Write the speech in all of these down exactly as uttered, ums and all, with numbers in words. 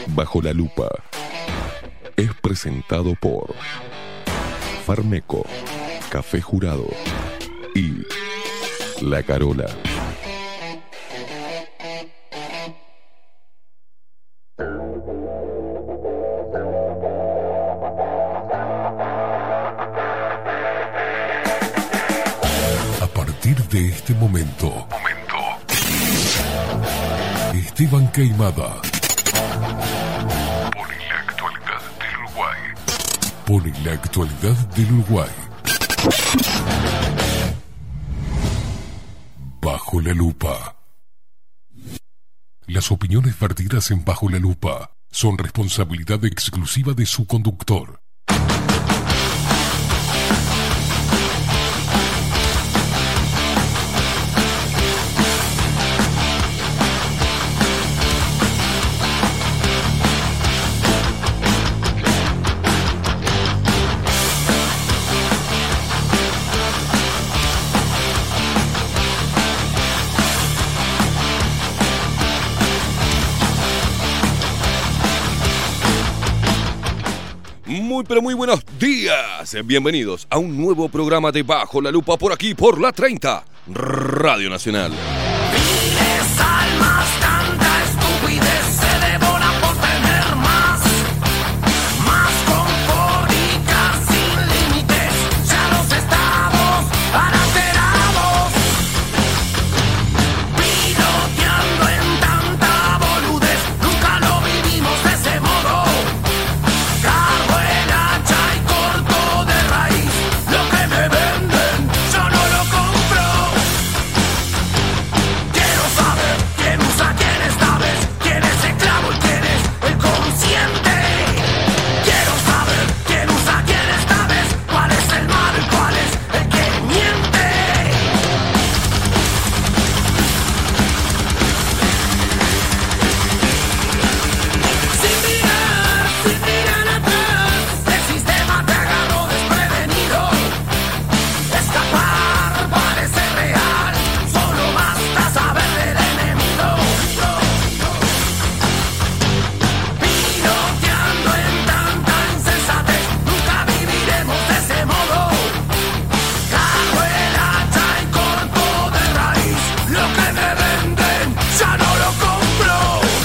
Bajo la Lupa es presentado por Farmeco, Café Jurado y La Carola. A partir de este momento, momento. Esteban Queimada pone la actualidad del Uruguay. Pone la actualidad del Uruguay. Bajo la Lupa. Las opiniones vertidas en Bajo la Lupa son responsabilidad exclusiva de su conductor. Muy pero muy buenos días, bienvenidos a un nuevo programa de Bajo la Lupa por aquí, por la treinta, Radio Nacional. Miles almas, tanta estupidez se devora por tener más, más confort y casi sin límites, ya los estados han alterados, piloteando en tanta boludez, nunca lo vivimos de ese modo. Cargo el hacha y corto de raíz, lo que me venden yo no lo compro. Quiero saber quién usa quién esta vez, quién es esclavo y quién es el consciente. Quiero saber quién usa quién esta vez, cuál es el malo y cuál es el que miente. Sin mirar, sin mirar atrás, el sistema te agarró desprevenido. Escapar parece real, solo basta saber del enemigo. Piloteando en tanta insensatez, nunca viviremos de ese modo. Cargo el hacha y corto de raíz, lo que me venden ya no lo compro.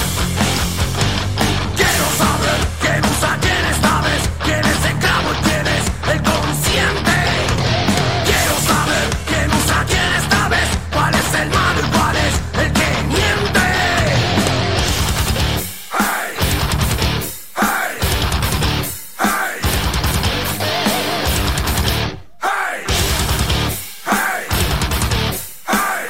Quiero saber quién usa quién esta vez, quién es esclavo y quién es el consciente. Quiero saber quién usa quién esta vez, cuál es el malo y cuál es el que miente. Hey, hey, hey, hey, hey, hey.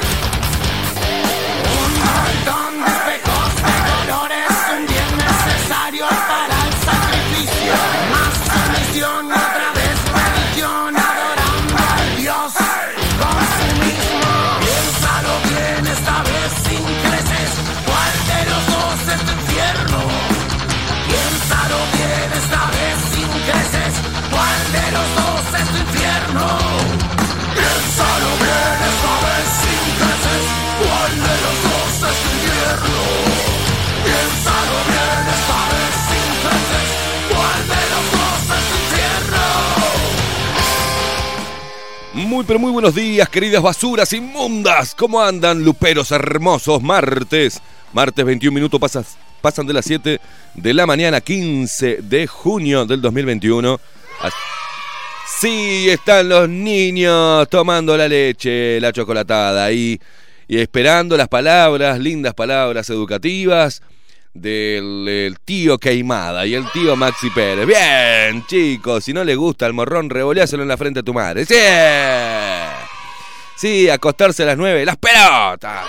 Un montón de espejos de colores, un bien necesario para el sacrificio. Más sumisión, otra vez religión, adorando al Dios consumismo. Piénsalo bien esta vez sin creces, ¿cuál de los dos es tu infierno? Piénsalo bien esta vez sin creces, ¿cuál de los dos es tu infierno? Piénsalo bien esta vez sin creces, ¿cuál de los dos es tu infierno? Piénsalo bien esta vez sin creces, ¿cuál de los dos es tu infierno? Muy pero muy buenos días, queridas basuras inmundas. ¿Cómo andan, luperos hermosos? Martes, martes veintiún minutos pasas, pasan de las siete de la mañana, quince de junio del dos mil veintiuno. As- Sí, están los niños tomando la leche, la chocolatada ahí y esperando las palabras, lindas palabras educativas del el tío Queimada y el tío Maxi Pérez. Bien, chicos, si no le gusta el morrón, revoleáselo en la frente a tu madre. ¡Sí! Sí, acostarse a las nueve, las pelotas.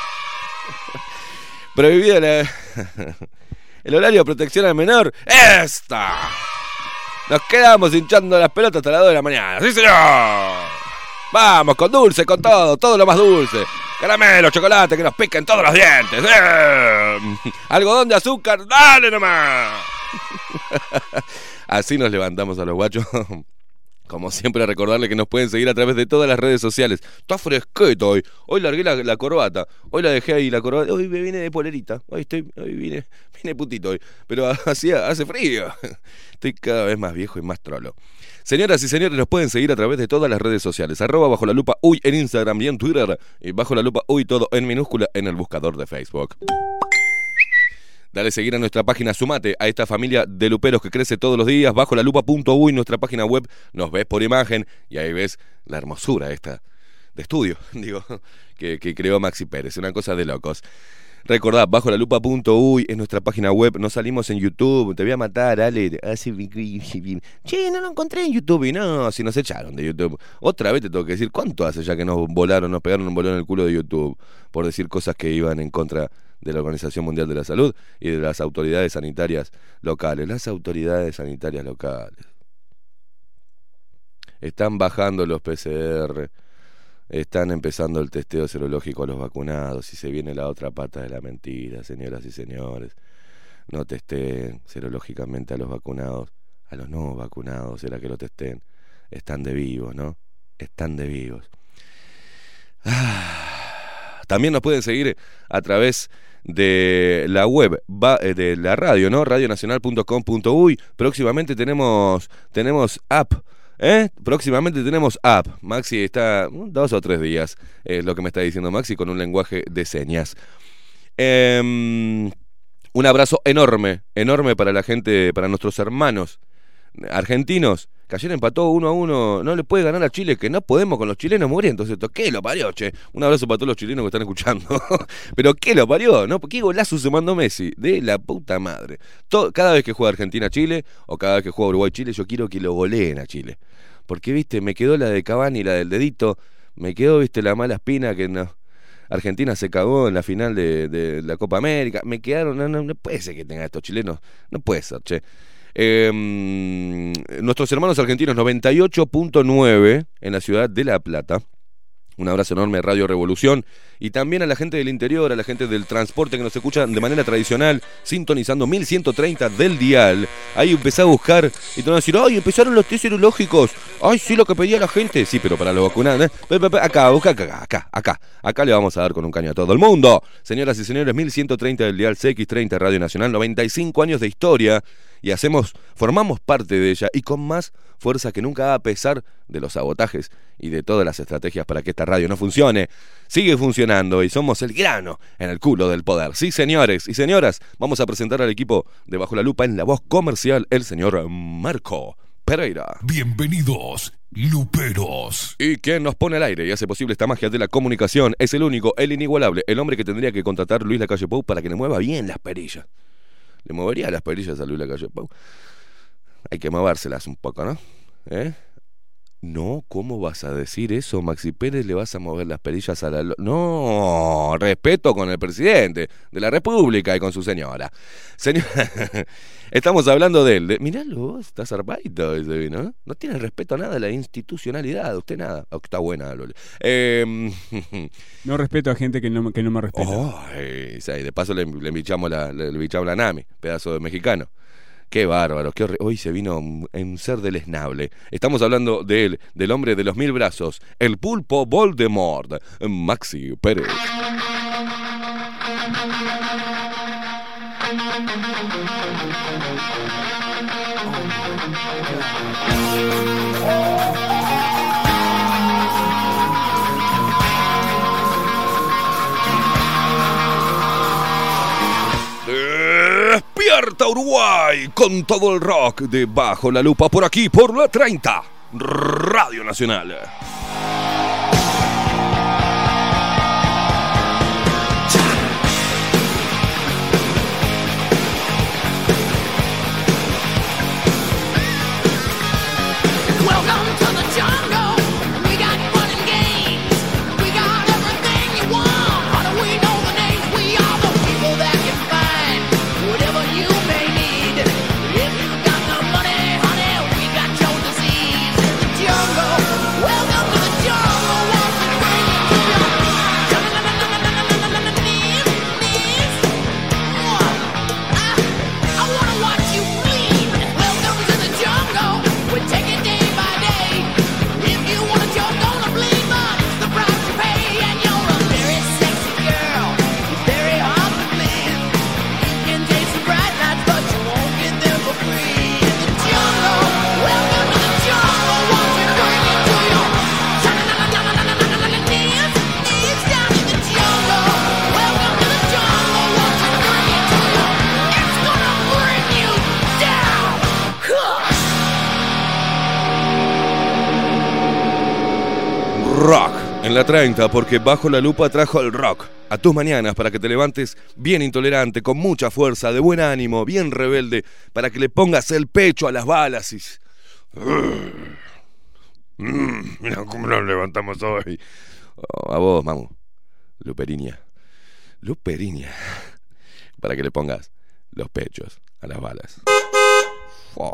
Prohibido la- el horario de protección al menor. ¡Esta! Nos quedamos hinchando las pelotas hasta las dos de la mañana. ¡Sí, señor! Vamos, con dulce, con todo, todo lo más dulce. Caramelo, chocolate, que nos piquen todos los dientes. ¡Eh! Algodón de azúcar, dale nomás. Así nos levantamos a los guachos Como siempre, recordarle que nos pueden seguir a través de todas las redes sociales. Está fresqueto hoy. Hoy largué la, la corbata. Hoy la dejé ahí, la corbata. Hoy me vine de polerita. Hoy estoy, hoy vine, vine putito hoy. Pero así hace frío. Estoy cada vez más viejo y más trolo. Señoras y señores, nos pueden seguir a través de todas las redes sociales. Arroba Bajo la Lupa Uy en Instagram y en Twitter. Y Bajo la Lupa Uy todo en minúscula en el buscador de Facebook. Dale seguir a nuestra página, sumate a esta familia de luperos que crece todos los días. Bajo la lupa punto uy, nuestra página web, nos ves por imagen y ahí ves la hermosura esta de estudio, digo, que, que creó Maxi Pérez, una cosa de locos. Recordad, bajo la lupa punto uy es nuestra página web, no salimos en YouTube, te voy a matar, Ale. Che, no lo encontré en YouTube y no, si nos echaron de YouTube. Otra vez te tengo que decir, ¿cuánto hace ya que nos volaron, nos pegaron un bolón en el culo de YouTube por decir cosas que iban en contra de la Organización Mundial de la Salud y de las autoridades sanitarias locales? Las autoridades sanitarias locales están bajando los P C R, están empezando el testeo serológico a los vacunados y se viene la otra pata de la mentira, señoras y señores. No testeen serológicamente a los vacunados, a los no vacunados, era que lo testeen. Están de vivos, ¿no? Están de vivos. Ah. También nos pueden seguir a través de la web, de la radio, ¿no? radio nacional punto com punto uy. Próximamente tenemos, tenemos app. ¿Eh? Próximamente tenemos app. Maxi está dos o tres días, es lo que me está diciendo Maxi, con un lenguaje de señas. Eh, un abrazo enorme, enorme para la gente, para nuestros hermanos argentinos. Que ayer empató uno a uno, no le puede ganar a Chile, que no podemos con los chilenos muriendo. Entonces, ¿qué lo parió, che? Un abrazo para todos los chilenos que están escuchando. Pero ¿qué lo parió? ¿No? ¿Qué golazo se mandó Messi? De la puta madre. Todo, cada vez que juega Argentina-Chile o cada vez que juega Uruguay-Chile, yo quiero que lo goleen a Chile. Porque, viste, me quedó la de Cavani, la del dedito, me quedó, viste, la mala espina que no. Argentina se cagó en la final de, de la Copa América. Me quedaron, no, no, no puede ser que tengan estos chilenos, no puede ser, che. Eh, nuestros hermanos argentinos noventa y ocho punto nueve en la ciudad de La Plata. Un abrazo enorme, Radio Revolución. Y también a la gente del interior, a la gente del transporte que nos escuchan de manera tradicional, sintonizando mil ciento treinta del dial. Ahí empecé a buscar y te van a decir, ¡ay, empezaron los test serológicos! ¡Ay, sí, lo que pedía la gente! Sí, pero para los vacunados, ¿eh? Acá, busca acá, acá, acá. Acá le vamos a dar con un caño a todo el mundo. Señoras y señores, mil ciento treinta del dial, C X treinta Radio Nacional, noventa y cinco años de historia. Y hacemos, formamos parte de ella y con más fuerza que nunca, a pesar de los sabotajes y de todas las estrategias para que esta radio no funcione. Sigue funcionando y somos el grano en el culo del poder. Sí, señores y señoras, vamos a presentar al equipo de Bajo la Lupa en la voz comercial, el señor Marco Pereira. Bienvenidos, luperos. Y quien nos pone al aire y hace posible esta magia de la comunicación es el único, el inigualable, el hombre que tendría que contratar Luis Lacalle Pou para que le mueva bien las perillas. Le movería las perillas a Luis Lacalle Pou. Hay que movérselas un poco, ¿no? ¿Eh? No, ¿cómo vas a decir eso, Maxi Pérez? ¿Le vas a mover las perillas a la... Lo... No, respeto con el presidente de la República y con su señora. Señor... Estamos hablando de él. De... Miralo, está zarpadito ese vino, ¿no? No tiene respeto a nada a la institucionalidad, usted nada. Oh, está buena, Loli. Eh... No respeto a gente que no, que no me respeta. Oh, eh, de paso le, le bichamos la, le, le bichamos la Nami, pedazo de mexicano. Qué bárbaro, qué horrible. Hoy se vino un ser deleznable. Estamos hablando de él, del hombre de los mil brazos, el pulpo Voldemort, Maxi Pérez. Despierta Uruguay con todo el rock de Bajo la Lupa por aquí, por la treinta, Radio Nacional. Welcome to rock en la treinta, porque Bajo la Lupa trajo el rock a tus mañanas para que te levantes bien intolerante, con mucha fuerza, de buen ánimo, bien rebelde, para que le pongas el pecho a las balas y... Mm, mira cómo nos levantamos hoy. Oh, a vos, mamu. Luperiña. Luperiña. Para que le pongas los pechos a las balas. Oh.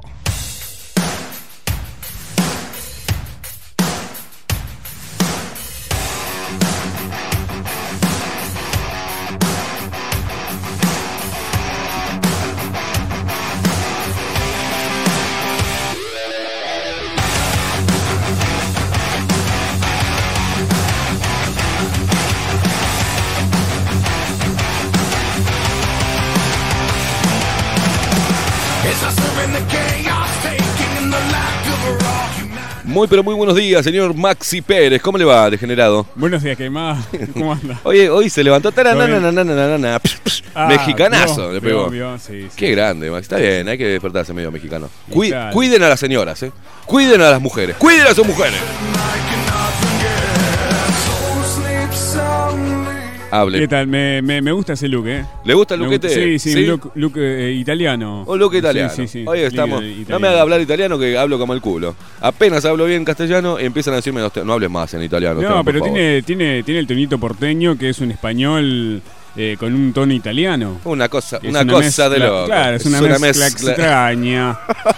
Muy pero muy buenos días, señor Maxi Pérez. ¿Cómo le va, degenerado? Buenos días, ¿qué más? ¿Cómo anda? Oye, hoy se levantó tarananananana, ah, mexicanazo vio, le pegó. Vio, vio, sí, sí. Qué grande, Maxi. Está bien, hay que despertarse medio mexicano. Cui- cuiden a las señoras, ¿eh? Cuiden a las mujeres. Cuiden a sus mujeres. Hable. ¿Qué tal? Me, me, me gusta ese look, ¿eh? ¿Le gusta el Me lookete? gusta- Sí, sí, ¿Sí? un look, look eh, italiano. Un look italiano. Sí, sí, sí. Hoy estamos. Lindo No italiano. me haga hablar italiano que hablo como el culo. Apenas hablo bien castellano y empiezan a decirme no, no hables más en italiano. No, Esteban, por pero favor. tiene, tiene, tiene el tonito porteño, que es un español eh, con un tono italiano. Una cosa, Es una, cosa mezcla- de loco. Claro, es una, mezcla, extraña.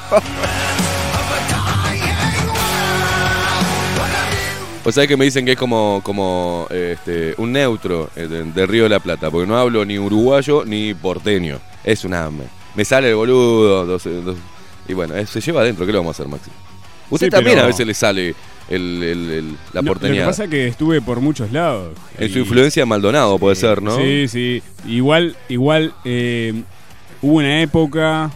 Pues sabés que me dicen que es como, como este, un neutro eh, de, de Río de la Plata, porque no hablo ni uruguayo ni porteño. Es una... Me, me sale el boludo. Dos, dos, y bueno, eh, se lleva adentro. ¿Qué le vamos a hacer, Maxi? Usted Sí, también pero- a veces le sale el, el- el- la No, lo que porteñía. pasa es que estuve por muchos lados. En su Y- influencia en Maldonado puede ser, ¿no? Sí, sí. Igual, igual eh, hubo una época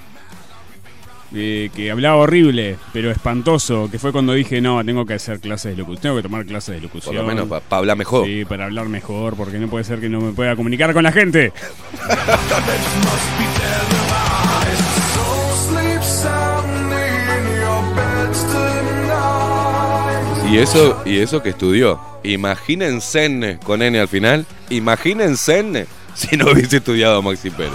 eh, que hablaba horrible, pero espantoso, que fue cuando dije, no, tengo que hacer clases de locución, tengo que tomar clases de locución. Por lo menos para hablar mejor. Sí, para hablar mejor, porque no puede ser que no me pueda comunicar con la gente. Y eso, y eso que estudió. Imagínense con N al final. Imagínense si no hubiese estudiado Maxi Pérez.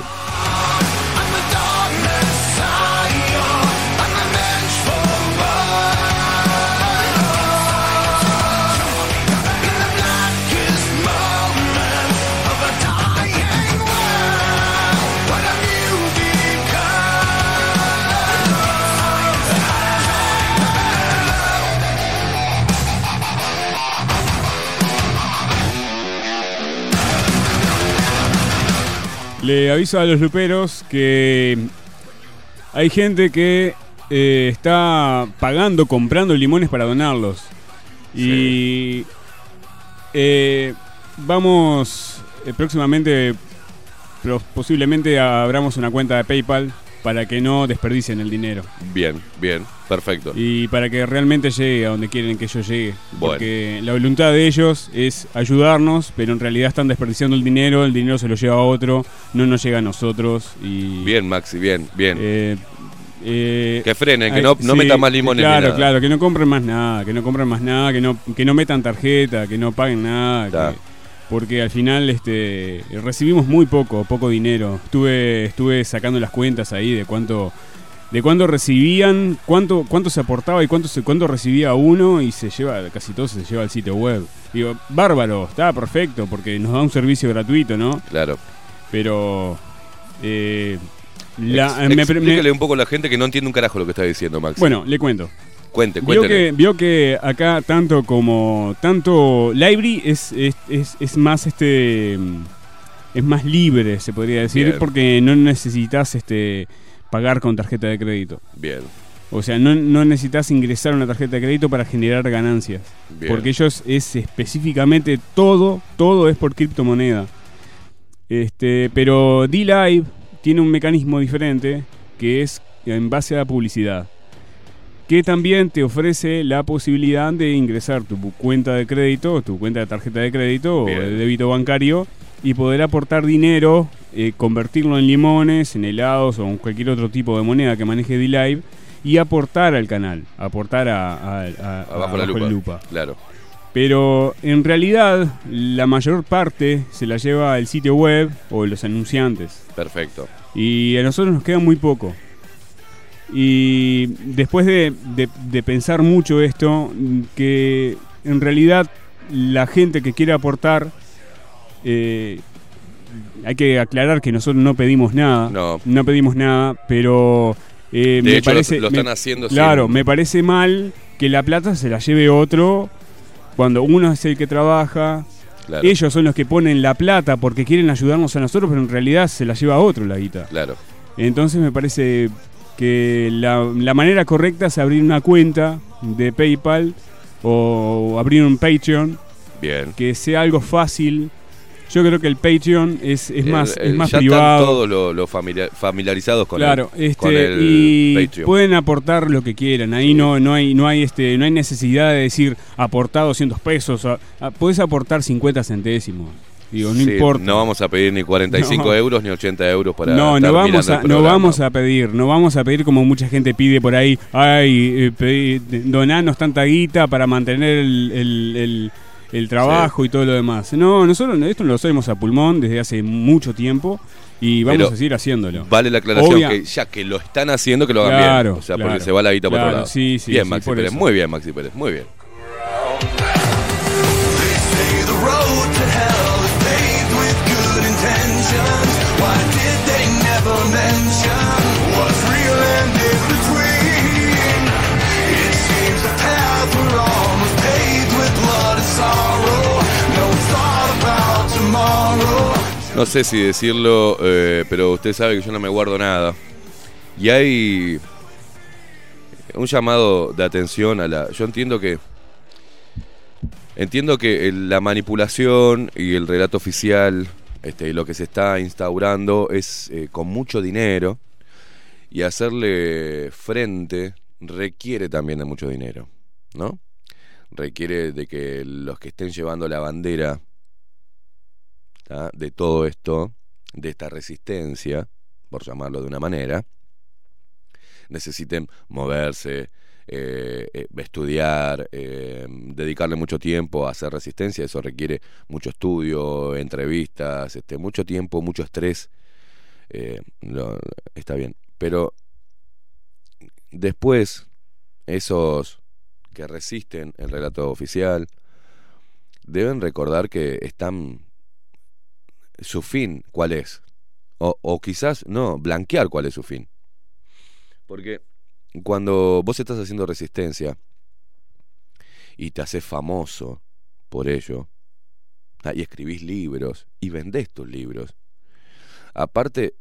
Le aviso a los luperos que hay gente que eh, está pagando, comprando limones para donarlos. Y eh, vamos eh, próximamente, pro- posiblemente abramos una cuenta de PayPal para que no desperdicien el dinero. Bien, bien, perfecto. Y para que realmente llegue a donde quieren que yo llegue. Bueno. Porque la voluntad de ellos es ayudarnos, pero en realidad están desperdiciando el dinero, el dinero se lo lleva a otro, no nos llega a nosotros. Y, Bien, Maxi, bien, bien. eh, eh, que frenen, que ay, no, no sí, metan más limones. Claro, ni nada. claro, que no compren más nada, que no compren más nada, que no, que no metan tarjeta, que no paguen nada. Ta. que- porque al final este recibimos muy poco, poco dinero. Estuve, estuve sacando las cuentas ahí de cuánto, de cuánto recibían, cuánto, cuánto se aportaba y cuánto se, cuánto recibía uno, y se lleva, casi todo se lleva al sitio web. Digo, bárbaro, está perfecto, porque nos da un servicio gratuito, ¿no? Claro. Pero eh, la, Ex- me- me- explíquele un poco a la gente que no entiende un carajo lo que está diciendo, Maxi. bueno, le cuento. cuente, Vio cuéntele. que, vio que acá tanto como tanto Library es, es, es, es más este es más libre, se podría decir, Bien. porque no necesitas este pagar con tarjeta de crédito. Bien, O sea, no, no necesitas ingresar una tarjeta de crédito para generar ganancias. bien. Porque ellos es específicamente todo, todo es por criptomoneda. Este, pero D-Live tiene un mecanismo diferente que es en base a la publicidad, que también te ofrece la posibilidad de ingresar tu cuenta de crédito, tu cuenta de tarjeta de crédito Bien. o de débito bancario y poder aportar dinero, eh, convertirlo en limones, en helados o en cualquier otro tipo de moneda que maneje D-Live y aportar al canal, aportar a, a, a- Abajo la Abajo lupa. la Lupa. Claro. Pero en realidad la mayor parte se la lleva el sitio web o los anunciantes. Perfecto. Y a nosotros nos queda muy poco. Y después de, de, de pensar mucho esto, que en realidad la gente que quiere aportar, eh, hay que aclarar que nosotros no pedimos nada, no, no pedimos nada, pero eh, de me hecho parece, lo, lo están me, haciendo. Claro, sin... me parece mal que la plata se la lleve otro cuando uno es el que trabaja. Claro. Ellos son los que ponen la plata porque quieren ayudarnos a nosotros, pero en realidad se la lleva otro la guita. Claro. Entonces me parece que la, la manera correcta es abrir una cuenta de PayPal o abrir un Patreon. Bien. Que sea algo fácil. Yo creo que el Patreon es, es más, el, el, es más ya privado. Están todos los lo familiar, familiarizados con, claro, el, este, con el y Patreon. Pueden aportar lo que quieran. Ahí sí. no, no hay, no hay este, no hay necesidad de decir aportar doscientos pesos. A, a, puedes aportar cincuenta centésimos. Digo, no sí, importa. No vamos a pedir ni cuarenta y cinco no. euros ni ochenta euros para no, estar no vamos a, el no vamos a pedir, no vamos a pedir como mucha gente pide por ahí. Ay, eh, pedí, donanos tanta guita para mantener el, el, el el trabajo sí. y todo lo demás. No, nosotros esto lo hacemos a pulmón desde hace mucho tiempo y vamos Pero a seguir haciéndolo. Vale la aclaración Obvia. que ya que lo están haciendo, que lo hagan claro, bien. O sea, claro, porque se va la guita claro, por otro lado. Sí, sí, bien, sí, Maxi Pérez. Eso. Muy bien, Maxi Pérez. Muy bien. No sé si decirlo, eh, pero usted sabe que yo no me guardo nada. Y hay un llamado de atención a la... Yo entiendo que... Entiendo que la manipulación y el relato oficial, este, lo que se está instaurando es eh, con mucho dinero. Y hacerle frente requiere también de mucho dinero, ¿no? Requiere de que los que estén llevando la bandera de todo esto, de esta resistencia, por llamarlo de una manera, necesiten moverse, eh, eh, estudiar, eh, dedicarle mucho tiempo a hacer resistencia. Eso requiere mucho estudio, entrevistas, este, mucho tiempo, mucho estrés. Eh, lo, está bien, pero después esos que resisten el relato oficial deben recordar que están... su fin, ¿cuál es? O, o quizás, no, blanquear cuál es su fin. Porque cuando vos estás haciendo resistencia y te haces famoso por ello, ah, y escribís libros y vendés tus libros, aparte,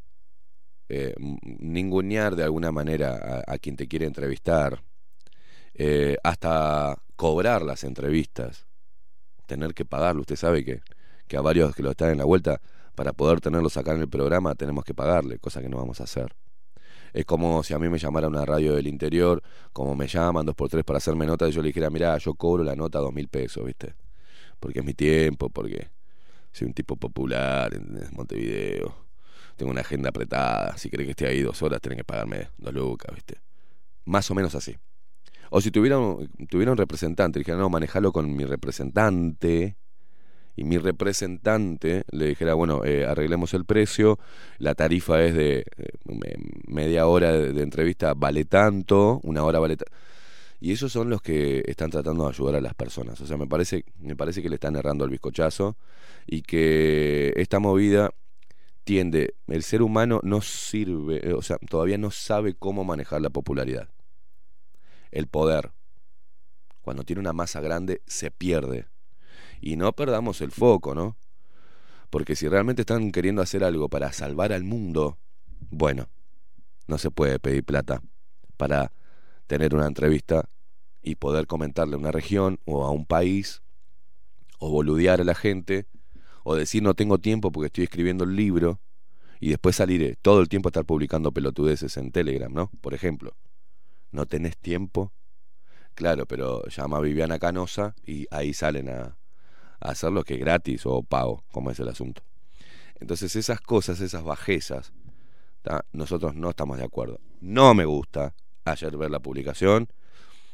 eh, ningunear de alguna manera a, a quien te quiere entrevistar, eh, hasta cobrar las entrevistas, tener que pagarlo. Usted sabe que que a varios que lo están en la vuelta, para poder tenerlos acá en el programa tenemos que pagarle, cosa que no vamos a hacer. Es como si a mí me llamara una radio del interior, como me llaman dos por tres para hacerme nota, y yo le dijera, mirá, yo cobro la nota dos mil pesos, ¿viste? Porque es mi tiempo, porque soy un tipo popular en Montevideo, tengo una agenda apretada, si querés que esté ahí dos horas tenés que pagarme dos lucas, ¿viste? Más o menos así. O si tuviera un, tuviera un representante, dijera, no, manejalo con mi representante, y mi representante le dijera, bueno, eh, arreglemos el precio, la tarifa es de eh, media hora de, de entrevista vale tanto, una hora vale tanto. Y esos son los que están tratando de ayudar a las personas. O sea, me parece, me parece que le están errando el bizcochazo y que esta movida tiende, el ser humano no sirve, o sea, todavía no sabe cómo manejar la popularidad. El poder, cuando tiene una masa grande, se pierde. Y no perdamos el foco, ¿no? Porque si realmente están queriendo hacer algo para salvar al mundo, bueno, no se puede pedir plata para tener una entrevista y poder comentarle a una región o a un país, o boludear a la gente, o decir no tengo tiempo porque estoy escribiendo el libro, y después salir todo el tiempo a estar publicando pelotudeces en Telegram, ¿no? Por ejemplo, ¿no tenés tiempo? Claro, pero llama a Viviana Canosa y ahí salen a... hacerlo, que es gratis o pago, como es el asunto. Entonces esas cosas, esas bajezas, ¿tá? Nosotros no estamos de acuerdo. No me gusta ayer ver la publicación,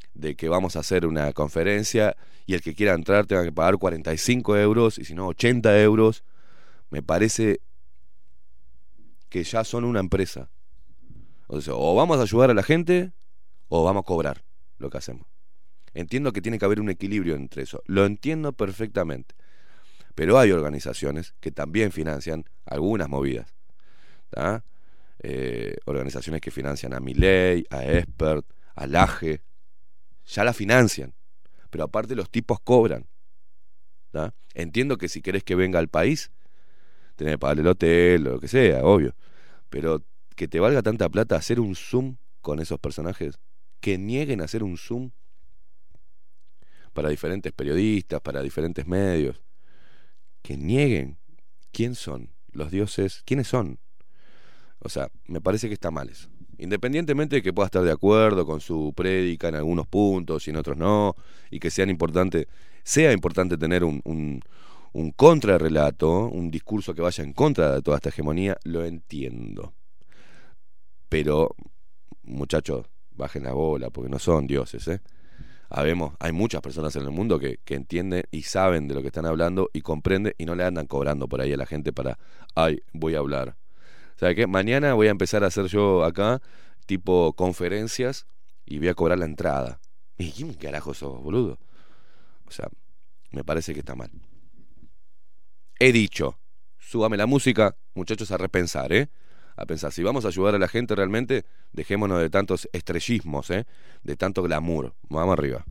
de que vamos a hacer una conferencia y el que quiera entrar tenga que pagar cuarenta y cinco euros y si no ochenta euros, me parece que ya son una empresa. O sea, o vamos a ayudar a la gente o vamos a cobrar lo que hacemos. Entiendo que tiene que haber un equilibrio entre eso, lo entiendo perfectamente, pero hay organizaciones que también financian algunas movidas, ¿tá? Eh, organizaciones que financian a Milei, a Expert, a Laje, ya la financian, pero aparte los tipos cobran, ¿tá? Entiendo que si querés que venga al país tenés que pagarle el hotel o lo que sea, obvio, pero que te valga tanta plata hacer un Zoom con esos personajes, que nieguen a hacer un Zoom para diferentes periodistas, para diferentes medios, que nieguen. ¿Quién son los dioses? ¿Quiénes son? O sea, me parece que está mal eso. Independientemente de que pueda estar de acuerdo con su prédica en algunos puntos y en otros no, y que sean importante, sea importante tener un, un, un contrarrelato, un discurso que vaya en contra de toda esta hegemonía, lo entiendo. Pero, muchachos, bajen la bola, porque no son dioses, ¿eh? Habemos, hay muchas personas en el mundo que, que entienden y saben de lo que están hablando y comprenden y no le andan cobrando por ahí a la gente para, ay, voy a hablar. ¿Sabe qué? Mañana voy a empezar a hacer yo acá, tipo conferencias, y voy a cobrar la entrada. ¿Y quién carajo sos, boludo? O sea, me parece que está mal. He dicho, súbame la música, muchachos, a repensar, ¿eh? A pensar, si vamos a ayudar a la gente realmente, dejémonos de tantos estrellismos, ¿eh? De tanto glamour. Vamos arriba.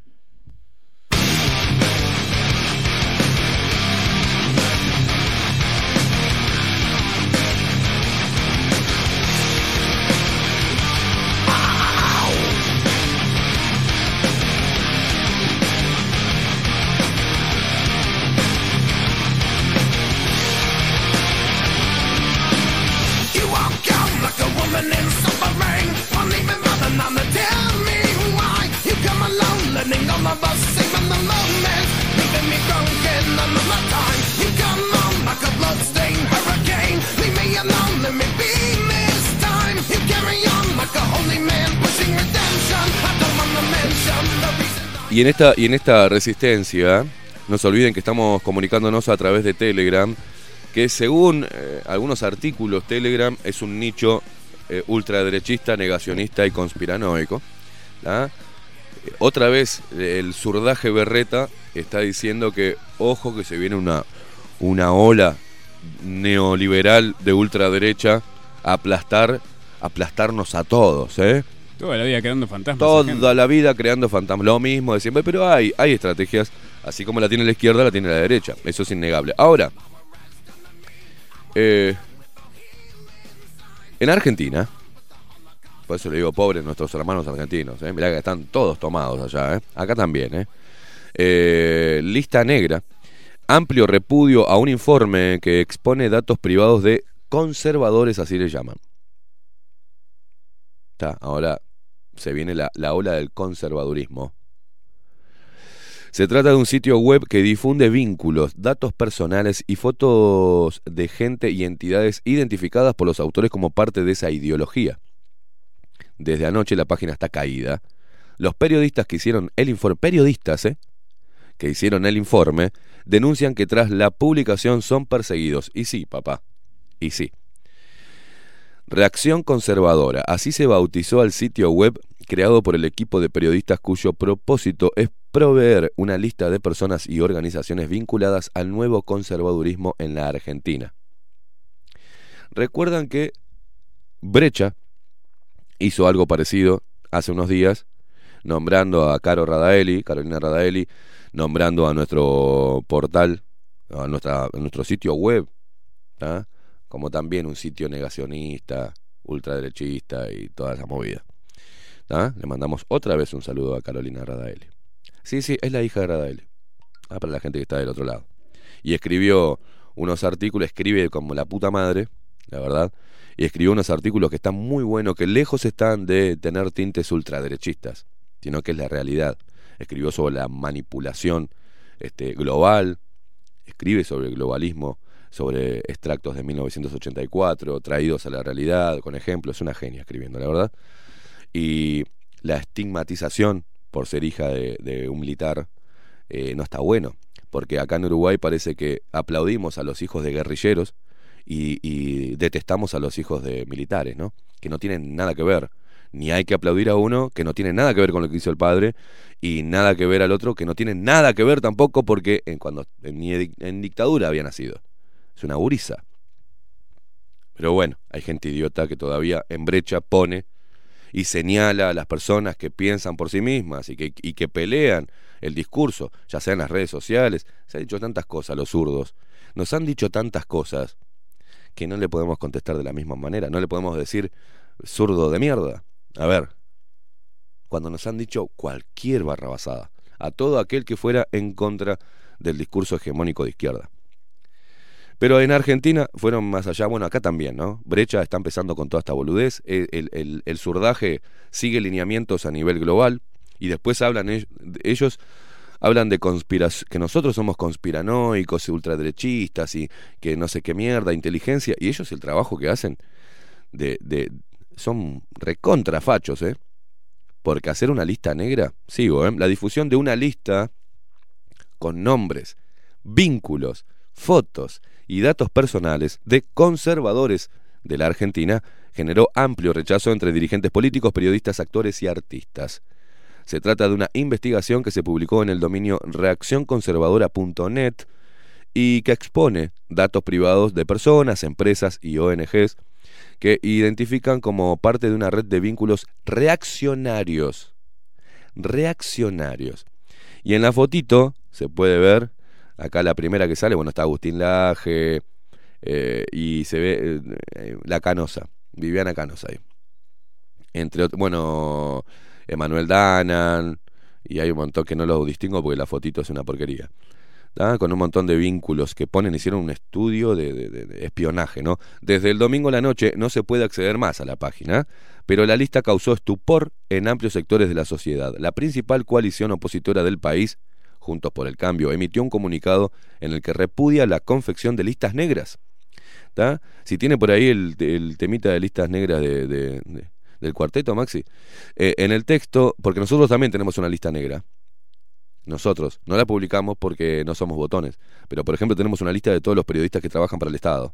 Y en esta y en esta resistencia, no se olviden que estamos comunicándonos a través de Telegram, que según eh, algunos artículos, Telegram es un nicho eh, ultraderechista, negacionista y conspiranoico. ¿Ah? Eh, otra vez el zurdaje berreta está diciendo que, ojo, que se viene una, una ola neoliberal de ultraderecha a aplastar, aplastarnos a todos, ¿eh? Toda la vida creando fantasmas. Toda la vida creando fantasmas. Lo mismo de siempre, pero hay, hay estrategias, así como la tiene la izquierda, la tiene la derecha. Eso es innegable. Ahora, eh, en Argentina, por eso le digo pobres nuestros hermanos argentinos, ¿eh? Mirá que están todos tomados allá, ¿eh? Acá también, ¿eh? Eh, lista negra. Amplio repudio a un informe que expone datos privados de conservadores, así le llaman. Está, ahora se viene la, la ola del conservadurismo. Se trata de un sitio web que difunde vínculos, datos personales y fotos de gente y entidades identificadas por los autores como parte de esa ideología. Desde anoche la página está caída. Los periodistas que hicieron el informe, periodistas, ¿eh? que hicieron el informe, denuncian que tras la publicación son perseguidos. Y sí, papá, y sí. Reacción Conservadora, así se bautizó al sitio web creado por el equipo de periodistas cuyo propósito es proveer una lista de personas y organizaciones vinculadas al nuevo conservadurismo en la Argentina. Recuerdan que Brecha hizo algo parecido hace unos días, nombrando a Caro Radaeli, Carolina Radaeli, nombrando a nuestro portal, a, nuestra, a nuestro sitio web, ¿tá? Como también un sitio negacionista, ultraderechista y toda esa movida. ¿Ah? Le mandamos otra vez un saludo a Carolina Radaeli. Sí, sí, es la hija de Radaeli. Ah, para la gente que está del otro lado. Y escribió unos artículos, escribe como la puta madre, la verdad, y escribió unos artículos que están muy buenos, que lejos están de tener tintes ultraderechistas, sino que es la realidad. Escribió sobre la manipulación este, global, escribe sobre el globalismo, sobre extractos de mil novecientos ochenta y cuatro, traídos a la realidad, con ejemplos, es una genia escribiendo, la verdad. Y la estigmatización por ser hija de, de un militar, eh, no está bueno. Porque acá en Uruguay parece que aplaudimos a los hijos de guerrilleros y, y detestamos a los hijos de militares, ¿no? Que no tienen nada que ver. Ni hay que aplaudir a uno que no tiene nada que ver con lo que hizo el padre, y nada que ver al otro que no tiene nada que ver tampoco porque en, cuando, en, ni en dictadura había nacido. Es una gurisa. Pero bueno, hay gente idiota que todavía en brecha pone y señala a las personas que piensan por sí mismas y que, y que pelean el discurso, ya sea en las redes sociales. Se han dicho tantas cosas, los zurdos nos han dicho tantas cosas que no le podemos contestar de la misma manera. No le podemos decir zurdo de mierda. A ver, cuando nos han dicho cualquier barrabasada, a todo aquel que fuera en contra del discurso hegemónico de izquierda. Pero en Argentina fueron más allá, bueno, acá también, ¿no? Brecha está empezando con toda esta boludez, el, el, el, el zurdaje sigue lineamientos a nivel global, y después hablan ellos, hablan de conspiración, que nosotros somos conspiranoicos, ultraderechistas, y que no sé qué mierda, inteligencia, y ellos el trabajo que hacen, de, de son recontrafachos, ¿eh? Porque hacer una lista negra, sigo, ¿eh? La difusión de una lista con nombres, vínculos, fotos y datos personales de conservadores de la Argentina generó amplio rechazo entre dirigentes políticos, periodistas, actores y artistas. Se trata de una investigación que se publicó en el dominio reacción conservadora punto net y que expone datos privados de personas, empresas y O N Ges que identifican como parte de una red de vínculos reaccionarios. Reaccionarios. Y en la fotito se puede ver, acá la primera que sale, bueno, está Agustín Laje, eh, y se ve eh, la Canosa, Viviana Canosa ahí. Entre otros, bueno, Emanuel Danan, y hay un montón que no los distingo porque la fotito es una porquería. ¿Ah? Con un montón de vínculos que ponen, hicieron un estudio de, de, de espionaje, ¿no? Desde el domingo a la noche no se puede acceder más a la página, pero la lista causó estupor en amplios sectores de la sociedad. La principal coalición opositora del país, Juntos por el Cambio, emitió un comunicado en el que repudia la confección de listas negras. ¿Tá? Si tiene por ahí el, el temita de listas negras de, de, de, del cuarteto, Maxi, eh, en el texto, porque nosotros también tenemos una lista negra. Nosotros, no la publicamos porque no somos botones, pero por ejemplo tenemos una lista de todos los periodistas que trabajan para el Estado.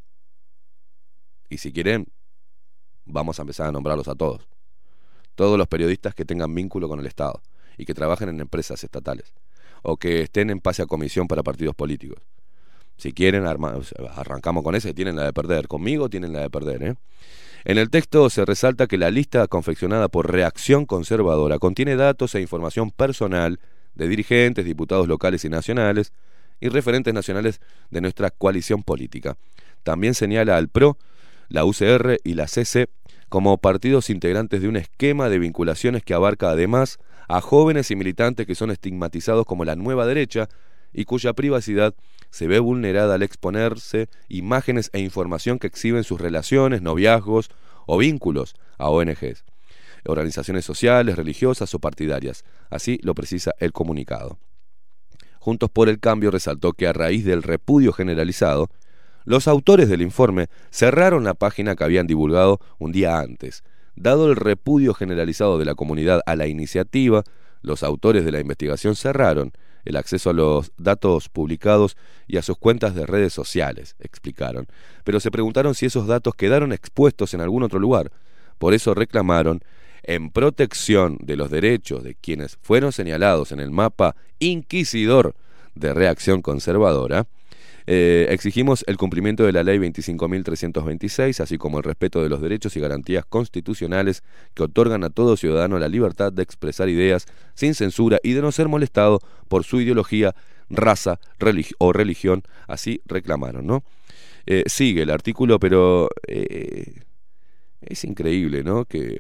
Y si quieren, vamos a empezar a nombrarlos a todos. Todos los periodistas que tengan vínculo con el Estado y que trabajen en empresas estatales o que estén en pase a comisión para partidos políticos. Si quieren, arma, arrancamos con ese, tienen la de perder. Conmigo tienen la de perder, ¿eh? En el texto se resalta que la lista confeccionada por Reacción Conservadora contiene datos e información personal de dirigentes, diputados locales y nacionales y referentes nacionales de nuestra coalición política. También señala al P R O, la U C R y la C C como partidos integrantes de un esquema de vinculaciones que abarca además a jóvenes y militantes que son estigmatizados como la nueva derecha y cuya privacidad se ve vulnerada al exponerse imágenes e información que exhiben sus relaciones, noviazgos o vínculos a O N Ges, organizaciones sociales, religiosas o partidarias. Así lo precisa el comunicado. Juntos por el Cambio resaltó que a raíz del repudio generalizado, los autores del informe cerraron la página que habían divulgado un día antes. Dado el repudio generalizado de la comunidad a la iniciativa, los autores de la investigación cerraron el acceso a los datos publicados y a sus cuentas de redes sociales, explicaron. Pero se preguntaron si esos datos quedaron expuestos en algún otro lugar. Por eso reclamaron, en protección de los derechos de quienes fueron señalados en el mapa inquisidor de Reacción Conservadora, eh, exigimos el cumplimiento de la Ley veinticinco mil trescientos veintiséis, así como el respeto de los derechos y garantías constitucionales que otorgan a todo ciudadano la libertad de expresar ideas sin censura y de no ser molestado por su ideología, raza religi- o religión, así reclamaron, ¿no? Eh, sigue el artículo, pero eh, es increíble, ¿no? Que,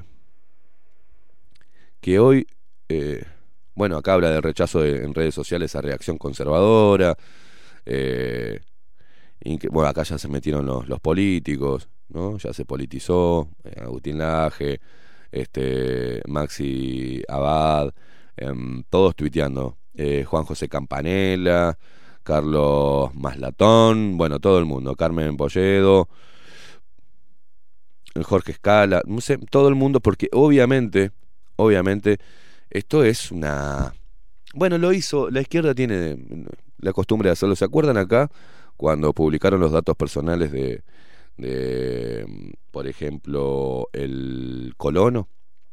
que hoy, eh, bueno, acá habla de rechazo de, en redes sociales a Reacción Conservadora, eh, y que, bueno, acá ya se metieron los, los políticos, ¿no? Ya se politizó, eh, Agustín Laje, este, Maxi Abad, eh, todos tuiteando, eh, Juan José Campanella, Carlos Maslatón, bueno, todo el mundo, Carmen Polledo, Jorge Escala, no sé, todo el mundo, porque obviamente, obviamente, esto es una... Bueno, lo hizo, la izquierda tiene la costumbre de hacerlo. ¿Se acuerdan acá cuando publicaron los datos personales de, de por ejemplo, el colono?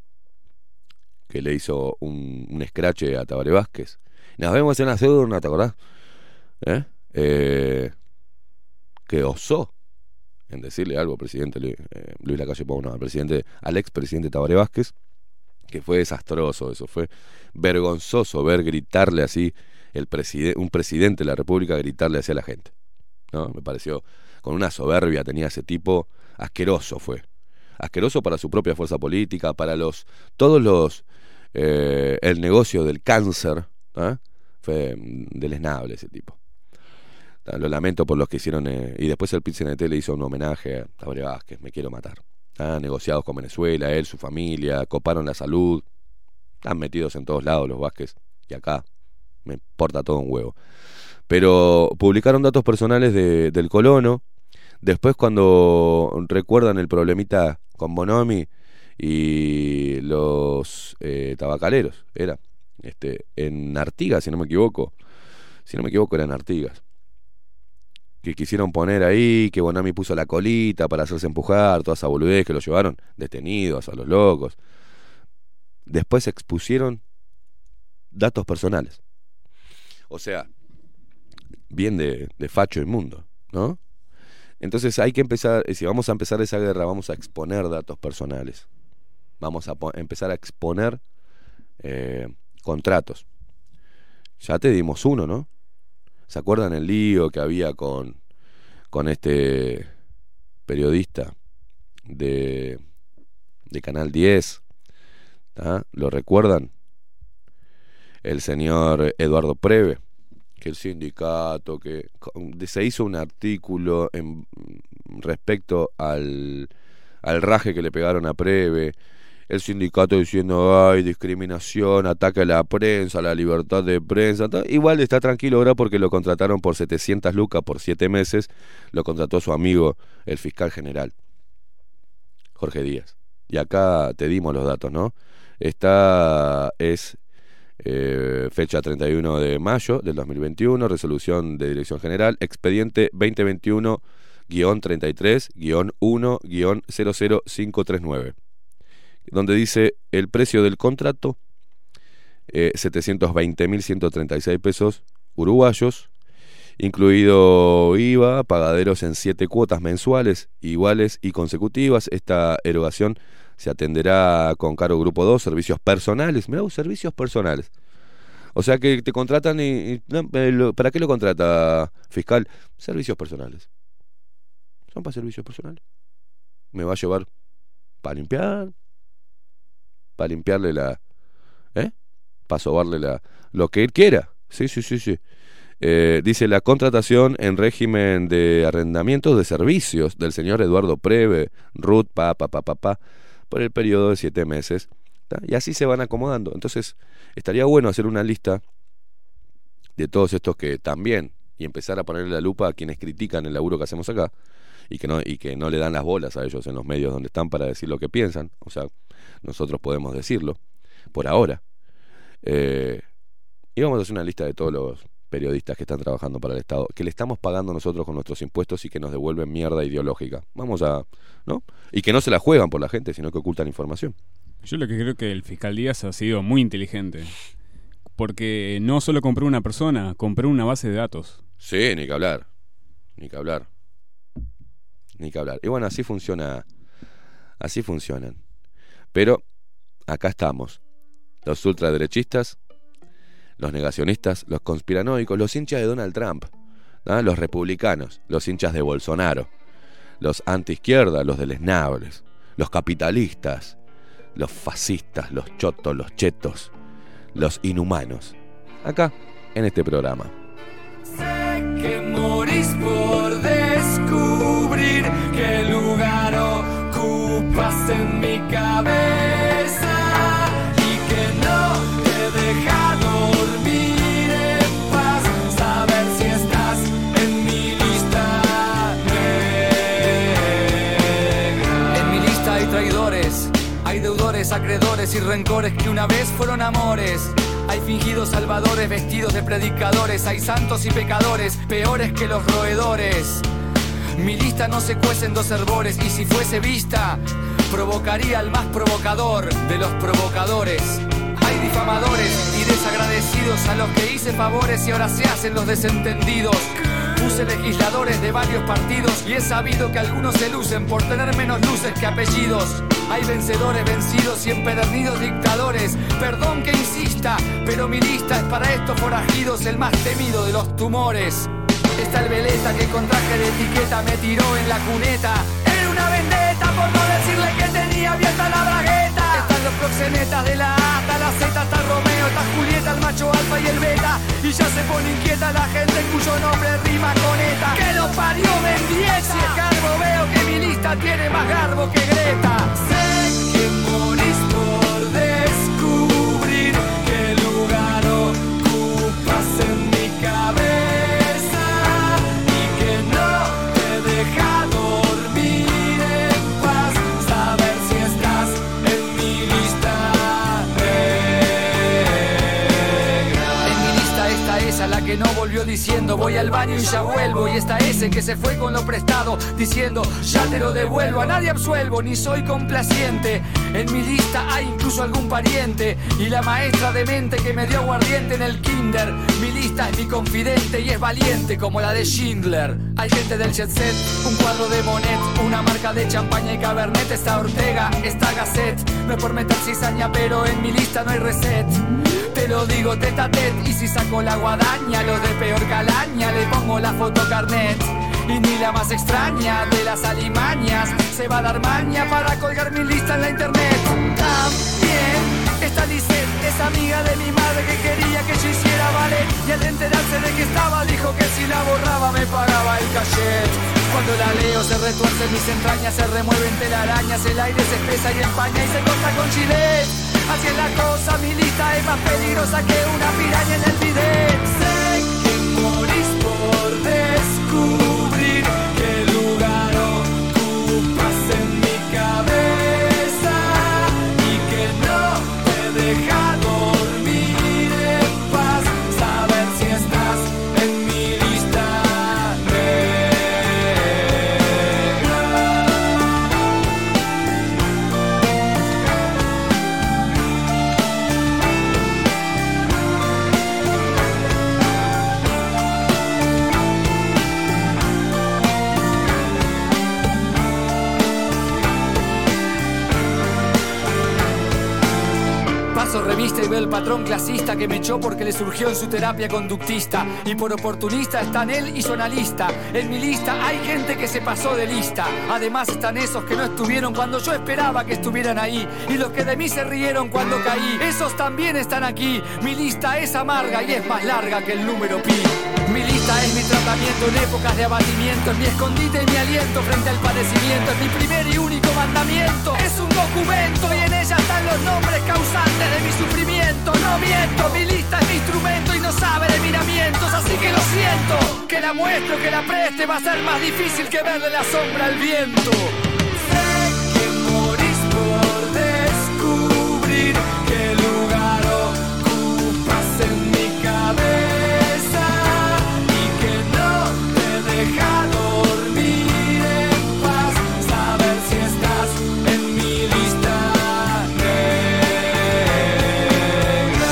Que le hizo un, un scratch a Tabaré Vázquez. Nos vemos en la urna, ¿te acordás? ¿Eh? Eh, que osó en decirle algo al presidente eh, Luis Lacalle Pou, no, al presidente, al expresidente Tabaré Vázquez, que fue desastroso eso, fue vergonzoso ver gritarle así el preside- un presidente de la República gritarle así a la gente, ¿no? Me pareció, con una soberbia tenía ese tipo, asqueroso fue, asqueroso para su propia fuerza política, para los, todos los, eh, el negocio del cáncer, ¿eh? Fue deleznable ese tipo. Lo lamento por los que hicieron, eh, y después el P I C N T le hizo un homenaje a Tabaré Vázquez, me quiero matar. Ah, negociados con Venezuela, él, su familia, coparon la salud, están metidos en todos lados los Vázquez, y acá me importa todo un huevo. Pero publicaron datos personales de, del colono, después cuando recuerdan el problemita con Bonomi y los eh, tabacaleros, era este en Artigas, si no me equivoco, si no me equivoco era en Artigas, que quisieron poner ahí, que Bonomi puso la colita para hacerse empujar, toda esa boludez, que lo llevaron detenidos a los locos. Después expusieron datos personales. O sea, bien de, de facho inmundo, ¿no? Entonces hay que empezar, si vamos a empezar esa guerra, vamos a exponer datos personales. Vamos a po- empezar a exponer eh, contratos. Ya te dimos uno, ¿no? ¿Se acuerdan el lío que había con, con este periodista de, de Canal diez? ¿Ah? ¿Lo recuerdan? El señor Eduardo Preve, que el sindicato, que se hizo un artículo en, respecto al, al raje que le pegaron a Preve. El sindicato diciendo, ay, discriminación, ataque a la prensa, a la libertad de prensa. Tal. Igual está tranquilo ahora porque lo contrataron por setecientas lucas por siete meses. Lo contrató su amigo, el fiscal general, Jorge Díaz. Y acá te dimos los datos, ¿no? Esta es eh, fecha treinta y uno de mayo del dos mil veintiuno, resolución de Dirección General, expediente veinte veintiuno guión treinta y tres guión uno guión cero cero cinco tres nueve. Donde dice el precio del contrato, eh, setecientos veinte mil ciento treinta y seis pesos uruguayos, incluido I V A, pagaderos en siete cuotas mensuales, iguales y consecutivas. Esta erogación se atenderá con cargo grupo dos, servicios personales. Mirá, servicios personales. O sea que te contratan y... y no, ¿para qué lo contrata, fiscal? Servicios personales. Son para servicios personales. Me va a llevar para limpiar... para limpiarle la, ¿eh? Para sobarle la, lo que él quiera. Sí, sí, sí, sí. Eh, dice la contratación en régimen de arrendamiento de servicios del señor Eduardo Preve, Ruth, pa, pa, pa, pa, pa, por el periodo de siete meses. ¿tá? Y así se van acomodando. Entonces, estaría bueno hacer una lista de todos estos que también, y empezar a ponerle la lupa a quienes critican el laburo que hacemos acá, y que no, y que no le dan las bolas a ellos en los medios donde están para decir lo que piensan. O sea, nosotros podemos decirlo, por ahora. Eh, y vamos a hacer una lista de todos los periodistas que están trabajando para el Estado, que le estamos pagando nosotros con nuestros impuestos y que nos devuelven mierda ideológica. Vamos a, ¿no? Y que no se la juegan por la gente, sino que ocultan información. Yo lo que creo que el fiscal Díaz ha sido muy inteligente, porque no solo compró una persona, compró una base de datos. Sí, ni que hablar, ni que hablar, ni que hablar. Y bueno, así funciona, así funcionan. Pero acá estamos, los ultraderechistas, los negacionistas, los conspiranoicos, los hinchas de Donald Trump, ¿no? Los republicanos, los hinchas de Bolsonaro, los antiizquierda, los deleznables, los capitalistas, los fascistas, los chotos, los chetos, los inhumanos. Acá, en este programa. Sé que morís por descubrir qué lugar ocupas en mi cabeza y que no te deja dormir en paz, saber si estás en mi lista negra. En mi lista hay traidores, hay deudores deudores, acreedores y rencores que una vez fueron amores. Hay fingidos salvadores vestidos de predicadores, hay santos y pecadores peores que los roedores. Mi lista no se cuece en dos hervores y si fuese vista provocaría al más provocador de los provocadores. Hay difamadores y desagradecidos a los que hice favores y ahora se hacen los desentendidos. Puse legisladores de varios partidos y he sabido que algunos se lucen por tener menos luces que apellidos. Hay vencedores vencidos y empedernidos dictadores. Perdón que insista, pero mi lista es para estos forajidos el más temido de los tumores. Está el veleta que con traje de etiqueta me tiró en la cuneta. Era una vendetta por no decirle que tenía abierta la bragueta. Están los proxenetas de la A hasta la Z, está Romeo, está Julieta, el macho alfa y el beta. Y ya se pone inquieta la gente cuyo nombre rima con ETA. ¡Que lo parió Mendieta! Si es garbo veo que mi lista tiene más garbo que Greta. Sé que morís por descubrir qué lugar ocupas en mi cabeza. La que no volvió diciendo voy al baño y ya vuelvo. Y está ese que se fue con lo prestado diciendo ya te lo devuelvo. A nadie absuelvo ni soy complaciente. En mi lista hay incluso algún pariente y la maestra demente que me dio aguardiente en el kinder. Mi lista es mi confidente y es valiente como la de Schindler. Hay gente del jet set, un cuadro de Monet, una marca de champaña y cabernet. Está Ortega, está Gasset. No es por meter cizaña pero en mi lista no hay reset. Te lo digo tete a tete y si saco la guadaña, los de peor calaña le pongo la foto carnet. Y ni la más extraña de las alimañas se va a dar maña para colgar mi lista en la internet. También está Lisette, es amiga de mi madre que quería que yo hiciera ballet. Y al enterarse de que estaba dijo que si la borraba me pagaba el cachet. Cuando la leo se retuerce mis entrañas, se remueven telarañas, el aire se espesa y empaña y se corta con chile. Así es la cosa, mi lista es más peligrosa que una piraña en el bidet. Sé que morís por descubrir qué lugar ocupas en mi cabeza y que no te deja dormir en paz. Saber si estás en mi lista negra. Revista y veo el patrón clasista que me echó porque le surgió en su terapia conductista. Y por oportunista están él y su analista. En mi lista hay gente que se pasó de lista. Además están esos que no estuvieron cuando yo esperaba que estuvieran ahí. Y los que de mí se rieron cuando caí. Esos también están aquí. Mi lista es amarga y es más larga que el número pi. Mi lista es mi tratamiento en épocas de abatimiento. Es mi escondite y mi aliento frente al padecimiento. Es mi primer y único mandamiento. Es un documento y en ella están los nombres causantes de mi sufrimiento. No miento, mi lista es mi instrumento y no sabe de miramientos. Así que lo siento, que la muestro, que la preste. Va a ser más difícil que verle la sombra al viento. Sé que morís por descubrir qué lugar ocupas en mi cabeza y que no te deja dormir en paz. Saber si estás en mi lista negra.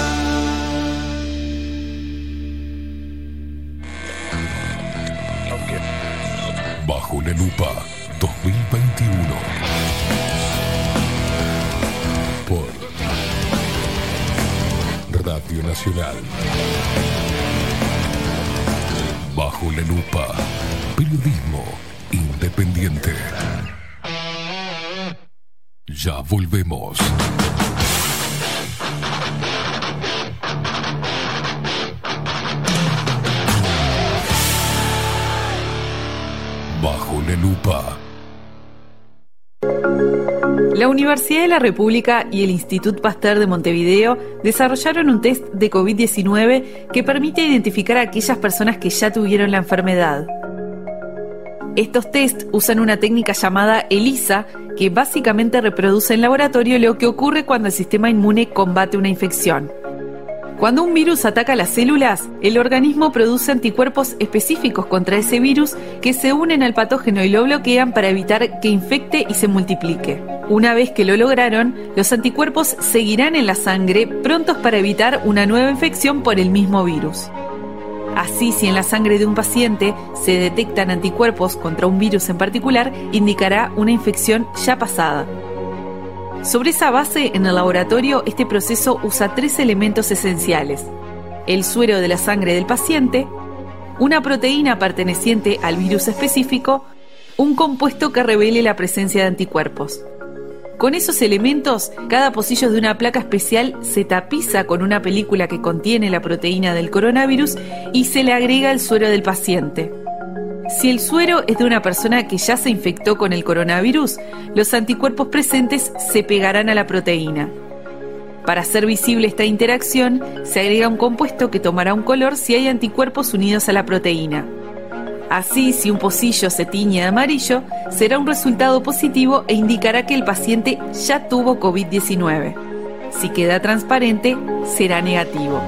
Bajo la lupa dos mil veintiuno. Por Radio Nacional. Bajo la lupa. Periodismo independiente. Ya volvemos. Bajo la lupa. La Universidad de la República y el Institut Pasteur de Montevideo desarrollaron un test de COVID diecinueve que permite identificar a aquellas personas que ya tuvieron la enfermedad. Estos test usan una técnica llamada ELISA, que básicamente reproduce en laboratorio lo que ocurre cuando el sistema inmune combate una infección. Cuando un virus ataca las células, el organismo produce anticuerpos específicos contra ese virus que se unen al patógeno y lo bloquean para evitar que infecte y se multiplique. Una vez que lo lograron, los anticuerpos seguirán en la sangre, prontos para evitar una nueva infección por el mismo virus. Así, si en la sangre de un paciente se detectan anticuerpos contra un virus en particular, indicará una infección ya pasada. Sobre esa base, en el laboratorio, este proceso usa tres elementos esenciales: el suero de la sangre del paciente, una proteína perteneciente al virus específico, un compuesto que revele la presencia de anticuerpos. Con esos elementos, cada pocillo de una placa especial se tapiza con una película que contiene la proteína del coronavirus y se le agrega el suero del paciente. Si el suero es de una persona que ya se infectó con el coronavirus, los anticuerpos presentes se pegarán a la proteína. Para hacer visible esta interacción, se agrega un compuesto que tomará un color si hay anticuerpos unidos a la proteína. Así, si un pocillo se tiñe de amarillo, será un resultado positivo e indicará que el paciente ya tuvo COVID diecinueve. Si queda transparente, será negativo.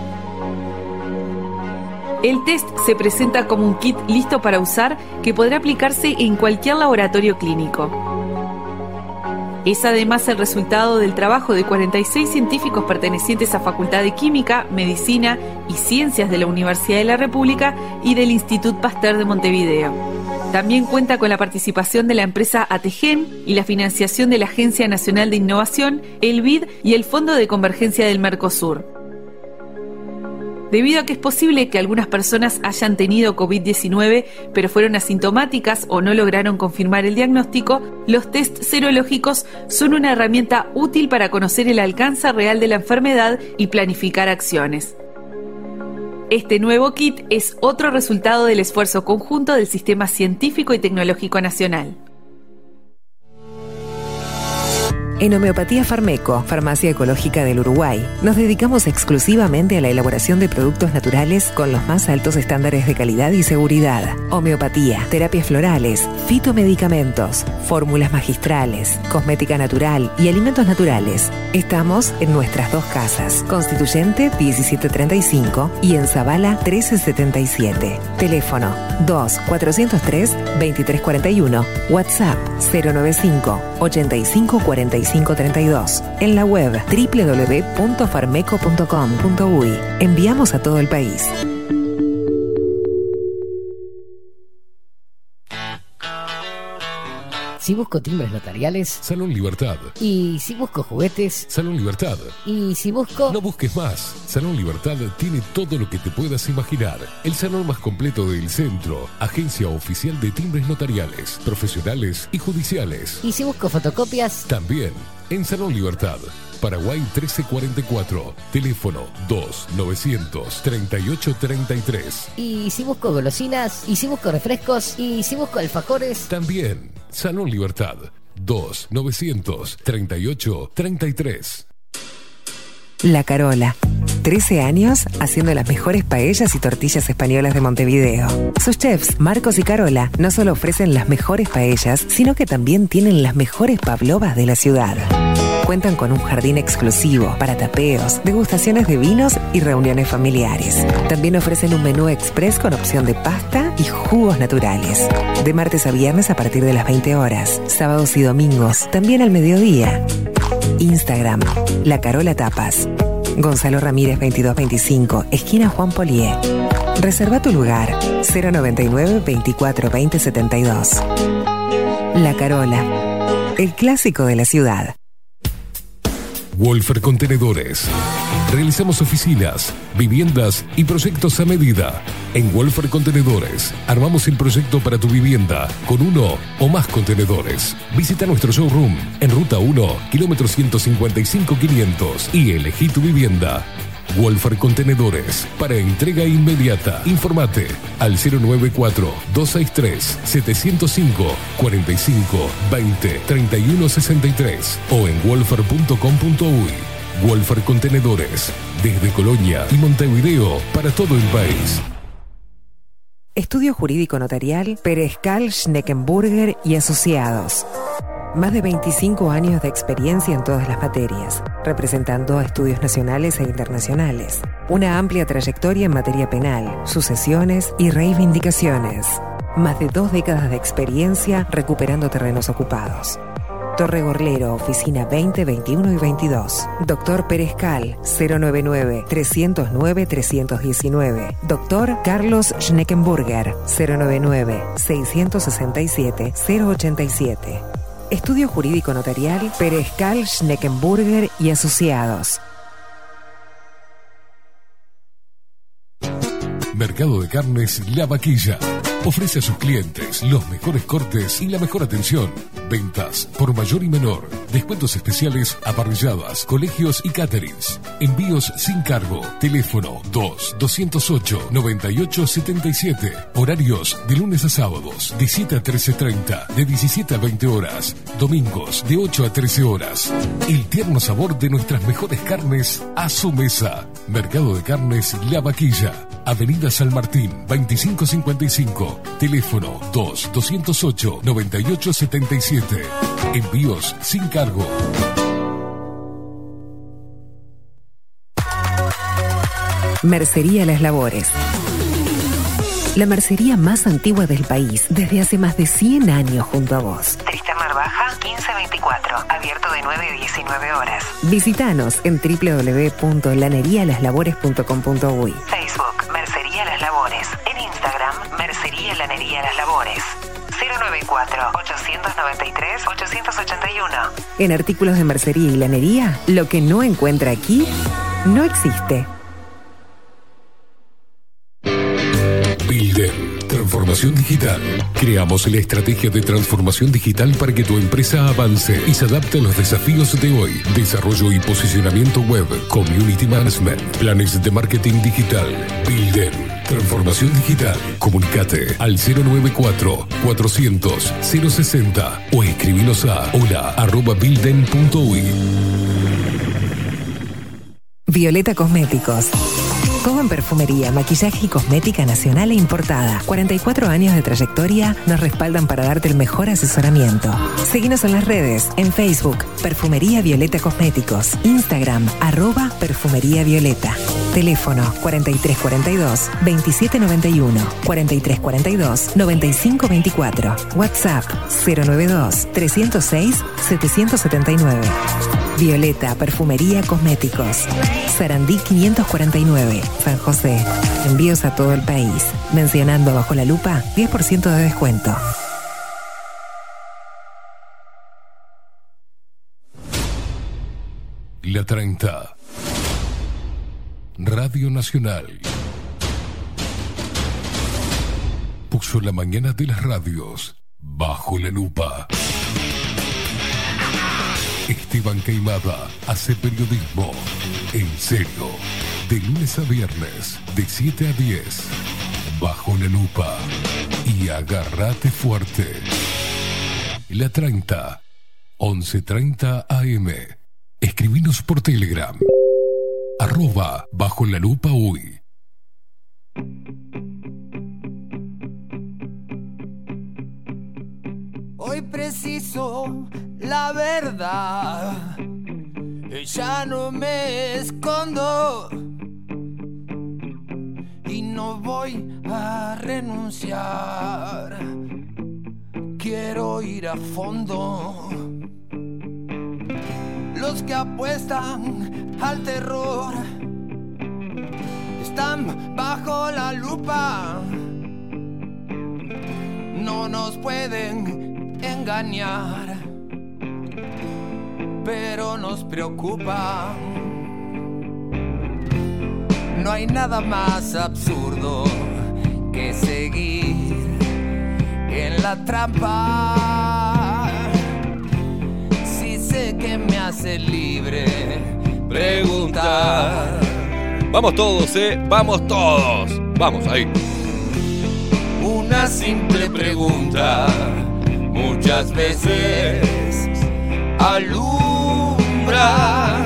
El test se presenta como un kit listo para usar que podrá aplicarse en cualquier laboratorio clínico. Es además el resultado del trabajo de cuarenta y seis científicos pertenecientes a Facultad de Química, Medicina y Ciencias de la Universidad de la República y del Institut Pasteur de Montevideo. También cuenta con la participación de la empresa Ategen y la financiación de la Agencia Nacional de Innovación, el B I D y el Fondo de Convergencia del Mercosur. Debido a que es posible que algunas personas hayan tenido COVID diecinueve, pero fueron asintomáticas o no lograron confirmar el diagnóstico, los test serológicos son una herramienta útil para conocer el alcance real de la enfermedad y planificar acciones. Este nuevo kit es otro resultado del esfuerzo conjunto del Sistema Científico y Tecnológico Nacional. En Homeopatía Farmeco, Farmacia Ecológica del Uruguay, nos dedicamos exclusivamente a la elaboración de productos naturales con los más altos estándares de calidad y seguridad. Homeopatía, terapias florales, fitomedicamentos, fórmulas magistrales, cosmética natural y alimentos naturales. Estamos en nuestras dos casas, Constituyente diecisiete treinta y cinco y en Zabala trece setenta y siete. Teléfono dos cuatrocientos tres veintitrés cuarenta y uno, WhatsApp cero noventa y cinco ochenta y cinco cuarenta y cinco treinta y dos. En la web doble u doble u doble u punto farmeco punto com punto uy. Enviamos a todo el país. Si busco timbres notariales, Salón Libertad. y si busco juguetes, Salón Libertad. y si busco... No busques más. Salón Libertad tiene todo lo que te puedas imaginar. El salón más completo del centro. Agencia oficial de timbres notariales, profesionales y judiciales. Y si busco fotocopias, También en Salón Libertad. Paraguay trece cuarenta y cuatro. Teléfono dos novecientos treinta y ocho treinta y tres. y si busco golosinas, y si busco refrescos, y si busco alfajores... También Salón Libertad. dos novecientos treinta y ocho treinta y tres. La Carola. trece años haciendo las mejores paellas y tortillas españolas de Montevideo. Sus chefs, Marcos y Carola, no solo ofrecen las mejores paellas, sino que también tienen las mejores pavlovas de la ciudad. Cuentan con un jardín exclusivo para tapeos, degustaciones de vinos y reuniones familiares. También ofrecen un menú express con opción de pasta y jugos naturales. De martes a viernes a partir de las veinte horas. Sábados y domingos, también al mediodía. Instagram, La Carola Tapas. Gonzalo Ramírez veintidós veinticinco, esquina Juan Polié. Reserva tu lugar, cero noventa y nueve veinticuatro veinte setenta y dos. La Carola, el clásico de la ciudad. Wolfer Contenedores. Realizamos oficinas, viviendas y proyectos a medida. En Wolfer Contenedores armamos el proyecto para tu vivienda con uno o más contenedores. Visita nuestro showroom en Ruta uno, kilómetro ciento cincuenta y cinco quinientos y elegí tu vivienda. Wolfer Contenedores, para entrega inmediata. Informate al cero nueve cuatro, dos seis tres, siete cero cinco, cuatro cinco, veinte, treinta y uno sesenta y tres o en wolfer punto com punto uy. Wolfer Contenedores, desde Colonia y Montevideo para todo el país. Estudio Jurídico Notarial Perezcal, Schneckenburger y Asociados. Más de veinticinco años de experiencia en todas las materias, representando a estudios nacionales e internacionales. Una amplia trayectoria en materia penal, sucesiones y reivindicaciones. Más de dos décadas de experiencia recuperando terrenos ocupados. Torre Gorlero, oficina veinte, veintiuno y veintidós. Doctor Perezcal, cero noventa y nueve, trescientos nueve, trescientos diecinueve. Doctor Carlos Schneckenburger, cero noventa y nueve, seiscientos sesenta y siete, cero ochenta y siete. Estudio Jurídico Notarial Perezcal, Schneckenburger y Asociados. Mercado de Carnes La Vaquilla. Ofrece a sus clientes los mejores cortes y la mejor atención. Ventas por mayor y menor. Descuentos especiales a parrilladas, colegios y caterings. Envíos sin cargo. Teléfono dos, doscientos ocho, noventa y ocho setenta y siete. Horarios de lunes a sábados de siete a trece treinta, de diecisiete a veinte horas. Domingos de ocho a trece horas. El tierno sabor de nuestras mejores carnes a su mesa. Mercado de Carnes La Vaquilla. Avenida San Martín, veinticinco cincuenta y cinco. Teléfono dos, doscientos ocho, noventa y ocho setenta y siete. Envíos sin cargo. Mercería Las Labores. La mercería más antigua del país, desde hace más de cien años junto a vos. Tristán Baja, quince veinticuatro, abierto de nueve a diecinueve horas. Visítanos en doble u doble u doble u punto lanería las labores punto com punto uy. Facebook, Mercería Las Labores. En Instagram, Mercería Lanería Las Labores. cero noventa y cuatro, ochocientos noventa y tres, ochocientos ochenta y uno. En artículos de mercería y lanería, lo que no encuentra aquí, no existe. Builden, transformación digital. Creamos la estrategia de transformación digital para que tu empresa avance y se adapte a los desafíos de hoy. Desarrollo y posicionamiento web, community management, planes de marketing digital. Builden, transformación digital. Comunicate al cero noventa y cuatro, cuatrocientos, cero sesenta o escribinos a hola arroba builden punto uy. Violeta Cosméticos. Todo en perfumería, maquillaje y cosmética nacional e importada. cuarenta y cuatro años de trayectoria nos respaldan para darte el mejor asesoramiento. Seguinos en las redes, en Facebook, Perfumería Violeta Cosméticos, Instagram, arroba Perfumería Violeta. Teléfono cuarenta y tres cuarenta y dos, veintisiete noventa y uno, cuarenta y tres cuarenta y dos, noventa y cinco veinticuatro. WhatsApp cero noventa y dos, trescientos seis, setecientos setenta y nueve. Violeta Perfumería Cosméticos. Sarandí quinientos cuarenta y nueve, San José. Envíos a todo el país. Mencionando Bajo la Lupa, diez por ciento de descuento. La treinta. Radio Nacional. Puso la mañana de las radios bajo la lupa. Esteban Queimada hace periodismo en serio, de lunes a viernes, de siete a diez, bajo la lupa. Y agárrate fuerte. La treinta, once treinta A M. Escribinos por Telegram. Arroba bajo la lupa uy. Hoy preciso la verdad, ya no me escondo y no voy a renunciar. Quiero ir a fondo. Los que apuestan al terror están bajo la lupa. No nos pueden engañar, pero nos preocupa. No hay nada más absurdo que seguir en la trampa. Si sé que me hace libre preguntar. Vamos todos, eh, vamos todos. Vamos ahí. Una simple pregunta muchas veces alumbra,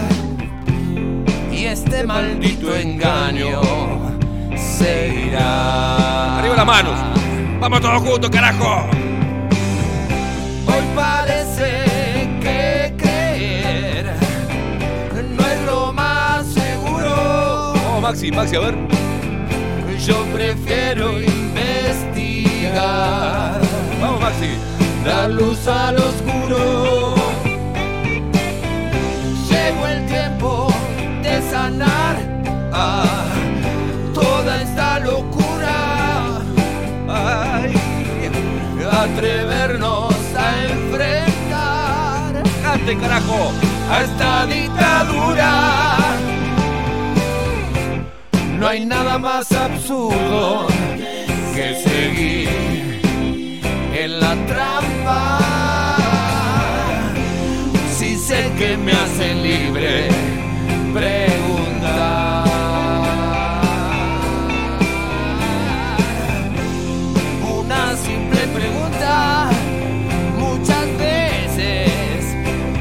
y este maldito engaño se irá. Arriba la las manos. Vamos todos juntos, carajo. Hoy parece que creer no es lo más seguro. Vamos, Maxi, Maxi, a ver. Yo prefiero investigar. Vamos, Maxi. La luz al oscuro. Llegó el tiempo de sanar ah, toda esta locura. Ay, atrevernos a enfrentar. ¡Cante, carajo! A esta dictadura. No hay nada más absurdo que seguir en la trampa. Si sé que me hace libre preguntar. Una simple pregunta muchas veces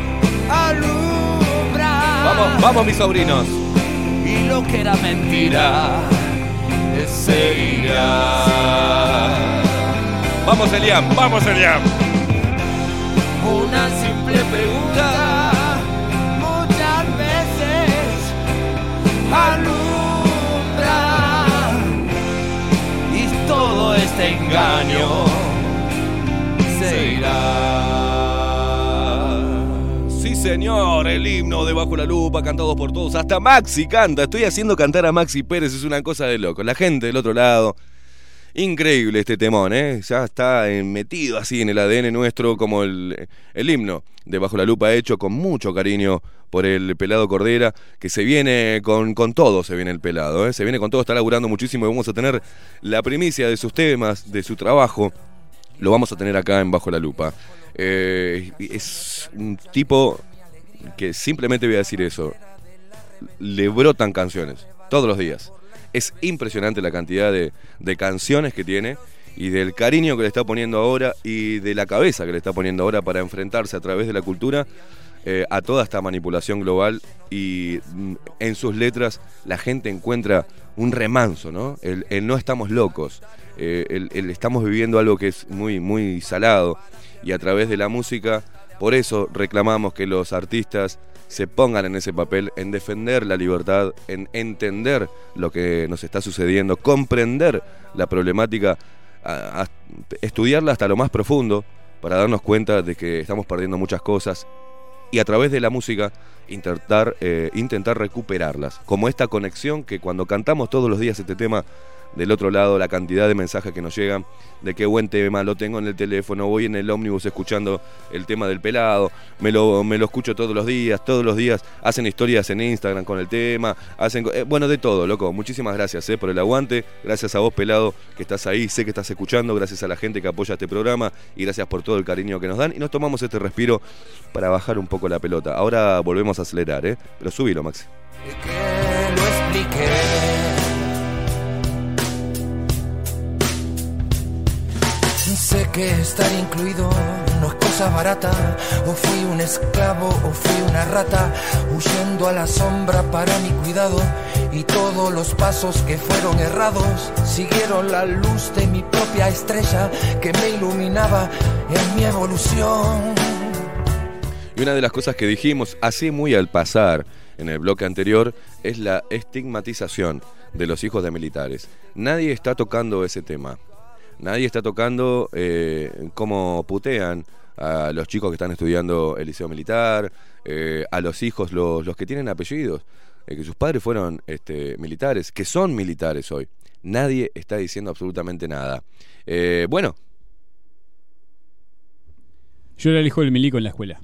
alumbra. Vamos, vamos, mis sobrinos. Y lo que era mentira seguirá. Vamos, Eliam, vamos, Eliam. Una simple pregunta muchas veces alumbra. Y todo este engaño se irá. Sí, señor, el himno de Bajo la Lupa, cantado por todos. Hasta Maxi canta. Estoy haciendo cantar a Maxi Pérez, es una cosa de loco. La gente del otro lado. Increíble este temón, ¿eh? Ya está metido así en el A D N nuestro como el, el himno de Bajo la Lupa, hecho con mucho cariño por el Pelado Cordera, que se viene con, con todo, se viene el Pelado, ¿eh? Se viene con todo, está laburando muchísimo y vamos a tener la primicia de sus temas, de su trabajo, lo vamos a tener acá en Bajo la Lupa. Eh, es un tipo que simplemente voy a decir eso, le brotan canciones todos los días. Es impresionante la cantidad de, de canciones que tiene y del cariño que le está poniendo ahora y de la cabeza que le está poniendo ahora para enfrentarse a través de la cultura eh, a toda esta manipulación global. Y mm, en sus letras la gente encuentra un remanso, ¿no? El, el no estamos locos, eh, el, el estamos viviendo algo que es muy, muy salado, y a través de la música, por eso reclamamos que los artistas se pongan en ese papel, en defender la libertad, en entender lo que nos está sucediendo, comprender la problemática, a, a estudiarla hasta lo más profundo para darnos cuenta de que estamos perdiendo muchas cosas y a través de la música intentar, eh, intentar recuperarlas, como esta conexión que cuando cantamos todos los días este tema, del otro lado la cantidad de mensajes que nos llegan de qué buen tema, lo tengo en el teléfono, voy en el ómnibus escuchando el tema del Pelado, me lo, me lo escucho todos los días, todos los días hacen historias en Instagram con el tema, hacen eh, bueno, de todo, loco. Muchísimas gracias eh, por el aguante, gracias a vos, Pelado, que estás ahí, sé que estás escuchando, gracias a la gente que apoya este programa y gracias por todo el cariño que nos dan, y nos tomamos este respiro para bajar un poco la pelota. Ahora volvemos a acelerar, ¿eh? Pero subilo, Maxi. Que lo expliqué. Sé que estar incluido no es cosa barata. O fui un esclavo o fui una rata, huyendo a la sombra para mi cuidado. Y todos los pasos que fueron errados siguieron la luz de mi propia estrella que me iluminaba en mi evolución. Y una de las cosas que dijimos así muy al pasar en el bloque anterior es la estigmatización de los hijos de militares. Nadie está tocando ese tema. Nadie está tocando eh, cómo putean a los chicos que están estudiando el liceo militar, eh, a los hijos, los, los que tienen apellidos, eh, que sus padres fueron este, militares, que son militares hoy. Nadie está diciendo absolutamente nada. Eh, bueno. Yo era el hijo del milico en la escuela.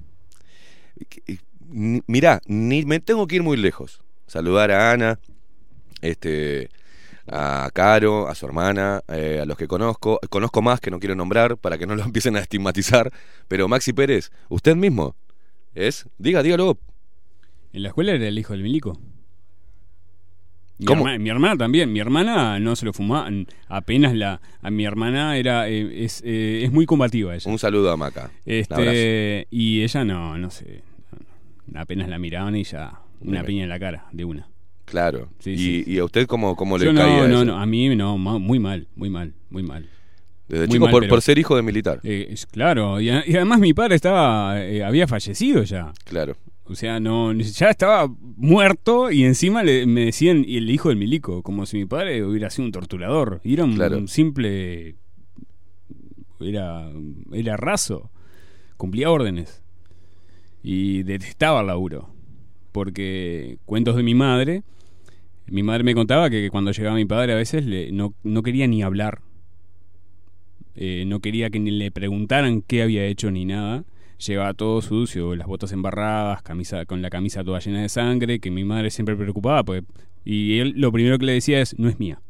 Mirá, ni me tengo que ir muy lejos. Saludar a Ana, este... a Caro, a su hermana, eh, a los que conozco, conozco más que no quiero nombrar para que no lo empiecen a estigmatizar, pero Maxi Pérez, usted mismo, ¿es? Diga, dígalo. En la escuela era el hijo del milico. Mi, ¿Cómo? herma, mi hermana también, mi hermana no se lo fumaba, apenas la, a mi hermana era, eh, es, eh, es muy combativa ella. Un saludo a Maca. Este, y ella no, no sé, apenas la miraban y ya una Bien. piña en la cara, de una. Claro. Sí, ¿Y, sí, sí. ¿Y a usted cómo, cómo le Yo caía no, eso? no, no, a mí no, ma- muy mal, muy mal, muy mal. Desde Muy chico mal, por, pero- por ser hijo de militar. Eh, es- claro, y, a- y además mi padre estaba, eh, había fallecido ya. Claro. O sea, no, ya estaba muerto y encima le, me decían y el hijo del milico, como si mi padre hubiera sido un torturador. Y era un, Claro. un simple, era, era raso, cumplía órdenes y detestaba el laburo. Porque cuentos de mi madre, mi madre me contaba que cuando llegaba mi padre a veces le, no, no quería ni hablar. Eh, no quería que ni le preguntaran qué había hecho ni nada. Llegaba todo sucio, las botas embarradas, camisa, con la camisa toda llena de sangre, que mi madre siempre preocupaba, pues, y él lo primero que le decía es, no es mía.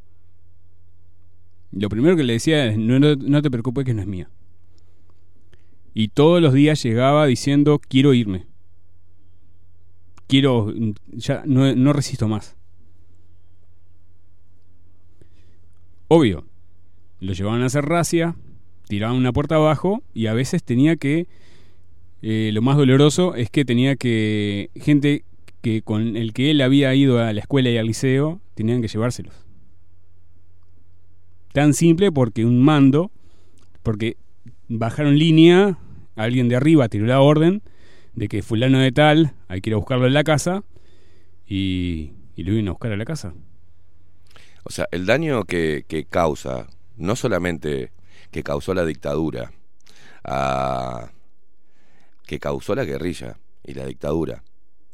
Lo primero que le decía es, no, no, no te preocupes que no es mía. Y todos los días llegaba diciendo, quiero irme. Quiero, ya no, no resisto más. Obvio, lo llevaban a hacer racia, tiraban una puerta abajo y a veces tenía que, eh, lo más doloroso es que tenía que, gente que con el que él había ido a la escuela y al liceo, tenían que llevárselos. Tan simple porque un mando, porque bajaron línea, alguien de arriba tiró la orden de que fulano de tal, hay que ir a buscarlo en la casa y, y lo iban a buscar a la casa. O sea, el daño que, que causa, no solamente que causó la dictadura, a, que causó la guerrilla y la dictadura,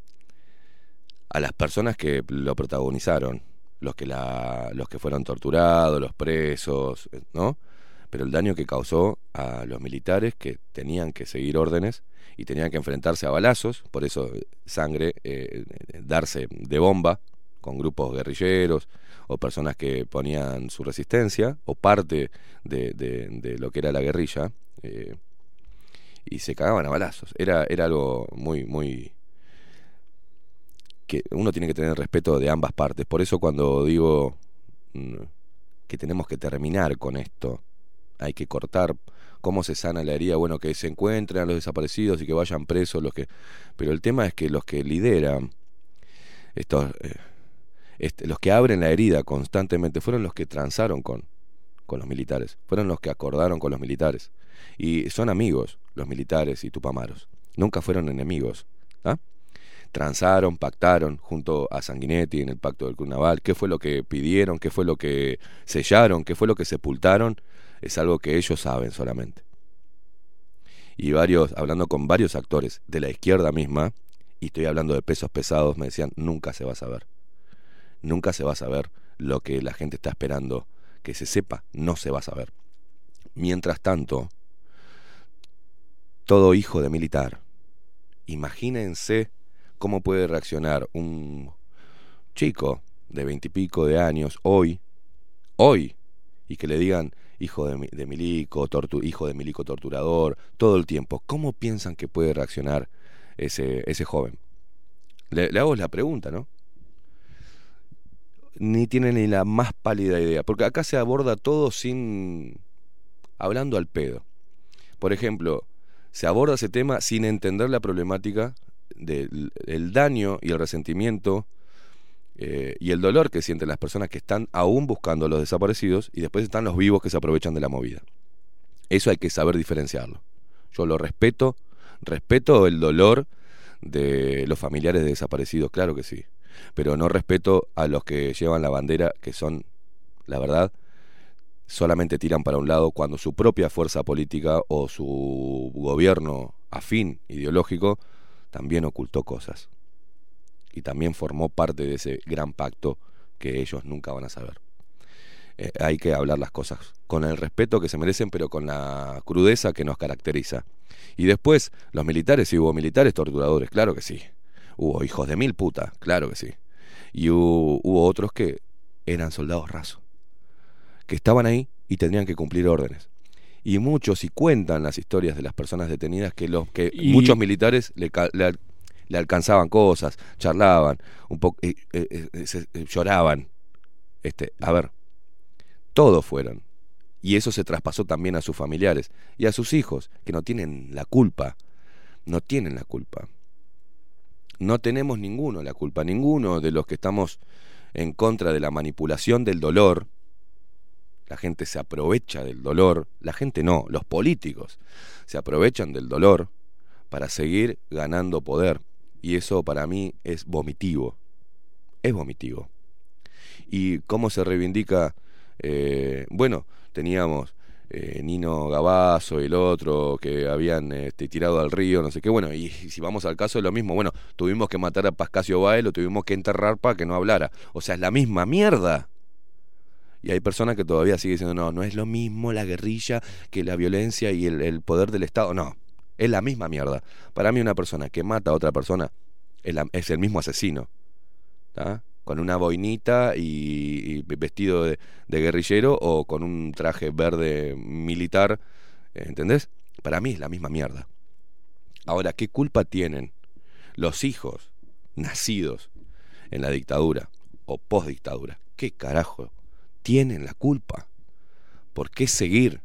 a las personas que lo protagonizaron, los que la, los que fueron torturados, los presos, ¿no? Pero el daño que causó a los militares que tenían que seguir órdenes y tenían que enfrentarse a balazos, por eso sangre, eh, darse de bomba con grupos guerrilleros o personas que ponían su resistencia o parte de, de, de lo que era la guerrilla, eh, y se cagaban a balazos. Era, era algo muy, muy... que uno tiene que tener respeto de ambas partes. Por eso cuando digo mm, que tenemos que terminar con esto, hay que cortar. ¿Cómo se sana la herida? Bueno, que se encuentren a los desaparecidos y que vayan presos los que... Pero el tema es que los que lideran estos... Eh, Este, los que abren la herida constantemente fueron los que transaron con, con los militares, fueron los que acordaron con los militares, y son amigos los militares y Tupamaros, nunca fueron enemigos, ¿ah? Transaron, pactaron junto a Sanguinetti en el pacto del Club Naval. ¿Qué fue lo que pidieron? ¿Qué fue lo que sellaron? ¿Qué fue lo que sepultaron? Es algo que ellos saben solamente. Y varios, hablando con varios actores de la izquierda misma, y estoy hablando de pesos pesados, me decían, nunca se va a saber. Nunca se va a saber lo que la gente está esperando que se sepa, no se va a saber. Mientras tanto, todo hijo de militar, imagínense cómo puede reaccionar un chico de veintipico de años hoy, hoy, y que le digan hijo de, de milico, tortu, hijo de milico torturador, todo el tiempo. ¿Cómo piensan que puede reaccionar ese, ese joven? Le, le hago la pregunta, ¿no? Ni tiene ni la más pálida idea, porque acá se aborda todo sin... hablando al pedo. Por ejemplo, se aborda ese tema sin entender la problemática del el daño y el resentimiento eh, y el dolor que sienten las personas que están aún buscando a los desaparecidos, y después están los vivos que se aprovechan de la movida. Eso hay que saber diferenciarlo. Yo lo respeto, respeto el dolor de los familiares de desaparecidos, claro que sí, pero no respeto a los que llevan la bandera, que son, la verdad, solamente tiran para un lado cuando su propia fuerza política o su gobierno afín ideológico también ocultó cosas y también formó parte de ese gran pacto que ellos nunca van a saber. Eh, hay que hablar las cosas con el respeto que se merecen, pero con la crudeza que nos caracteriza. Y después, los militares, sí hubo militares torturadores, claro que sí. Hubo hijos de mil putas, claro que sí. Y hubo, hubo otros que eran soldados rasos, que estaban ahí y tendrían que cumplir órdenes. Y muchos, y cuentan las historias de las personas detenidas, que los que Y... muchos militares le, le, le alcanzaban cosas, charlaban, un poco, eh, eh, eh, se, eh, lloraban. Este, a ver, todos fueron. Y eso se traspasó también a sus familiares y a sus hijos, que no tienen la culpa, no tienen la culpa. No tenemos ninguno la culpa, ninguno de los que estamos en contra de la manipulación del dolor. La gente se aprovecha del dolor, la gente no, los políticos se aprovechan del dolor para seguir ganando poder. Y eso para mí es vomitivo, es vomitivo. ¿Y cómo se reivindica? Eh, bueno, teníamos eh, Nino Gabazo y el otro que habían este, tirado al río, no sé qué. Bueno, y, y si vamos al caso es lo mismo. Bueno, tuvimos que matar a Pascasio Báez, lo tuvimos que enterrar para que no hablara. O sea, es la misma mierda. Y hay personas que todavía siguen diciendo, no, no es lo mismo la guerrilla que la violencia y el, el poder del Estado. No, es la misma mierda. Para mí una persona que mata a otra persona es, la, es el mismo asesino, ¿tá? Con una boinita y, y vestido de, de guerrillero o con un traje verde militar, ¿entendés? Para mí es la misma mierda. Ahora, ¿qué culpa tienen los hijos nacidos en la dictadura o postdictadura? ¿Qué carajo tienen la culpa? ¿Por qué seguir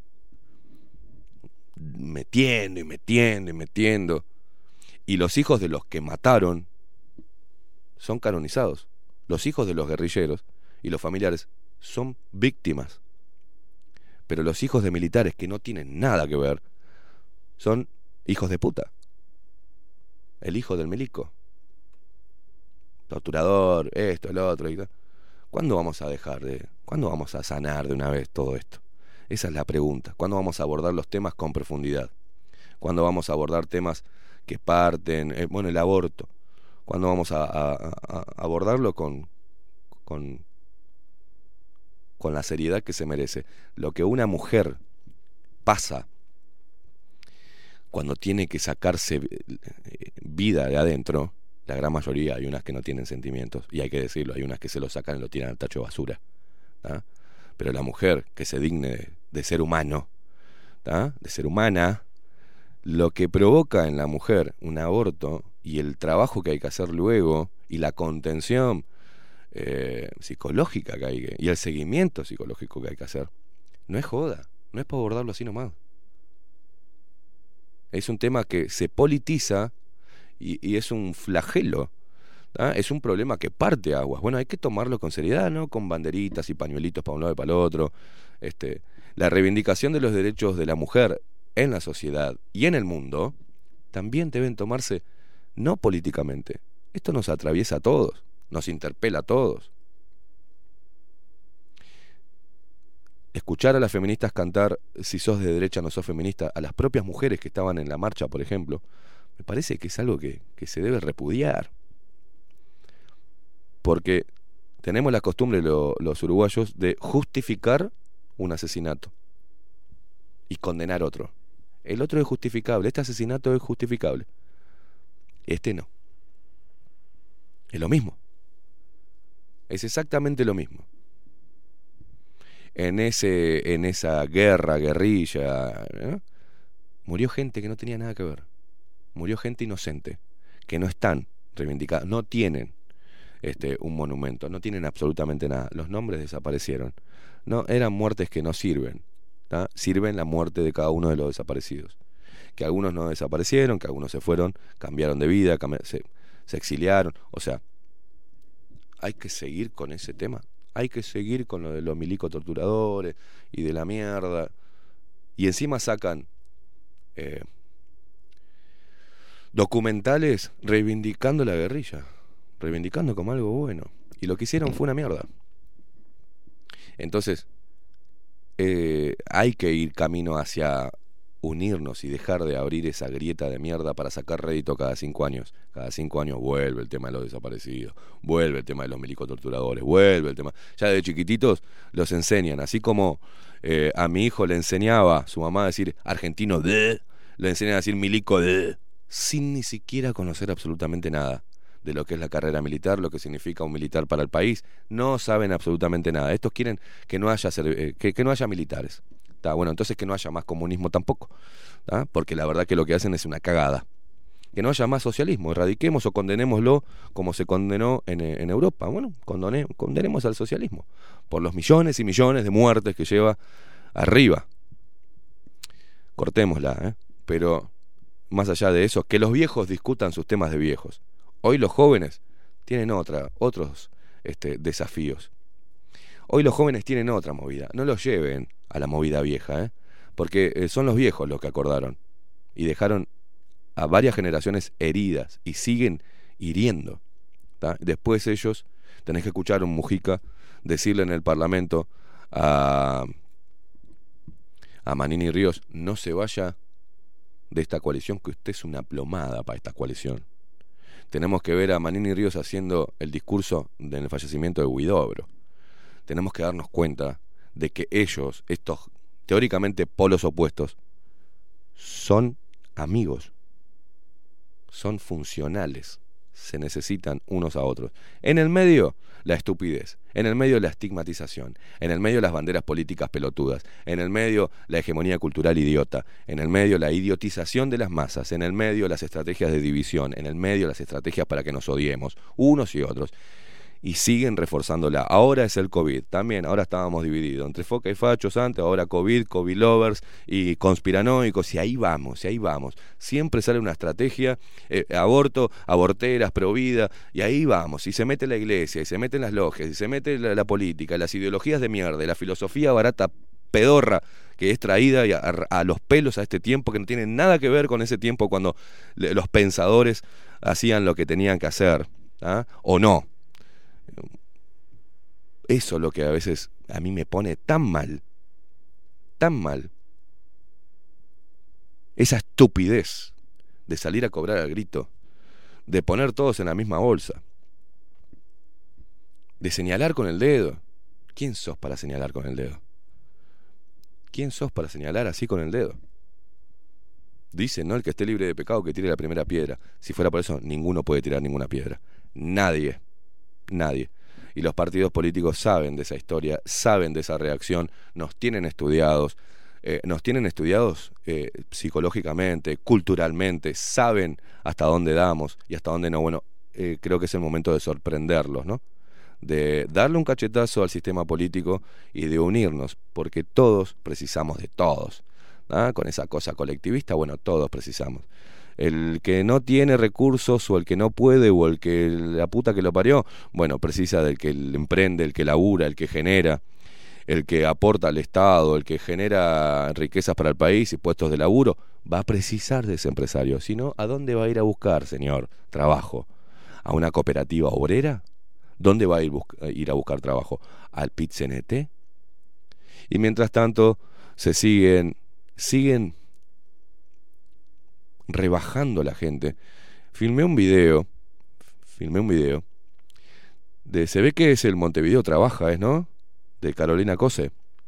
metiendo y metiendo y metiendo? Y los hijos de los que mataron son canonizados. Los hijos de los guerrilleros y los familiares son víctimas. Pero los hijos de militares que no tienen nada que ver son hijos de puta. El hijo del milico, torturador, esto, el otro y tal. ¿Cuándo vamos a dejar de... ¿Cuándo vamos a sanar de una vez todo esto? Esa es la pregunta. ¿Cuándo vamos a abordar los temas con profundidad? ¿Cuándo vamos a abordar temas que parten? Eh, bueno, el aborto. ¿Cuándo vamos a, a, a abordarlo con, con, con la seriedad que se merece? Lo que una mujer pasa cuando tiene que sacarse vida de adentro, la gran mayoría, hay unas que no tienen sentimientos, y hay que decirlo, hay unas que se lo sacan y lo tiran al tacho de basura, ¿tá? Pero la mujer que se digne de, de ser humano, ¿tá? De ser humana, lo que provoca en la mujer un aborto y el trabajo que hay que hacer luego y la contención eh, psicológica que hay que, y el seguimiento psicológico que hay que hacer, no es joda, no es para abordarlo así nomás. Es un tema que se politiza y, y es un flagelo, ¿tá? Es un problema que parte aguas. Bueno, hay que tomarlo con seriedad, ¿no? Con banderitas y pañuelitos para un lado y para el otro. Este, la reivindicación de los derechos de la mujer en la sociedad y en el mundo también deben tomarse no políticamente. Esto nos atraviesa a todos, nos interpela a todos. Escuchar a las feministas cantar si sos de derecha no sos feminista, a las propias mujeres que estaban en la marcha, por ejemplo, me parece que es algo que, que se debe repudiar. Porque tenemos la costumbre lo, los uruguayos de justificar un asesinato y condenar otro. El otro es justificable, este asesinato es justificable, este no. Es lo mismo, es exactamente lo mismo. En ese, en esa guerra, guerrilla, ¿eh? murió gente que no tenía nada que ver, murió gente inocente, que no están reivindicadas, no tienen este, un monumento, no tienen absolutamente nada, los nombres desaparecieron, no, eran muertes que no sirven. ¿tá? Sirven la muerte de cada uno de los desaparecidos. Que algunos no desaparecieron, que algunos se fueron, cambiaron de vida, cambi- se, se exiliaron. O sea, hay que seguir con ese tema. Hay que seguir con lo de los milicos torturadores y de la mierda. Y encima sacan eh, documentales reivindicando la guerrilla, reivindicando como algo bueno. Y lo que hicieron fue una mierda. Entonces, eh, hay que ir camino hacia unirnos y dejar de abrir esa grieta de mierda para sacar rédito cada cinco años. Cada cinco años vuelve el tema de los desaparecidos, vuelve el tema de los milicotorturadores, vuelve el tema... Ya de chiquititos los enseñan, así como eh, a mi hijo le enseñaba su mamá a decir argentino de, le enseñan a decir milico de, sin ni siquiera conocer absolutamente nada de lo que es la carrera militar, lo que significa un militar para el país. No saben absolutamente nada. Estos quieren que no haya, que, que no haya militares. ¿Tá? Bueno, entonces que no haya más comunismo tampoco, ¿tá? Porque la verdad que lo que hacen es una cagada. Que no haya más socialismo, erradiquemos o condenémoslo como se condenó en, en Europa. Bueno, condone, condenemos al socialismo por los millones y millones de muertes que lleva arriba. Cortémosla, ¿eh? Pero más allá de eso, que los viejos discutan sus temas de viejos. Hoy los jóvenes tienen otra, otros este, desafíos. Hoy los jóvenes tienen otra movida. No los lleven a la movida vieja, ¿eh? Porque eh, son los viejos los que acordaron y dejaron a varias generaciones heridas y siguen hiriendo, ¿tá? Después ellos, tenés que escuchar a un Mujica decirle en el Parlamento a, a Manini Ríos: no se vaya de esta coalición, que usted es una plomada para esta coalición. Tenemos que ver a Manini Ríos haciendo el discurso del fallecimiento de Huidobro. Tenemos que darnos cuenta de que ellos, estos teóricamente polos opuestos, son amigos, son funcionales, se necesitan unos a otros. En el medio, la estupidez, en el medio, la estigmatización, en el medio, las banderas políticas pelotudas, en el medio, la hegemonía cultural idiota, en el medio, la idiotización de las masas, en el medio, las estrategias de división, en el medio, las estrategias para que nos odiemos, unos y otros. Y siguen reforzándola. Ahora es el COVID, también, ahora estábamos divididos entre foca y fachos antes, ahora COVID, COVID lovers y conspiranoicos, y ahí vamos, y ahí vamos. Siempre sale una estrategia, eh, aborto, aborteras, provida, y ahí vamos. Y se mete la iglesia, y se meten las logias, y se mete la, la política, las ideologías de mierda, la filosofía barata pedorra que es traída a, a, a los pelos a este tiempo, que no tiene nada que ver con ese tiempo cuando le, los pensadores hacían lo que tenían que hacer, ¿ah? O no. Eso es lo que a veces a mí me pone tan mal, tan mal. Esa estupidez de salir a cobrar al grito, de poner todos en la misma bolsa, de señalar con el dedo. ¿Quién sos para señalar con el dedo? ¿Quién sos para señalar así con el dedo? Dicen, ¿no? El que esté libre de pecado que tire la primera piedra. Si fuera por eso, ninguno puede tirar ninguna piedra. Nadie. Nadie. Y los partidos políticos saben de esa historia, saben de esa reacción, nos tienen estudiados, eh, nos tienen estudiados eh, psicológicamente, culturalmente, saben hasta dónde damos y hasta dónde no. Bueno, eh, creo que es el momento de sorprenderlos, ¿no? De darle un cachetazo al sistema político y de unirnos, porque todos precisamos de todos, ¿ah? Con esa cosa colectivista, bueno, todos precisamos. El que no tiene recursos o el que no puede o el que la puta que lo parió, bueno, precisa del que emprende, el que labura, el que genera, el que aporta al Estado, el que genera riquezas para el país y puestos de laburo, va a precisar de ese empresario. Si no, ¿a dónde va a ir a buscar, señor, trabajo? ¿A una cooperativa obrera? ¿Dónde va a ir, a ir a buscar trabajo? ¿Al Pit-C N T? Y mientras tanto se siguen, siguen rebajando la gente. Filmé un video, filmé un video de, se ve que es el Montevideo Trabaja, ¿es, no? De Carolina Cose.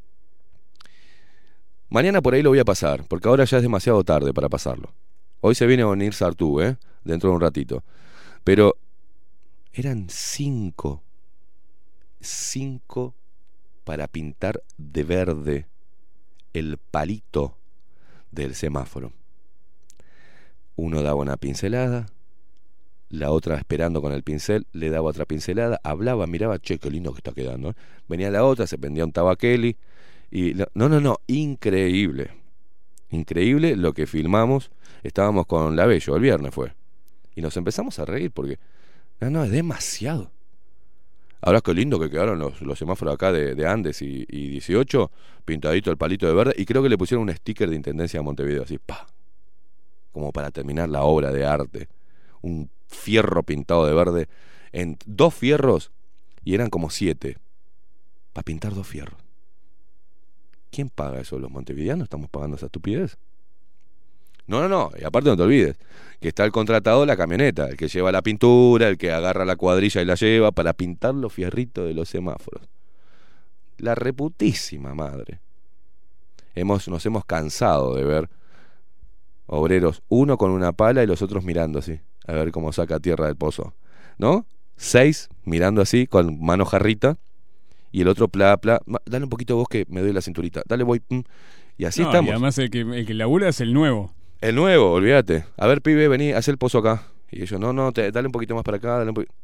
Mañana por ahí lo voy a pasar, porque ahora ya es demasiado tarde para pasarlo. Hoy se viene a unir Sartú, ¿eh? Dentro de un ratito. Pero eran cinco, cinco para pintar de verde el palito del semáforo. Uno daba una pincelada, la otra esperando con el pincel, le daba otra pincelada, hablaba, miraba, che, qué lindo que está quedando, ¿eh? Venía la otra, se prendía un tabaqueli, y no, no, no, increíble, increíble lo que filmamos. Estábamos con La Bello, el viernes fue, y nos empezamos a reír porque, no, no, es demasiado. Ahora qué lindo que quedaron los, los semáforos acá de, de Andes y, y dieciocho, pintadito el palito de verde, y creo que le pusieron un sticker de Intendencia de Montevideo, así, pa, como para terminar la obra de arte, un fierro pintado de verde, en dos fierros, y eran como siete, para pintar dos fierros. ¿Quién paga eso? ¿Los montevideanos estamos pagando esa estupidez? No, no, no, y aparte no te olvides, que está el contratado de la camioneta, el que lleva la pintura, el que agarra la cuadrilla y la lleva para pintar los fierritos de los semáforos. La reputísima madre. Hemos, nos hemos cansado de ver obreros, uno con una pala y los otros mirando así, a ver cómo saca tierra del pozo, ¿no? Seis mirando así, con mano jarrita, y el otro pla, pla, dale un poquito vos que me doy la cinturita, dale voy, mm. Y así no, estamos. Y además el que, el que labura es el nuevo. El nuevo, olvídate. A ver, pibe, vení, haz el pozo acá. Y ellos, no, no, te, dale un poquito más para acá, dale un poquito.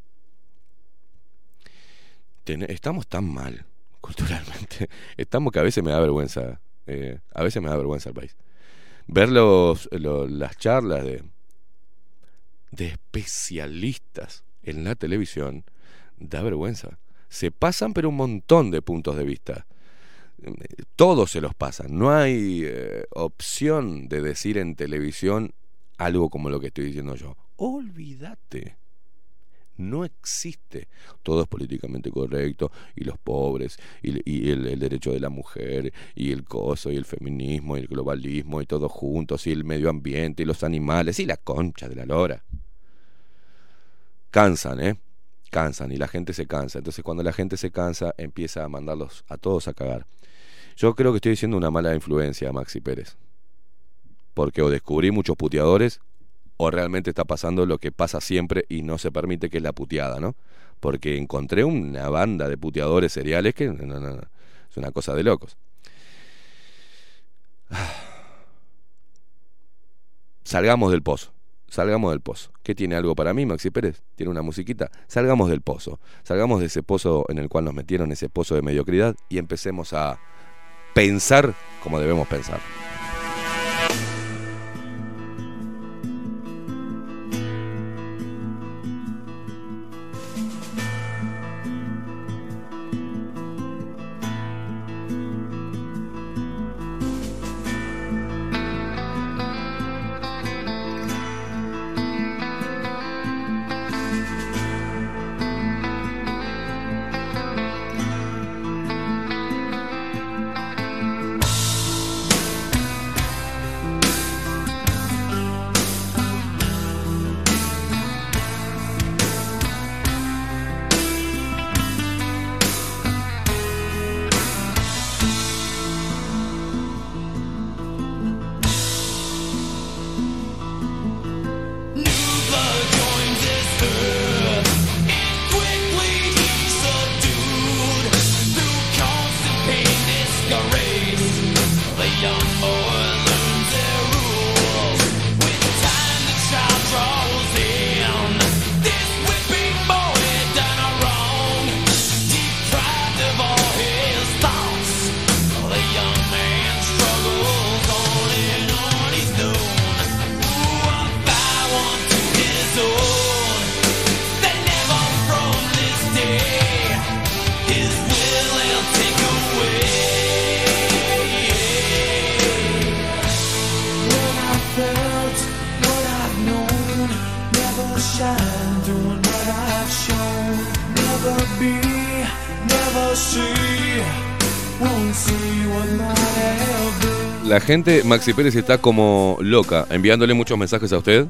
Ten, estamos tan mal, culturalmente. Estamos que a veces me da vergüenza, eh, a veces me da vergüenza el país. Ver los, los, las charlas de de especialistas en la televisión, da vergüenza. Se pasan pero un montón de puntos de vista. Todos se los pasan. No hay eh, opción de decir en televisión algo como lo que estoy diciendo yo. Olvídate. No existe. Todo es políticamente correcto, y los pobres, y, y el, el derecho de la mujer, y el coso, y el feminismo, y el globalismo, y todos juntos, y el medio ambiente, y los animales, y la concha de la lora. Cansan, ¿eh? Cansan, y la gente se cansa. Entonces cuando la gente se cansa, empieza a mandarlos a todos a cagar. Yo creo que estoy diciendo una mala influencia a Maxi Pérez, porque o descubrí muchos puteadores, o realmente está pasando lo que pasa siempre y no se permite, que es la puteada, ¿no? Porque encontré una banda de puteadores seriales que no, no, no, es una cosa de locos. Salgamos del pozo, salgamos del pozo. ¿Qué tiene algo para mí, Maxi Pérez? ¿Tiene una musiquita? Salgamos del pozo, salgamos de ese pozo en el cual nos metieron, ese pozo de mediocridad, y empecemos a pensar como debemos pensar. La gente, Maxi Pérez, está como loca, enviándole muchos mensajes a usted.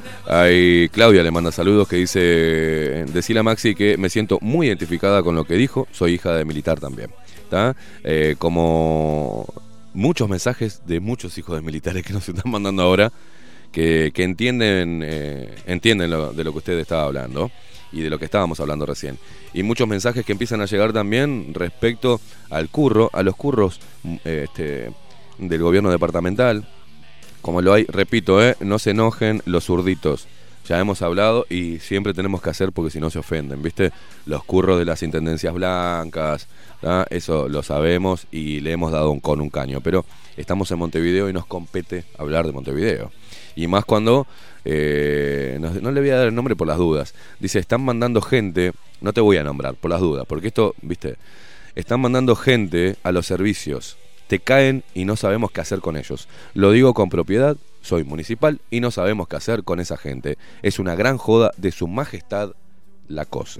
Ahí Claudia le manda saludos, que dice: decile a Maxi que me siento muy identificada con lo que dijo, soy hija de militar también. ¿Está? Eh, como muchos mensajes de muchos hijos de militares que nos están mandando ahora, que, que entienden, eh, entienden lo, de lo que usted estaba hablando y de lo que estábamos hablando recién. Y muchos mensajes que empiezan a llegar también respecto al curro, a los curros eh, este, del gobierno departamental. Como lo hay, repito, eh, no se enojen los zurditos. Ya hemos hablado y siempre tenemos que hacer, porque si no se ofenden, ¿viste? Los curros de las intendencias blancas, ¿tá? Eso lo sabemos y le hemos dado un, con un caño. Pero estamos en Montevideo y nos compete hablar de Montevideo. Y más cuando, eh, no, no le voy a dar el nombre por las dudas. Dice, están mandando gente, no te voy a nombrar por las dudas, porque esto, ¿viste? Están mandando gente a los servicios. Te caen y no sabemos qué hacer con ellos. Lo digo con propiedad, soy municipal y no sabemos qué hacer con esa gente. Es una gran joda de su majestad la COSE.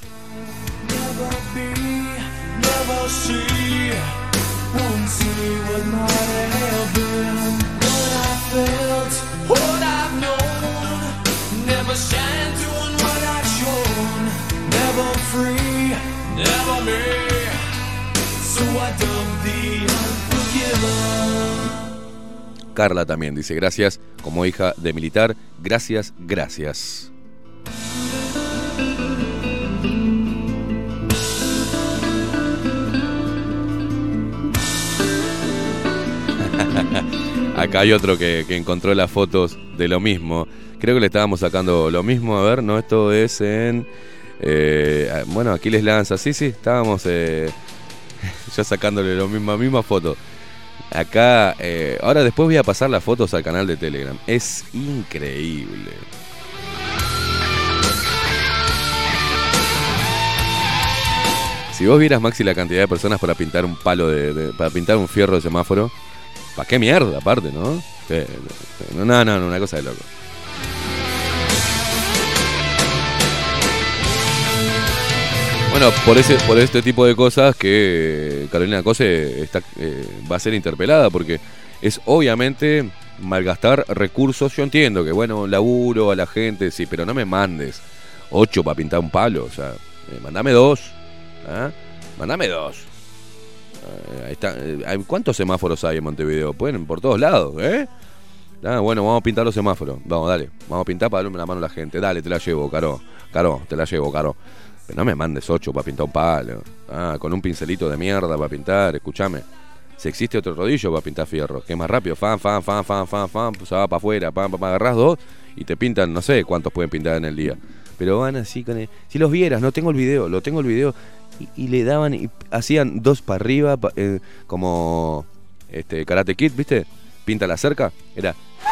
Carla también dice, gracias, como hija de militar, gracias, gracias. Acá hay otro que, que encontró las fotos de lo mismo. Creo que le estábamos sacando lo mismo. A ver, no, esto es en... Eh, bueno, aquí les lanza. Sí, sí, estábamos eh, ya sacándole lo mismo, la misma foto. Acá, eh, ahora después voy a pasar las fotos al canal de Telegram. Es increíble. Si vos vieras, Maxi, la cantidad de personas para pintar un palo de, de para pintar un fierro de semáforo, ¿para qué mierda aparte, no? Sí, no, no, no, una cosa de loco. Bueno, por ese, por este tipo de cosas que Carolina Cose está, eh, va a ser interpelada, porque es obviamente malgastar recursos. Yo entiendo que, bueno, laburo a la gente, sí, pero no me mandes ocho para pintar un palo, o sea, eh, mandame dos, ¿ah? Mandame dos. Eh, ahí está. Eh, ¿Cuántos semáforos hay en Montevideo? Pueden por todos lados, ¿eh? Ah, bueno, vamos a pintar los semáforos. Vamos, dale, vamos a pintar para darle la mano a la gente. Dale, te la llevo, Caro. Caro, te la llevo, Caro. Pero no me mandes ocho para pintar un palo. Ah, con un pincelito de mierda para pintar, escúchame. Si existe otro rodillo para pintar fierro, que es más rápido, fan, fan, fan, fan, fan, fan, pues se va para afuera, pam, pam, agarrás dos y te pintan, no sé cuántos pueden pintar en el día. Pero van así con el... Si los vieras, no tengo el video, lo tengo el video, y, y le daban, y hacían dos para arriba, pa, eh, como este Karate Kid, ¿viste? Pinta la cerca, era...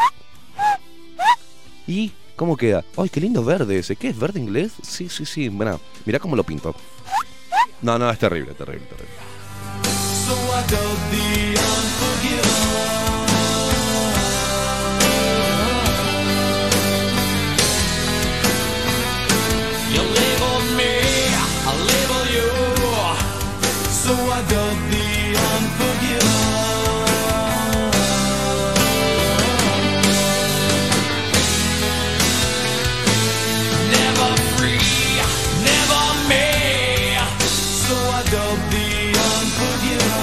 ¿Y cómo queda? ¡Ay, qué lindo verde ese! ¿Qué es, verde inglés? Sí, sí, sí, mirá, mirá cómo lo pinto. No, no, es terrible, terrible, terrible. So I dug the unforgiven. You label me, I label you. So I dug the unforgiven. Never free, never me. So I dug the unforgiven.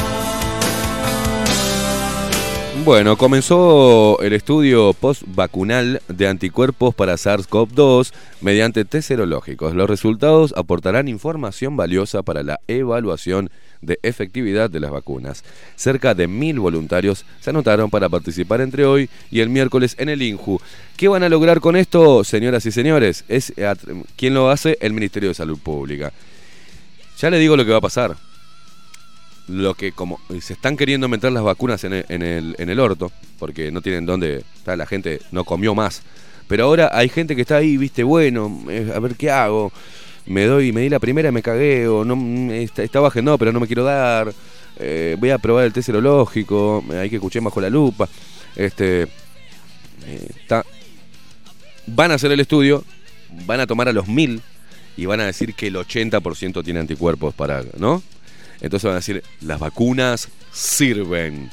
Bueno, comenzó el estudio post-vacunal de anticuerpos para SARS CoV dos mediante test serológicos. Los resultados aportarán información valiosa para la evaluación de efectividad de las vacunas. Cerca de mil voluntarios se anotaron para participar entre hoy y el miércoles en el INJU. ¿Qué van a lograr con esto, señoras y señores? Es ¿quién lo hace? El Ministerio de Salud Pública. Ya le digo lo que va a pasar. Lo que como se están queriendo meter las vacunas en el, en el, en el orto, porque no tienen dónde, la gente no comió más. Pero ahora hay gente que está ahí, viste, bueno, eh, a ver qué hago. Me doy, me di la primera y me cagué, o no, está, estaba agendado pero no me quiero dar. Eh, voy a probar el test serológico, hay que escuchar bajo la lupa. Este, eh, está, van a hacer el estudio, van a tomar a los mil y van a decir que el ochenta por ciento tiene anticuerpos para, ¿no? Entonces van a decir, las vacunas sirven.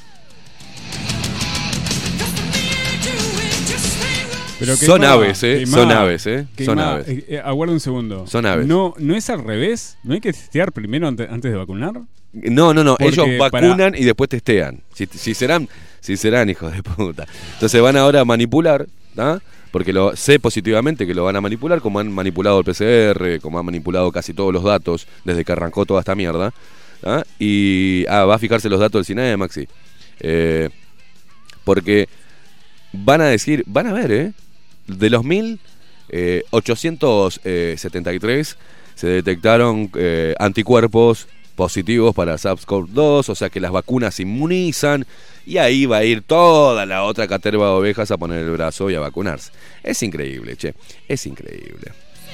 Pero son quemá, aves, ¿eh? Quemá, son aves, ¿eh? Quemá, son aves. Eh, eh, aguarda un segundo. Son aves. No, ¿no es al revés? ¿No hay que testear primero antes, antes de vacunar? No, no, no. Porque ellos vacunan para... y después testean. Si, si serán, si serán hijos de puta. Entonces van ahora a manipular, ¿ah? Porque lo sé positivamente que lo van a manipular, como han manipulado el P C R, como han manipulado casi todos los datos desde que arrancó toda esta mierda. ¿Ah? Y ah, va a fijarse los datos del CINE, Maxi. Eh, porque van a decir, van a ver, ¿eh? De los mil ochocientos setenta y tres se detectaron eh, anticuerpos positivos para SARS CoV dos, o sea que las vacunas inmunizan, y ahí va a ir toda la otra caterva de ovejas a poner el brazo y a vacunarse. Es increíble, che, es increíble.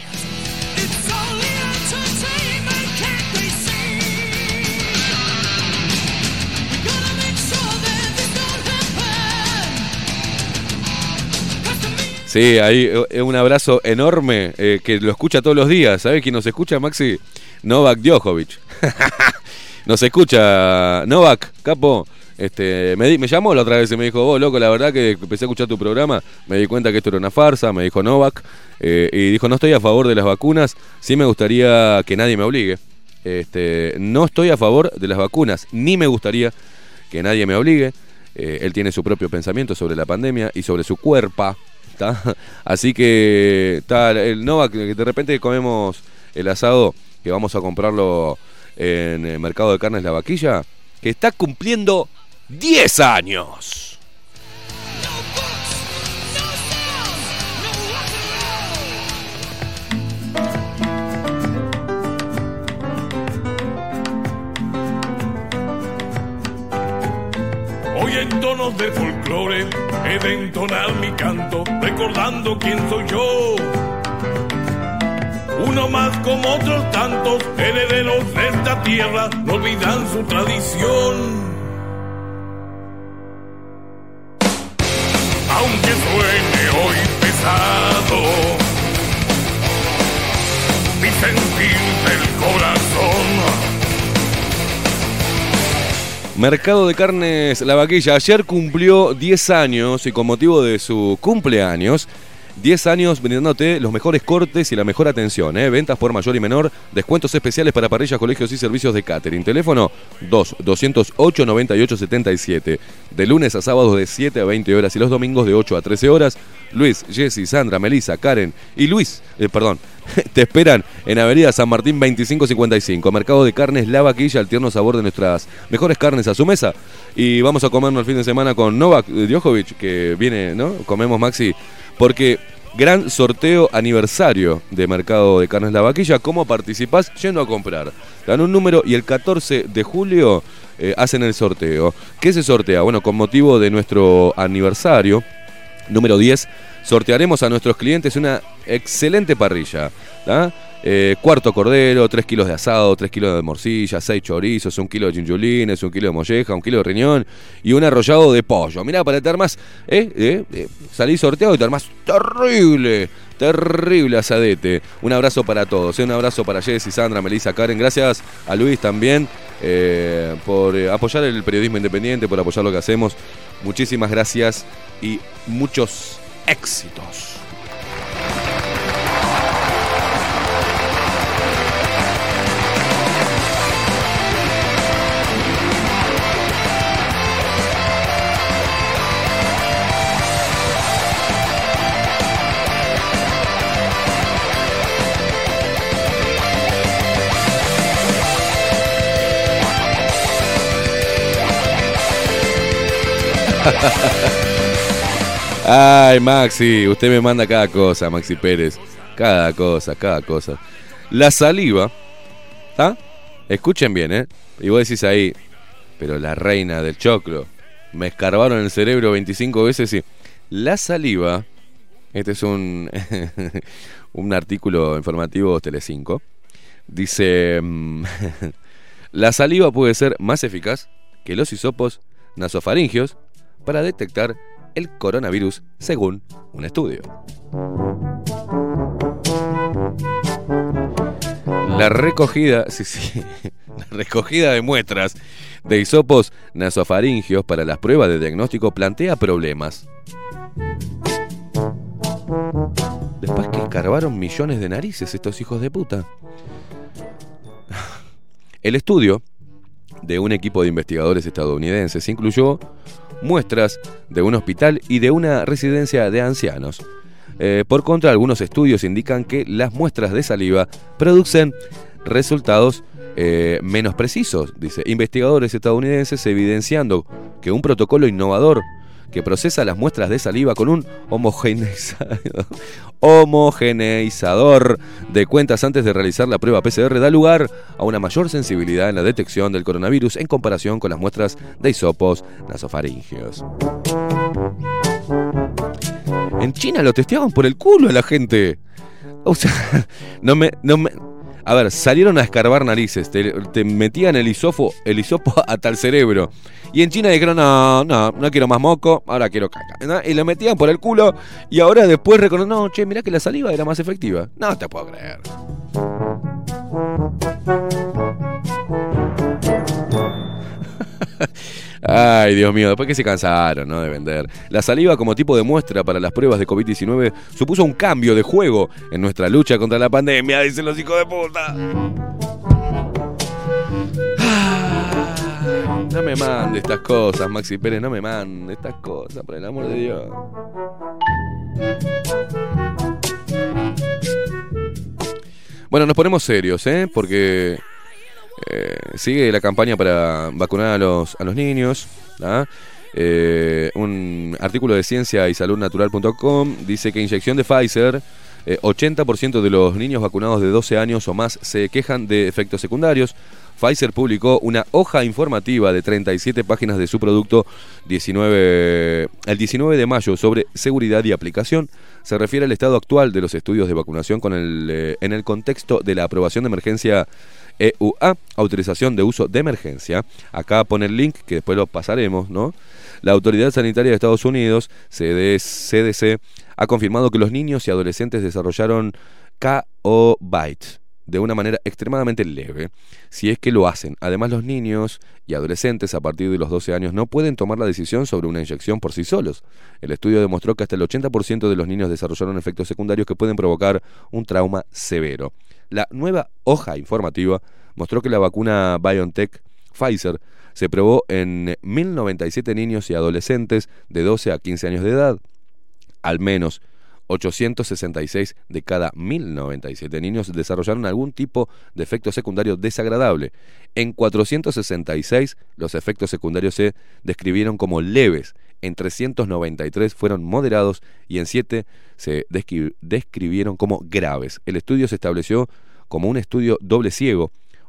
Sí, ahí eh, un abrazo enorme, eh, que lo escucha todos los días. ¿Sabes quién nos escucha, Maxi? Novak Djokovic. Nos escucha Novak, capo. Este, me, di, me llamó la otra vez y me dijo, vos, loco, la verdad que empecé a escuchar tu programa, me di cuenta que esto era una farsa, me dijo Novak, eh, y dijo, no estoy a favor de las vacunas, sí me gustaría que nadie me obligue. Este, no estoy a favor de las vacunas, ni me gustaría que nadie me obligue. Eh, él tiene su propio pensamiento sobre la pandemia y sobre su cuerpo. ¿Tá? Así que está el Novak, que de repente comemos el asado, que vamos a comprarlo en el mercado de carnes La Vaquilla, que está cumpliendo diez años. Hoy en tonos de folclore he de entonar mi canto, recordando quién soy yo. Un uno más como otros tantos herederos de esta tierra, no olvidan su tradición. Aunque suene hoy pesado, mi sentir del corazón. Mercado de Carnes La Vaquilla ayer cumplió diez años y con motivo de su cumpleaños, diez años brindándote los mejores cortes y la mejor atención, ¿eh? Ventas por mayor y menor, descuentos especiales para parrillas, colegios y servicios de catering. Teléfono dos, doscientos ocho, noventa y ocho setenta y siete. De lunes a sábados de siete a veinte horas y los domingos de ocho a trece horas. Luis, Jessy, Sandra, Melissa, Karen y Luis, eh, perdón, te esperan en Avenida San Martín veinticinco cincuenta y cinco. Mercado de Carnes La Vaquilla, el tierno sabor de nuestras mejores carnes a su mesa. Y vamos a comernos el fin de semana con Novak Djokovic, que viene, ¿no? Comemos, Maxi, porque gran sorteo aniversario de Mercado de Carnes La Vaquilla. ¿Cómo participás? Yendo a comprar. Dan un número y el catorce de julio eh, hacen el sorteo. ¿Qué se sortea? Bueno, con motivo de nuestro aniversario, número diez, sortearemos a nuestros clientes una excelente parrilla, ¿tá? Eh, cuarto cordero, tres kilos de asado, tres kilos de morcilla, seis chorizos, un kilo de chinchulines, un kilo de molleja, un kilo de riñón y un arrollado de pollo. Mirá, para te armás, eh, eh, eh, salís sorteado y te armás terrible, terrible asadete. Un abrazo para todos, eh, un abrazo para Jessy, Sandra, Melissa, Karen. Gracias a Luis también eh, por eh, apoyar el periodismo independiente, por apoyar lo que hacemos. Muchísimas gracias y muchos éxitos. Ay, Maxi, usted me manda cada cosa, Maxi Pérez. Cada cosa, cada cosa. La saliva, ¿ah? Escuchen bien, ¿eh? Y vos decís ahí, pero la reina del choclo, me escarbaron el cerebro veinticinco veces y... La saliva, este es un, un artículo informativo Telecinco, dice... La saliva puede ser más eficaz que los hisopos nasofaringios para detectar el coronavirus, según un estudio. La recogida, sí, sí, la recogida de muestras de hisopos nasofaringios para las pruebas de diagnóstico plantea problemas. Después que escarbaron millones de narices estos hijos de puta. El estudio de un equipo de investigadores estadounidenses incluyó muestras de un hospital y de una residencia de ancianos. Eh, por contra, algunos estudios indican que las muestras de saliva producen resultados eh, menos precisos, dice. Investigadores estadounidenses evidenciando que un protocolo innovador que procesa las muestras de saliva con un homogeneizador, homogeneizador de cuentas antes de realizar la prueba P C R da lugar a una mayor sensibilidad en la detección del coronavirus en comparación con las muestras de hisopos nasofaringios. En China lo testeaban por el culo a la gente. O sea, no me... No me a ver, salieron a escarbar narices, te, te metían el hisopo, el hisopo hasta el cerebro. Y en China dijeron, no, no, no quiero más moco, ahora quiero caca, ¿no? Y lo metían por el culo y ahora después reconocen, no, che, mirá que la saliva era más efectiva. No te puedo creer. Ay, Dios mío, después que se cansaron, ¿no?, de vender. La saliva como tipo de muestra para las pruebas de covid diecinueve supuso un cambio de juego en nuestra lucha contra la pandemia, dicen los hijos de puta. No me mande estas cosas, Maxi Pérez, no me mande estas cosas, por el amor de Dios. Bueno, nos ponemos serios, ¿eh? Porque... Eh, sigue la campaña para vacunar a los, a los niños, ¿ah? eh, Un artículo de ciencia y salud natural punto com dice que inyección de Pfizer, eh, ochenta por ciento de los niños vacunados de doce años o más se quejan de efectos secundarios. Pfizer publicó una hoja informativa de treinta y siete páginas de su producto diecinueve, el diecinueve de mayo sobre seguridad y aplicación. Se refiere al estado actual de los estudios de vacunación con el, eh, en el contexto de la aprobación de emergencia E U A, autorización de uso de emergencia. Acá pone el link que después lo pasaremos, ¿no? La Autoridad Sanitaria de Estados Unidos, C D C, ha confirmado que los niños y adolescentes desarrollaron K O Bites de una manera extremadamente leve, si es que lo hacen. Además, los niños y adolescentes a partir de los doce años no pueden tomar la decisión sobre una inyección por sí solos. El estudio demostró que hasta el ochenta por ciento de los niños desarrollaron efectos secundarios que pueden provocar un trauma severo. La nueva hoja informativa mostró que la vacuna BioNTech Pfizer se probó en mil noventa y siete niños y adolescentes de doce a quince años de edad. Al menos ochocientos sesenta y seis de cada mil noventa y siete niños desarrollaron algún tipo de efecto secundario desagradable. En cuatrocientos sesenta y seis los efectos secundarios se describieron como leves, en trescientos noventa y tres fueron moderados y en siete se descri- describieron como graves. El estudio se estableció como un estudio doble ciego,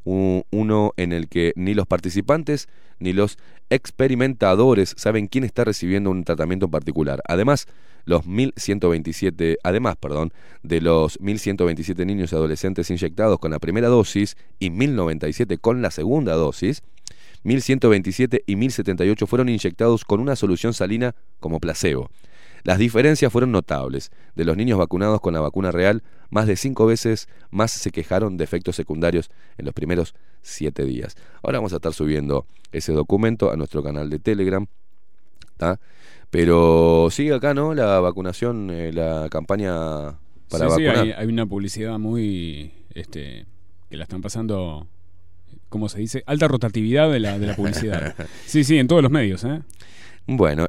uno en el que ni los participantes ni los experimentadores saben quién está recibiendo un tratamiento en particular. Además, los mil ciento veintisiete, además, perdón, de los mil ciento veintisiete niños y adolescentes inyectados con la primera dosis y mil noventa y siete con la segunda dosis, mil ciento veintisiete y mil setenta y ocho fueron inyectados con una solución salina como placebo. Las diferencias fueron notables. De los niños vacunados con la vacuna real, más de cinco veces más se quejaron de efectos secundarios en los primeros siete días. Ahora vamos a estar subiendo ese documento a nuestro canal de Telegram, ¿tá? Pero sigue acá, ¿no? La vacunación, eh, la campaña para sí, vacunar. Sí, hay, hay una publicidad muy, este, que la están pasando, ¿cómo se dice? Alta rotatividad de la, de la publicidad. Sí, sí, en todos los medios, ¿eh? Bueno,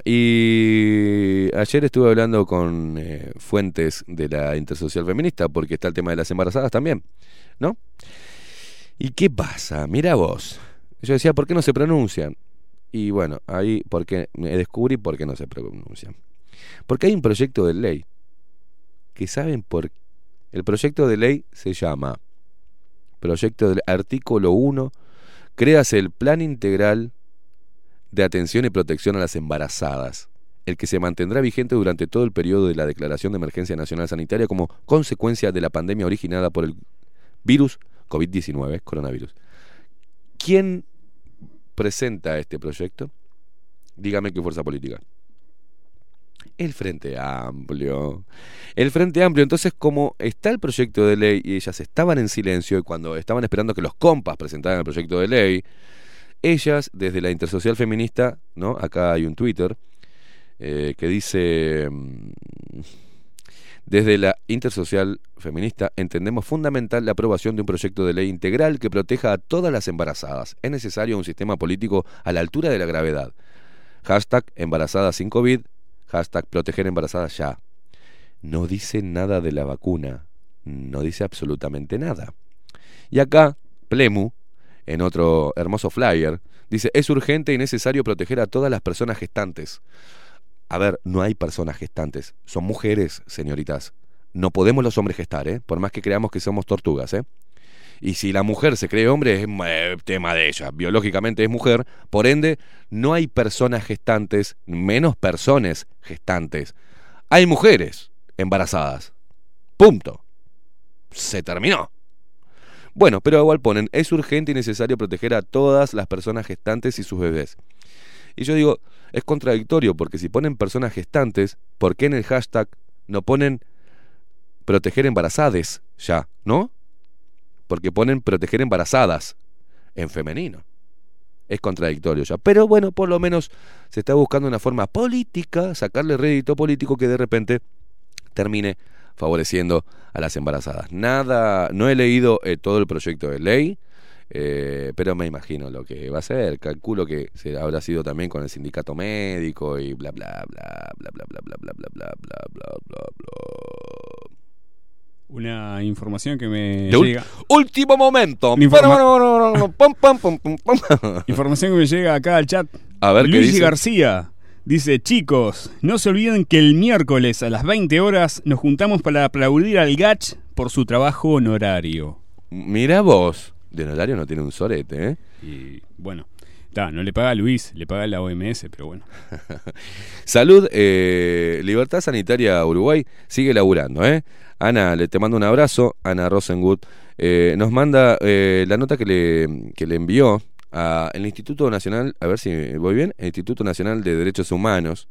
y ayer estuve hablando con eh, fuentes de la Intersocial Feminista, porque está el tema de las embarazadas también, ¿no? ¿Y qué pasa? Mira vos. Yo decía, ¿por qué no se pronuncian? Y bueno, ahí porque me descubrí por qué no se pronuncian. Porque hay un proyecto de ley que saben por qué. El proyecto de ley se llama Proyecto del Artículo uno, créase el Plan Integral de Atención y Protección a las Embarazadas, el que se mantendrá vigente durante todo el periodo de la Declaración de Emergencia Nacional Sanitaria como consecuencia de la pandemia originada por el virus COVID diecinueve, coronavirus. ¿Quién presenta este proyecto? Dígame qué fuerza política. El Frente Amplio. El Frente Amplio. Entonces, como está el proyecto de ley y ellas estaban en silencio y cuando estaban esperando que los compas presentaran el proyecto de ley, ellas, desde la Intersocial Feminista, ¿no? Acá hay un Twitter eh, que dice: desde la Intersocial Feminista entendemos fundamental la aprobación de un proyecto de ley integral que proteja a todas las embarazadas. Es necesario un sistema político a la altura de la gravedad. Hashtag embarazadas sin COVID, hashtag proteger embarazadas ya. No dice nada de la vacuna, no dice absolutamente nada. Y acá, Plemu, en otro hermoso flyer, dice: es urgente y necesario proteger a todas las personas gestantes. A ver, no hay personas gestantes, son mujeres, señoritas. No podemos los hombres gestar, ¿eh? Por más que creamos que somos tortugas, ¿eh? Y si la mujer se cree hombre, es eh, tema de ella. Biológicamente es mujer, por ende, no hay personas gestantes, menos personas gestantes. Hay mujeres embarazadas. Punto. Se terminó. Bueno, pero igual ponen: es urgente y necesario proteger a todas las personas gestantes y sus bebés. Y yo digo, es contradictorio, porque si ponen personas gestantes, ¿por qué en el hashtag no ponen proteger embarazadas ya, no? Porque ponen proteger embarazadas en femenino. Es contradictorio ya. Pero bueno, por lo menos se está buscando una forma política, sacarle rédito político que de repente termine favoreciendo a las embarazadas. Nada, no he leído eh, todo el proyecto de ley, eh, pero me imagino lo que va a ser. Calculo que se habrá sido también con el sindicato médico y bla bla bla bla bla bla bla bla bla bla bla bla bla bla. Una información que me de llega. Último momento. Informa... información que me llega acá al chat. A ver, Luigi ¿qué dice? García dice: chicos, no se olviden que el miércoles a las veinte horas nos juntamos para aplaudir al Gach por su trabajo honorario. Mira vos. De honorario no tiene un sorete, ¿eh? Y bueno, ta, no le paga a Luis, le paga la O M S, pero bueno. Salud, eh, Libertad Sanitaria Uruguay sigue laburando, ¿eh? Ana, le te mando un abrazo. Ana Rosenwood eh, nos manda eh, la nota que le, que le envió a el Instituto Nacional, a ver si voy bien, el Instituto Nacional de Derechos Humanos,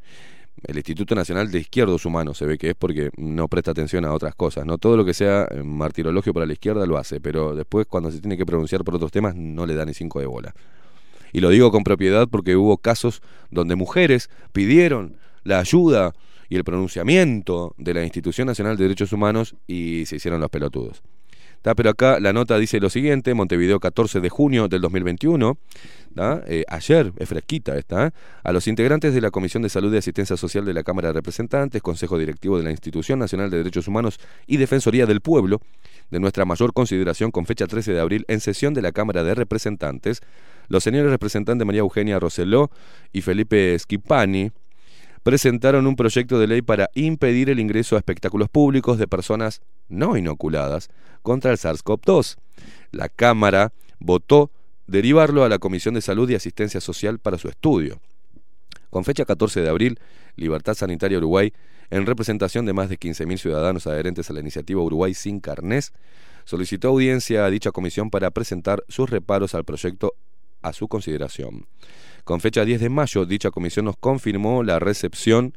el Instituto Nacional de Izquierdos Humanos, se ve que es porque no presta atención a otras cosas, no todo lo que sea martirologio para la izquierda lo hace, pero después cuando se tiene que pronunciar por otros temas no le da ni cinco de bola. Y lo digo con propiedad porque hubo casos donde mujeres pidieron la ayuda y el pronunciamiento de la Institución Nacional de Derechos Humanos y se hicieron los pelotudos. ¿Tá? Pero acá la nota dice lo siguiente: Montevideo, catorce de junio del dos mil veintiuno, eh, ayer, es fresquita esta, ¿eh? A los integrantes de la Comisión de Salud y Asistencia Social de la Cámara de Representantes, Consejo Directivo de la Institución Nacional de Derechos Humanos y Defensoría del Pueblo, de nuestra mayor consideración, con fecha trece de abril, en sesión de la Cámara de Representantes, los señores representantes María Eugenia Roseló y Felipe Schipani presentaron un proyecto de ley para impedir el ingreso a espectáculos públicos de personas no inoculadas contra el SARS-CoV dos. La Cámara votó derivarlo a la Comisión de Salud y Asistencia Social para su estudio. Con fecha catorce de abril, Libertad Sanitaria Uruguay, en representación de más de quince mil ciudadanos adherentes a la iniciativa Uruguay Sin Carnés, solicitó audiencia a dicha comisión para presentar sus reparos al proyecto a su consideración. Con fecha diez de mayo, dicha comisión nos confirmó la recepción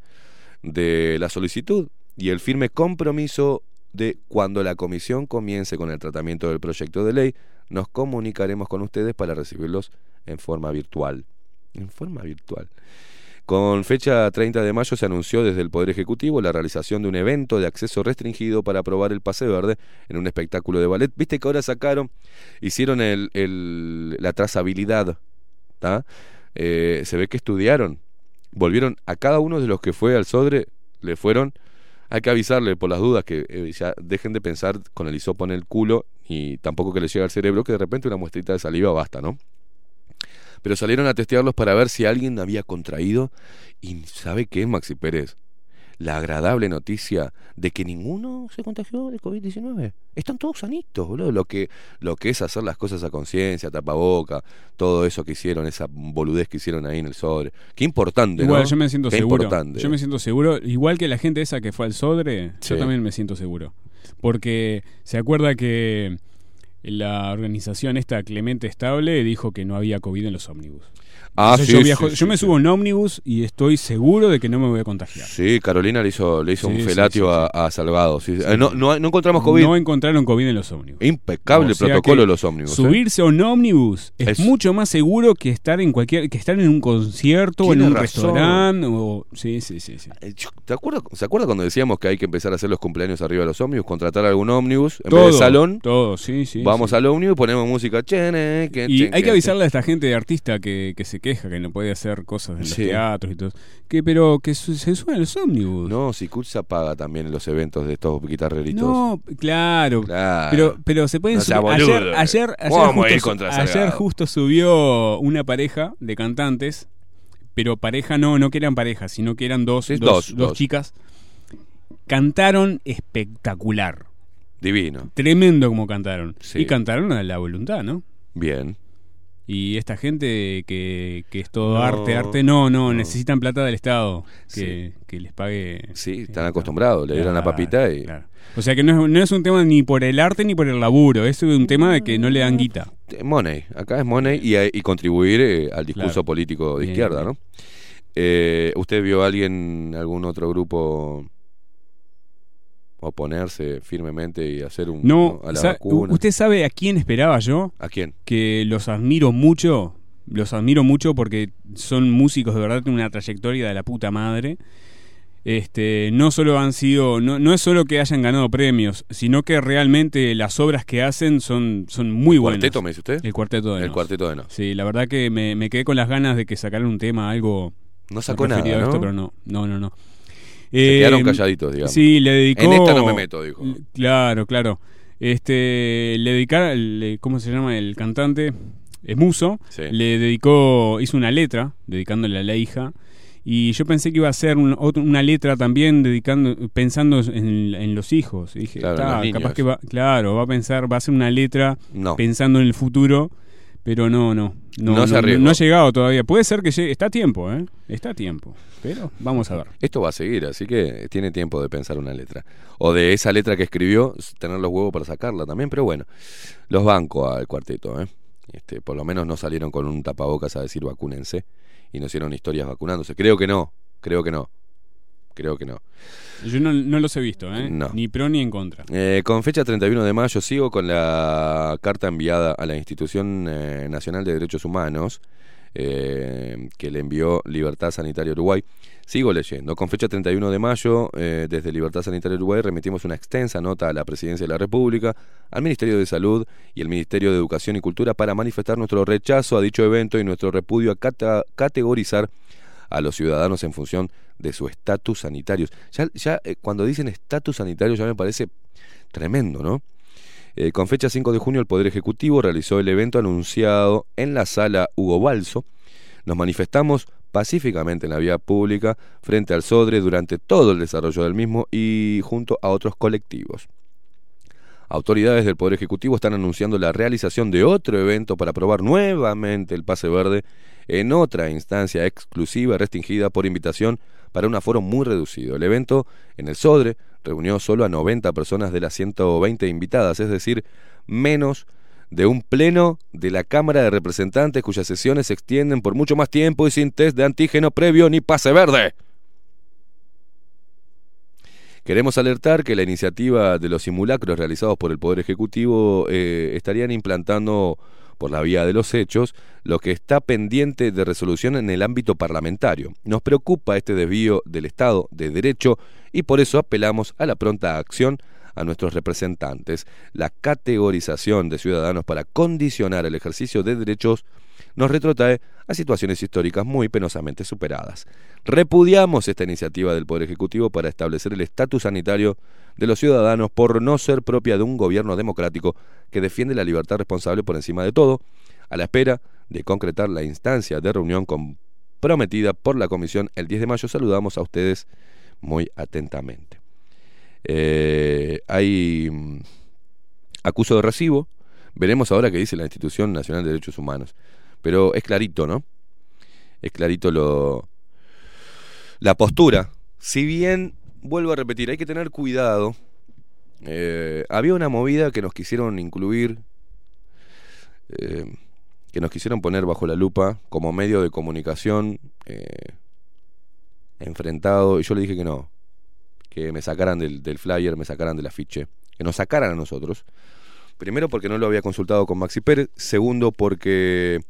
de la solicitud y el firme compromiso de cuando la comisión comience con el tratamiento del proyecto de ley, nos comunicaremos con ustedes para recibirlos en forma virtual. En forma virtual. Con fecha treinta de mayo se anunció desde el Poder Ejecutivo la realización de un evento de acceso restringido para aprobar el pase verde en un espectáculo de ballet. Viste que ahora sacaron, hicieron el, el, la trazabilidad, ¿tá? Eh, se ve que estudiaron, volvieron a cada uno de los que fue al Sodre, le fueron, hay que avisarle por las dudas que eh, ya dejen de pensar con el hisopo en el culo y tampoco que les llegue al cerebro, que de repente una muestrita de saliva basta, ¿no? Pero salieron a testearlos para ver si alguien había contraído y ¿sabe qué, Maxi Pérez? La agradable noticia de que ninguno se contagió de COVID diecinueve. Están todos sanitos, boludo. Lo que, lo que es hacer las cosas a conciencia, tapaboca, todo eso que hicieron, esa boludez que hicieron ahí en el Sodre. Qué importante, igual, ¿no? yo me siento Qué seguro. Importante. Yo me siento seguro, igual que la gente esa que fue al Sodre, Sí. yo también me siento seguro. Porque se acuerda que la organización esta Clemente Estable dijo que no había COVID en los ómnibus. Ah, Entonces sí, yo viajo, sí, yo sí, me sí. subo en ómnibus y estoy seguro de que no me voy a contagiar. Sí, Carolina le hizo, le hizo Sí, un sí, felatio sí, sí. A, a Salgado. Sí. Sí. Eh, no, no, no encontramos COVID. No encontraron COVID en los ómnibus. Impecable O sea protocolo que de los ómnibus. ¿eh? Subirse a un ómnibus es, Es- mucho más seguro que estar en cualquier, que estar en un concierto o en Tiene un razón. restaurante o sí, sí, sí, sí. Eh, yo- ¿Te acuerdas, ¿Se acuerda cuando decíamos que hay que empezar a hacer los cumpleaños arriba de los ómnibus? Contratar algún ómnibus en Todo, vez de salón. todo, sí, sí. Vamos sí. al ómnibus, ponemos música. Chene, que, Y chen, hay que que- avisarle a esta gente de artista que, que se queja, que no puede hacer cosas en los Sí. teatros y todo. Que, pero que su- se suban los ómnibus. No, si Cursa paga también en los eventos de estos guitarreritos. No, claro. Claro. Pero, pero se pueden No sea subir. boludo. Ayer, ayer, ayer, ¿Cómo vamos a ir justo, contra ayer Salgado? justo subió una pareja de cantantes, pero pareja no, no que eran parejas, sino que eran dos, Sí, dos, dos, dos dos. chicas. Cantaron espectacular. Divino. Tremendo como cantaron. Sí. Y cantaron a la voluntad, ¿no? Bien. Y esta gente que, que es todo No, arte, arte, no, no, no. necesitan plata del Estado que, que les pague. Sí, están acostumbrados. Le dieron la Claro, papita y... claro. O sea que no es, no es un tema ni por el arte ni por el laburo, es un tema de que no le dan guita. Money. Acá es money y, y contribuir eh, al discurso Claro. político de Bien, izquierda, bien. ¿no? Eh, ¿Usted vio a alguien, algún otro grupo oponerse firmemente y hacer un No, a la sa- vacuna? ¿usted sabe a quién esperaba yo? ¿A quién? Que los admiro mucho, los admiro mucho porque son músicos de verdad, tienen una trayectoria de la puta madre. Este, no solo han sido, no, no es solo que hayan ganado premios, sino que realmente las obras que hacen son, son muy buenas. ¿Cuarteto me dice usted? El Cuarteto de El Nos. Cuarteto de Nos. Sí, la verdad que me, me quedé con las ganas de que sacaran un tema, algo No sacó nada, referido a ¿no? esto, pero no, no, no, no. Se Eh, quedaron calladitos, digamos. Sí, le dedicó. En esta no me meto, dijo. Claro, claro. Este, le dedicar, le- ¿cómo se llama el cantante? Es Muso. Sí. Le dedicó, hizo una letra dedicándole a la hija Y yo pensé que iba a ser un, otro, una letra también dedicando, pensando en, en los hijos. Y dije, Claro, en está, los niños. capaz que va, claro, va a pensar, va a ser una letra No. pensando en el futuro, pero no, no. No, No se arriesgó. no ha llegado todavía. Puede ser que llegue, está a tiempo, ¿eh? Está a tiempo. Pero vamos a ver. Esto va a seguir, así que tiene tiempo de pensar una letra. O de esa letra que escribió, tener los huevos para sacarla también, pero bueno, los banco al cuarteto, ¿eh? Este, por lo menos no salieron con un tapabocas a decir vacúnense y no hicieron historias vacunándose. Creo que no, creo que no, creo que no. Yo no, no los he visto, ¿eh? No. Ni pro ni en contra. Eh, con fecha treinta y uno de mayo sigo con la carta enviada a la Institución eh, Nacional de Derechos Humanos eh, que le envió Libertad Sanitaria Uruguay. Sigo leyendo. Con fecha treinta y uno de mayo, eh, desde Libertad Sanitaria Uruguay remitimos una extensa nota a la Presidencia de la República, al Ministerio de Salud y el Ministerio de Educación y Cultura para manifestar nuestro rechazo a dicho evento y nuestro repudio a cata- categorizar a los ciudadanos en función de su estatus sanitario. Ya, ya eh, cuando dicen estatus sanitario ya me parece tremendo, ¿no? Eh, con fecha cinco de junio el Poder Ejecutivo realizó el evento anunciado en la sala Hugo Balso. Nos manifestamos pacíficamente en la vía pública frente al Sodre durante todo el desarrollo del mismo y junto a otros colectivos. Autoridades del Poder Ejecutivo están anunciando la realización de otro evento para aprobar nuevamente el pase verde en otra instancia exclusiva restringida por invitación para un aforo muy reducido. El evento en el Sodre reunió solo a noventa personas de las ciento veinte invitadas, es decir, menos de un pleno de la Cámara de Representantes cuyas sesiones se extienden por mucho más tiempo y sin test de antígeno previo ni pase verde. Queremos alertar que la iniciativa de los simulacros realizados por el Poder Ejecutivo eh, estarían implantando por la vía de los hechos lo que está pendiente de resolución en el ámbito parlamentario. Nos preocupa este desvío del Estado de Derecho y por eso apelamos a la pronta acción a nuestros representantes. La categorización de ciudadanos para condicionar el ejercicio de derechos nos retrotrae a situaciones históricas muy penosamente superadas. Repudiamos esta iniciativa del Poder Ejecutivo para establecer el estatus sanitario de los ciudadanos por no ser propia de un gobierno democrático que defiende la libertad responsable por encima de todo, a la espera de concretar la instancia de reunión comprometida por la Comisión el diez de mayo. Saludamos a ustedes muy atentamente. Eh, hay mm, acuso de recibo. Veremos ahora qué dice la Institución Nacional de Derechos Humanos. Pero es clarito, ¿no? Es clarito lo la postura. Si bien, vuelvo a repetir, hay que tener cuidado. Eh, había una movida que nos quisieron incluir, eh, que nos quisieron poner bajo la lupa como medio de comunicación eh, enfrentado, y yo le dije que no, que me sacaran del, del flyer, me sacaran del afiche, que nos sacaran a nosotros. Primero porque no lo había consultado con Maxi Pérez, segundo porque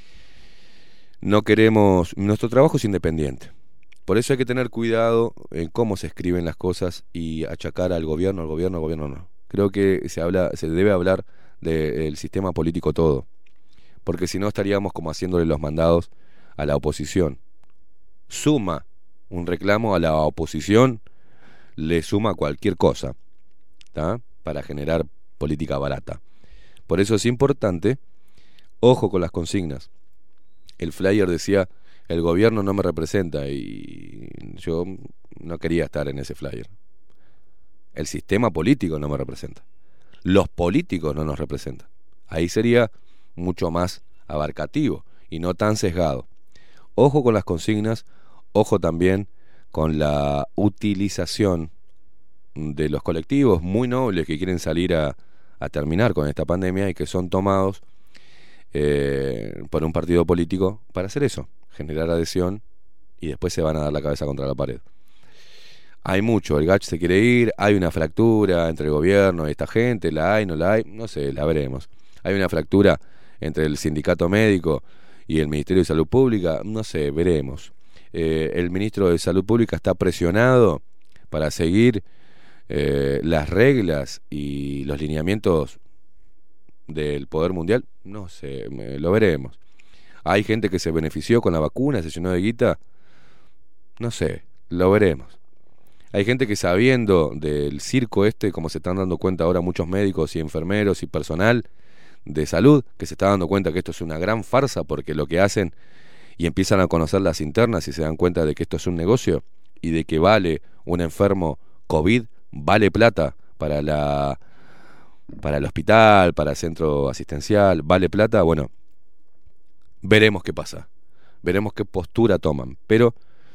no queremos, nuestro trabajo es independiente. Por eso hay que tener cuidado en cómo se escriben las cosas y achacar al gobierno, al gobierno, al gobierno no. Creo que se habla, se debe hablar del sistema político todo, porque si no estaríamos como haciéndole los mandados a la oposición. Suma un reclamo a la oposición, le suma cualquier cosa, ¿tá? Para generar política barata. Por eso es importante, ojo con las consignas. El flyer decía, el gobierno no me representa, y yo no quería estar en ese flyer. El sistema político no me representa. Los políticos no nos representan. Ahí sería mucho más abarcativo y no tan sesgado. Ojo con las consignas, ojo también con la utilización de los colectivos muy nobles que quieren salir a, a terminar con esta pandemia y que son tomados eh, por un partido político para hacer eso, generar adhesión, y después se van a dar la cabeza contra la pared. Hay mucho, el G A C H se quiere ir, hay una fractura entre el gobierno y esta gente, la hay, no la hay, no sé, la veremos. Hay una fractura entre el sindicato médico y el Ministerio de Salud Pública, no sé, veremos. Eh, el ministro de Salud Pública está presionado para seguir eh, las reglas y los lineamientos del Poder Mundial, no sé, me, lo veremos. Hay gente que se benefició con la vacuna, se llenó de guita, no sé, lo veremos. Hay gente que, sabiendo del circo este, como se están dando cuenta ahora muchos médicos y enfermeros y personal de salud, que se está dando cuenta que esto es una gran farsa, porque lo que hacen y empiezan a conocer las internas y se dan cuenta de que esto es un negocio y de que vale un enfermo COVID, vale plata para la para el hospital, para el centro asistencial, vale plata, bueno, veremos qué pasa, veremos qué postura toman, pero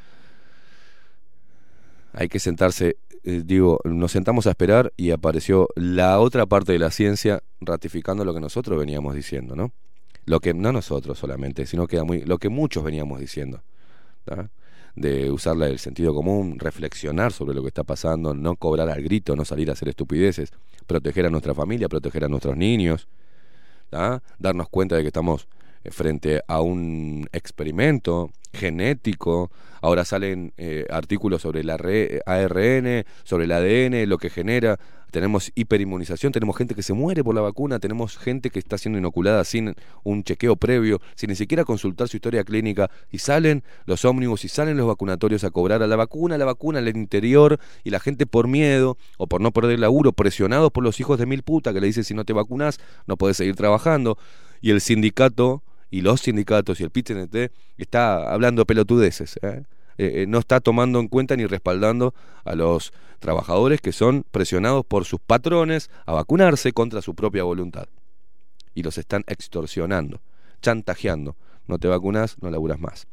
hay que sentarse, eh, digo, nos sentamos a esperar y apareció la otra parte de la ciencia ratificando lo que nosotros veníamos diciendo, ¿no? Lo que, no nosotros solamente, sino que muy, lo que muchos veníamos diciendo, ¿tá? De usar el sentido común, reflexionar sobre lo que está pasando, no cobrar al grito, no salir a hacer estupideces, proteger a nuestra familia, proteger a nuestros niños, ¿tá? Darnos cuenta de que estamos frente a un experimento genético. Ahora salen eh, artículos sobre el A R N, sobre el A D N, lo que genera. Tenemos hiperinmunización, tenemos gente que se muere por la vacuna, tenemos gente que está siendo inoculada sin un chequeo previo, sin ni siquiera consultar su historia clínica, y salen los ómnibus y salen los vacunatorios a cobrar a la vacuna, a la vacuna al interior, y la gente por miedo o por no perder laburo, presionados por los hijos de mil puta que le dicen si no te vacunás no podés seguir trabajando, y el sindicato y los sindicatos y el P I T N T está hablando pelotudeces, ¿eh? Eh, eh, no está tomando en cuenta ni respaldando a los trabajadores que son presionados por sus patrones a vacunarse contra su propia voluntad, y los están extorsionando, chantajeando. No te vacunas, no laburas más.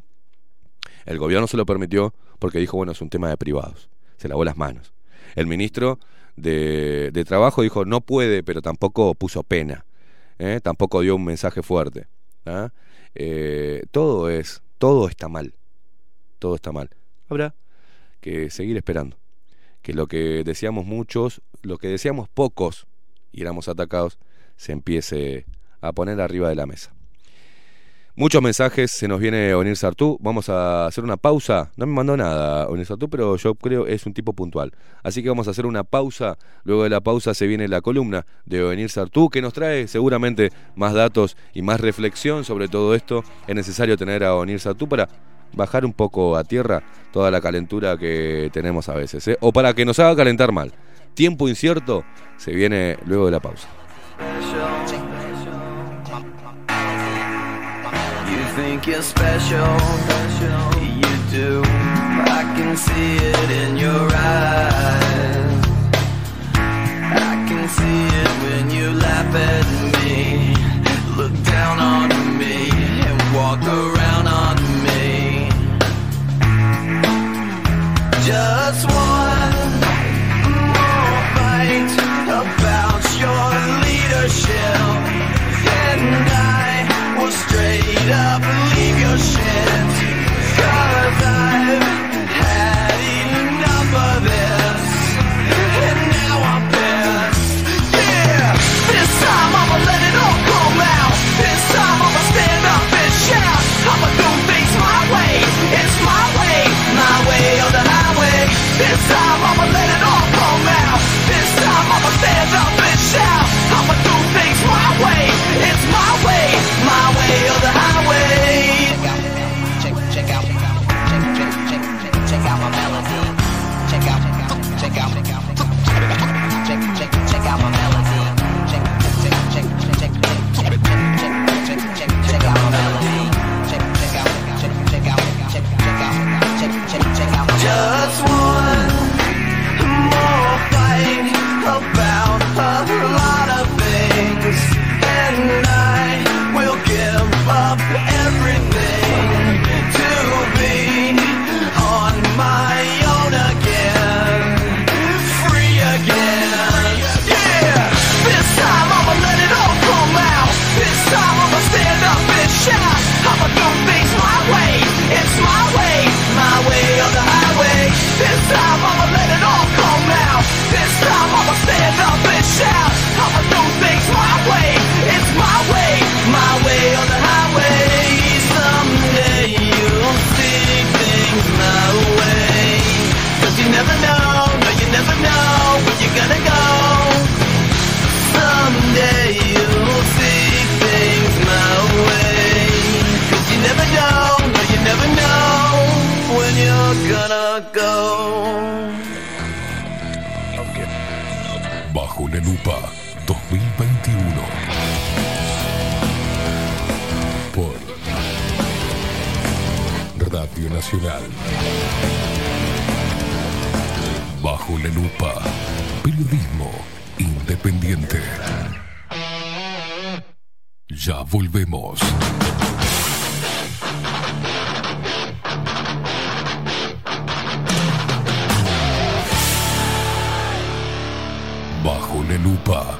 El gobierno se lo permitió porque dijo, bueno, es un tema de privados, se lavó las manos. El ministro de, de Trabajo dijo, no puede, pero tampoco puso pena, ¿eh? Tampoco dio un mensaje fuerte, ¿ah? eh, todo es, todo está mal, todo está mal. Habrá que seguir esperando que lo que decíamos muchos, lo que decíamos pocos y éramos atacados, se empiece a poner arriba de la mesa. Muchos mensajes, se nos viene Onir Sartú, vamos a hacer una pausa. No me mandó nada Onir Sartú, pero yo creo es un tipo puntual, así que vamos a hacer una pausa. Luego de la pausa se viene la columna de Onir Sartú, que nos trae seguramente más datos y más reflexión sobre todo esto. Es necesario tener a Onir Sartú para bajar un poco a tierra toda la calentura que tenemos a veces, ¿eh? O para que nos haga calentar mal. Tiempo incierto se viene luego de la pausa. You think you're special, you do. I can see it in your eyes. I can see it when you laugh at me, look down on me, and walk around on me. Just one more fight about your leadership, and I will straight up leave your shit. Cause I've had enough of this, and now I'm pissed. Yeah, this time I'ma let it all come out. This time I'ma stand up and shout. I'ma do things my way, it's my way, my way or the highway. This time I'ma let it all come out. This time I'ma stand up and shout. I'ma do things my way, it's my way, my way or the highway. Check out, check out, check, check, check, check, check out my melody. Check out, check out, check out, check, check, check out my melody. Check, check, check, check, check, check, check, check, check, check out my melody. Check, check out, check, check out, check, check out, check, check, check out my melody. Just one more fight about a lot of things, and I will give up everything to be on my own again, free again. Yeah, this time I'ma let it all come out. This time I'ma stand up and shout. I'ma do things my way, it's my way, my way or the highway. This time I'ma let it all come out. This time I'ma stand up and shout. I'ma do things my way, it's my way, my way or the highway. Someday you'll see things my way. Cause you never know, no you never know where you're gonna go. Someday you'll see things my way. Cause you never know, no you never know when you're gonna go. Bajo la lupa dos mil veintiuno. Por Radio Nacional. Bajo la lupa. Periodismo independiente. Ya volvemos. Bajo la lupa.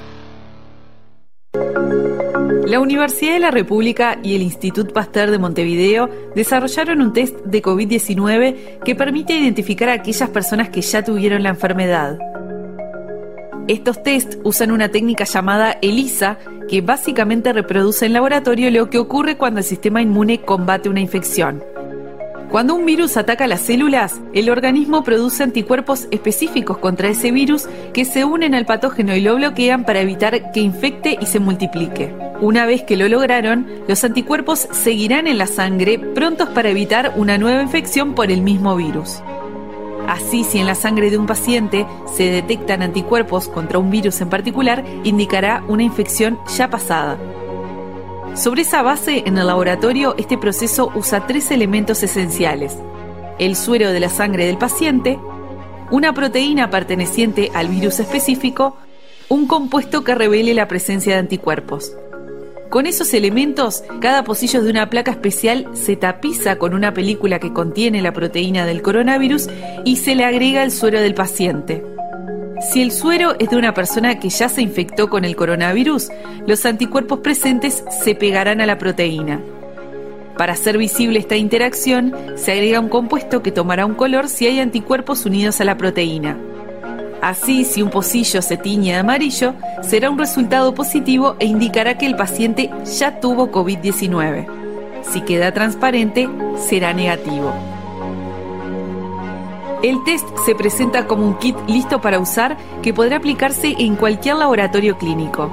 La Universidad de la República y el Institut Pasteur de Montevideo desarrollaron un test de COVID diecinueve que permite identificar a aquellas personas que ya tuvieron la enfermedad. Estos test usan una técnica llamada ELISA, que básicamente reproduce en laboratorio lo que ocurre cuando el sistema inmune combate una infección. Cuando un virus ataca las células, el organismo produce anticuerpos específicos contra ese virus que se unen al patógeno y lo bloquean para evitar que infecte y se multiplique. Una vez que lo lograron, los anticuerpos seguirán en la sangre, prontos para evitar una nueva infección por el mismo virus. Así, si en la sangre de un paciente se detectan anticuerpos contra un virus en particular, indicará una infección ya pasada. Sobre esa base, en el laboratorio, este proceso usa tres elementos esenciales: el suero de la sangre del paciente, una proteína perteneciente al virus específico, un compuesto que revele la presencia de anticuerpos. Con esos elementos, cada pocillo de una placa especial se tapiza con una película que contiene la proteína del coronavirus y se le agrega el suero del paciente. Si el suero es de una persona que ya se infectó con el coronavirus, los anticuerpos presentes se pegarán a la proteína. Para hacer visible esta interacción, se agrega un compuesto que tomará un color si hay anticuerpos unidos a la proteína. Así, si un pocillo se tiñe de amarillo, será un resultado positivo e indicará que el paciente ya tuvo COVID diecinueve. Si queda transparente, será negativo. El test se presenta como un kit listo para usar que podrá aplicarse en cualquier laboratorio clínico.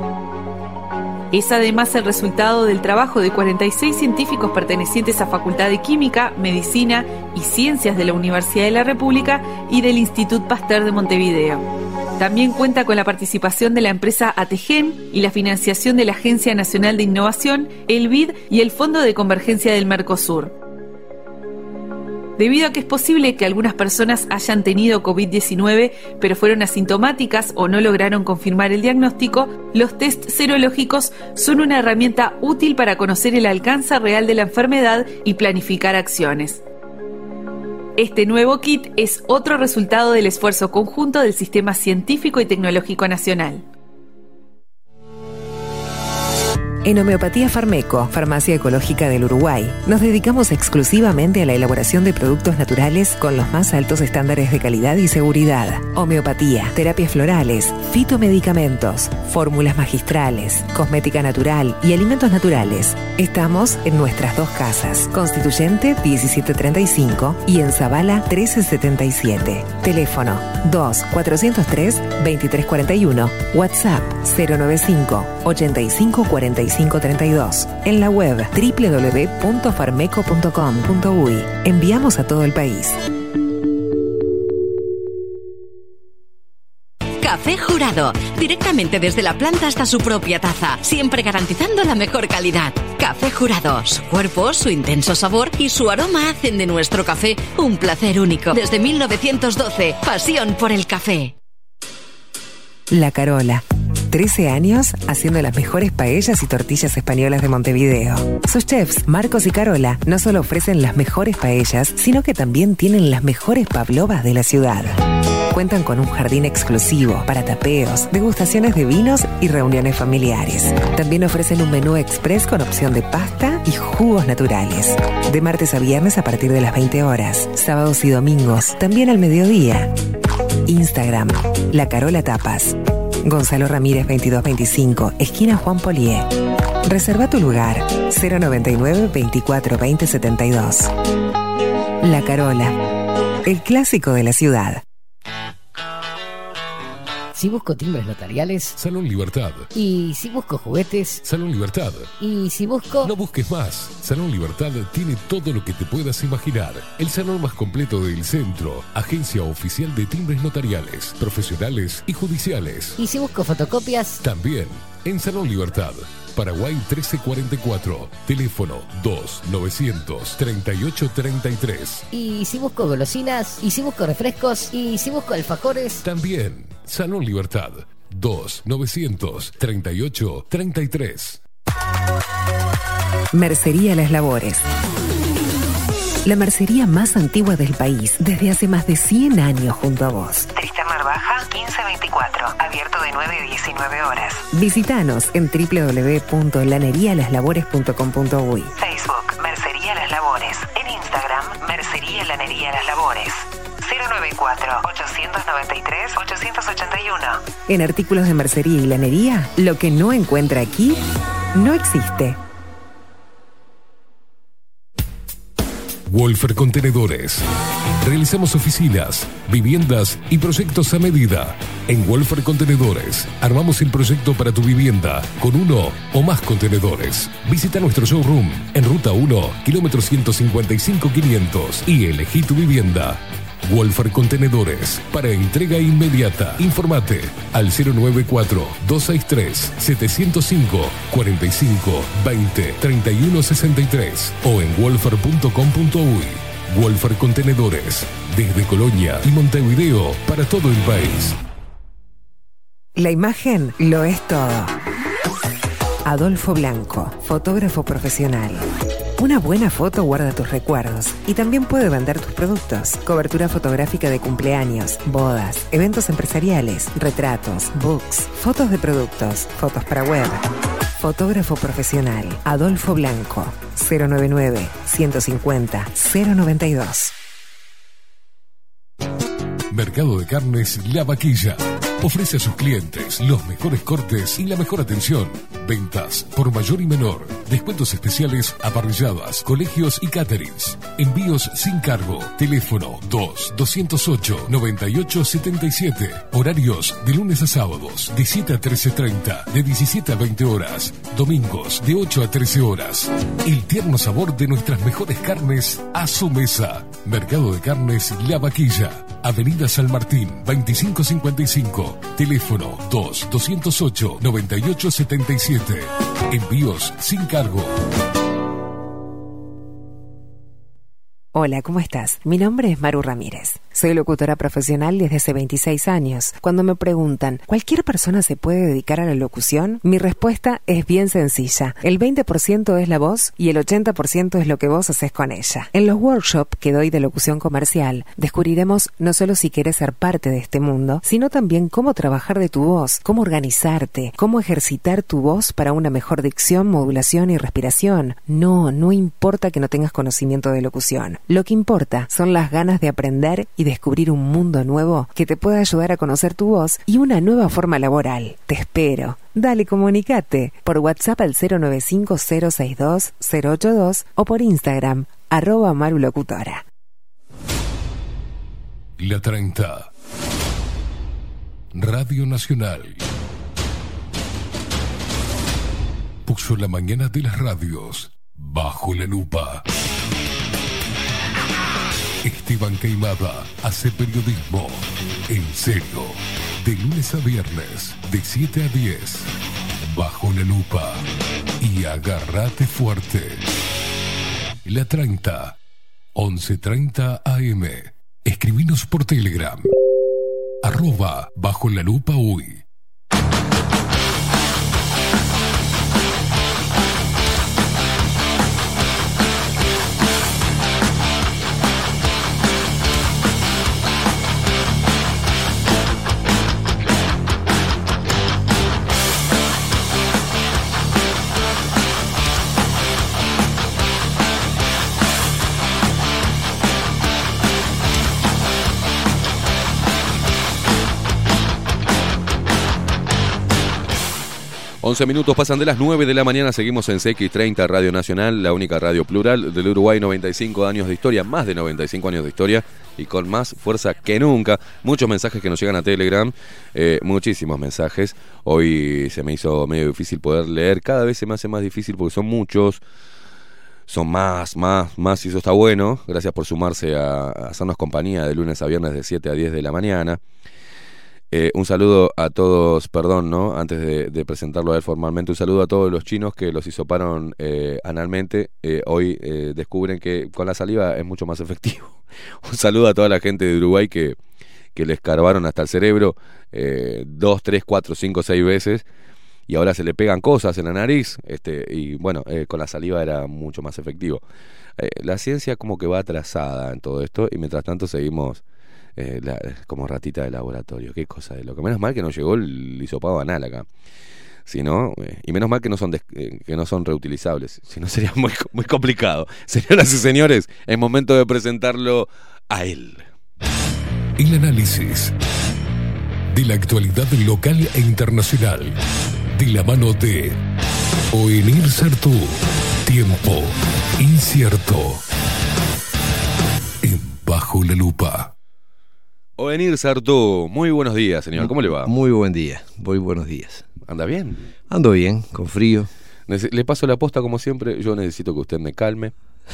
Es además el resultado del trabajo de cuarenta y seis científicos pertenecientes a Facultad de Química, Medicina y Ciencias de la Universidad de la República y del Institut Pasteur de Montevideo. También cuenta con la participación de la empresa Ategen y la financiación de la Agencia Nacional de Innovación, el B I D y el Fondo de Convergencia del Mercosur. Debido a que es posible que algunas personas hayan tenido COVID diecinueve, pero fueron asintomáticas o no lograron confirmar el diagnóstico, los test serológicos son una herramienta útil para conocer el alcance real de la enfermedad y planificar acciones. Este nuevo kit es otro resultado del esfuerzo conjunto del Sistema Científico y Tecnológico Nacional. En Homeopatía Farmeco, Farmacia Ecológica del Uruguay, nos dedicamos exclusivamente a la elaboración de productos naturales con los más altos estándares de calidad y seguridad. Homeopatía, terapias florales, fitomedicamentos, fórmulas magistrales, cosmética natural y alimentos naturales. Estamos en nuestras dos casas, Constituyente diecisiete treinta y cinco y en Zabala trece setenta y siete. Teléfono dos cuatrocientos tres veintitrés cuarenta y uno, WhatsApp cero noventa y cinco ochenta y cinco cuarenta y cinco treinta y dos. En la web doble u doble u doble u punto farmeco punto com punto uy. Enviamos a todo el país. Café Jurado, directamente desde la planta hasta su propia taza, siempre garantizando la mejor calidad. Café Jurado, su cuerpo, su intenso sabor y su aroma hacen de nuestro café un placer único. Desde mil novecientos doce, pasión por el café. La Carola. trece años haciendo las mejores paellas y tortillas españolas de Montevideo. Sus chefs, Marcos y Carola, no solo ofrecen las mejores paellas, sino que también tienen las mejores pavlovas de la ciudad. Cuentan con un jardín exclusivo para tapeos, degustaciones de vinos y reuniones familiares. También ofrecen un menú express con opción de pasta y jugos naturales. De martes a viernes a partir de las veinte horas, sábados y domingos, también al mediodía. Instagram, La Carola Tapas. Gonzalo Ramírez veintidós veinticinco, esquina Juan Polié. Reserva tu lugar, cero noventa y nueve veinticuatro veinte setenta y dos. La Carola, el clásico de la ciudad. Si busco timbres notariales, Salón Libertad. Y si busco juguetes, Salón Libertad. Y si busco... No busques más. Salón Libertad tiene todo lo que te puedas imaginar. El salón más completo del centro. Agencia oficial de timbres notariales, profesionales y judiciales. Y si busco fotocopias, también en Salón Libertad. Paraguay trece cuarenta y cuatro. Teléfono dos novecientos treinta y ocho treinta y tres. Y si busco golosinas, y si busco refrescos, y si busco alfajores. También Salón Libertad dos novecientos treinta y ocho treinta y tres. Mercería Las Labores. La mercería más antigua del país, desde hace más de cien años junto a vos. Tristamar Baja, quince veinticuatro, abierto de nueve a diecinueve horas. Visítanos en doble u doble u doble u punto lanería las labores punto com punto uy. Facebook, Mercería Las Labores. En Instagram, Mercería Lanería Las Labores. cero noventa y cuatro, ochocientos noventa y tres, ochocientos ochenta y uno. En artículos de mercería y lanería, lo que no encuentra aquí, no existe. Wolfer Contenedores. Realizamos oficinas, viviendas y proyectos a medida. En Wolfer Contenedores armamos el proyecto para tu vivienda con uno o más contenedores. Visita nuestro showroom en Ruta uno, kilómetro ciento cincuenta y cinco quinientos y elegí tu vivienda. Wolfer Contenedores, para entrega inmediata. Informate al cero noventa y cuatro, doscientos sesenta y tres, setecientos cinco, cuarenta y cinco, veinte, treinta y uno sesenta y tres o en wolfer punto com punto uy. Wolfer Contenedores, desde Colonia y Montevideo para todo el país. La imagen lo es todo. Adolfo Blanco, fotógrafo profesional. Una buena foto guarda tus recuerdos y también puede vender tus productos. Cobertura fotográfica de cumpleaños, bodas, eventos empresariales, retratos, books, fotos de productos, fotos para web. Fotógrafo profesional, Adolfo Blanco, cero noventa y nueve, ciento cincuenta, cero noventa y dos. Mercado de Carnes La Vaquilla. Ofrece a sus clientes los mejores cortes y la mejor atención. Ventas por mayor y menor. Descuentos especiales a parrilladas, colegios y caterings. Envíos sin cargo. Teléfono dos, doscientos ocho, noventa y ocho setenta y siete. Horarios de lunes a sábados de siete a trece treinta, de diecisiete a veinte horas. Domingos de ocho a trece horas. El tierno sabor de nuestras mejores carnes a su mesa. Mercado de Carnes La Vaquilla. Avenida San Martín, veinticinco cincuenta y cinco. Teléfono dos, doscientos ocho, noventa y ocho setenta y siete. Envíos sin cargo. Hola, ¿cómo estás? Mi nombre es Maru Ramírez. Soy locutora profesional desde hace veintiséis años. Cuando me preguntan, ¿cualquier persona se puede dedicar a la locución? Mi respuesta es bien sencilla. El veinte por ciento es la voz y el ochenta por ciento es lo que vos haces con ella. En los workshops que doy de locución comercial, descubriremos no solo si querés ser parte de este mundo, sino también cómo trabajar de tu voz, cómo organizarte, cómo ejercitar tu voz para una mejor dicción, modulación y respiración. No, no importa que no tengas conocimiento de locución. Lo que importa son las ganas de aprender y descubrir un mundo nuevo que te pueda ayudar a conocer tu voz y una nueva forma laboral. Te espero. Dale, comunicate por WhatsApp al cero nueve cinco, cero seis dos, cero ocho dos o por Instagram, arroba marulocutora. La treinta. Radio Nacional. Puso la mañana de las radios bajo la lupa. Esteban Queimada hace periodismo en serio, de lunes a viernes, de siete a diez, bajo la lupa. Y agárrate fuerte. La treinta, once treinta A M. Escribinos por Telegram, arroba bajo la lupa uy. once minutos pasan de las nueve de la mañana, seguimos en C X treinta Radio Nacional, la única radio plural del Uruguay, noventa y cinco años de historia, más de noventa y cinco años de historia y con más fuerza que nunca. Muchos mensajes que nos llegan a Telegram, eh, muchísimos mensajes. Hoy se me hizo medio difícil poder leer, cada vez se me hace más difícil porque son muchos, son más, más, más y eso está bueno. Gracias por sumarse a, a hacernos compañía de lunes a viernes de siete a diez de la mañana. Eh, un saludo a todos, perdón, ¿no? Antes de, de presentarlo a él formalmente, un saludo a todos los chinos que los hisoparon eh, analmente. Eh, hoy eh, descubren que con la saliva es mucho más efectivo. Un saludo a toda la gente de Uruguay que, que le escarbaron hasta el cerebro eh, dos, tres, cuatro, cinco, seis veces y ahora se le pegan cosas en la nariz. Este, y bueno, eh, con la saliva era mucho más efectivo. Eh, la ciencia como que va atrasada en todo esto y mientras tanto seguimos... Eh, la, como ratita de laboratorio, qué cosa de loco. Menos mal que no llegó el hisopado anal acá. Si no, eh, y menos mal que no son des, eh, que no son reutilizables. Si no sería muy, muy complicado. Señoras y señores, es momento de presentarlo a él. El análisis de la actualidad local e internacional, de la mano de Oenir Sartú. Tiempo incierto. En Bajo la Lupa. Oenir Sartú, muy buenos días, señor. ¿Cómo le va? Muy buen día, muy buenos días. ¿Anda bien? Ando bien, con frío. Le paso la posta como siempre. Yo necesito que usted me calme.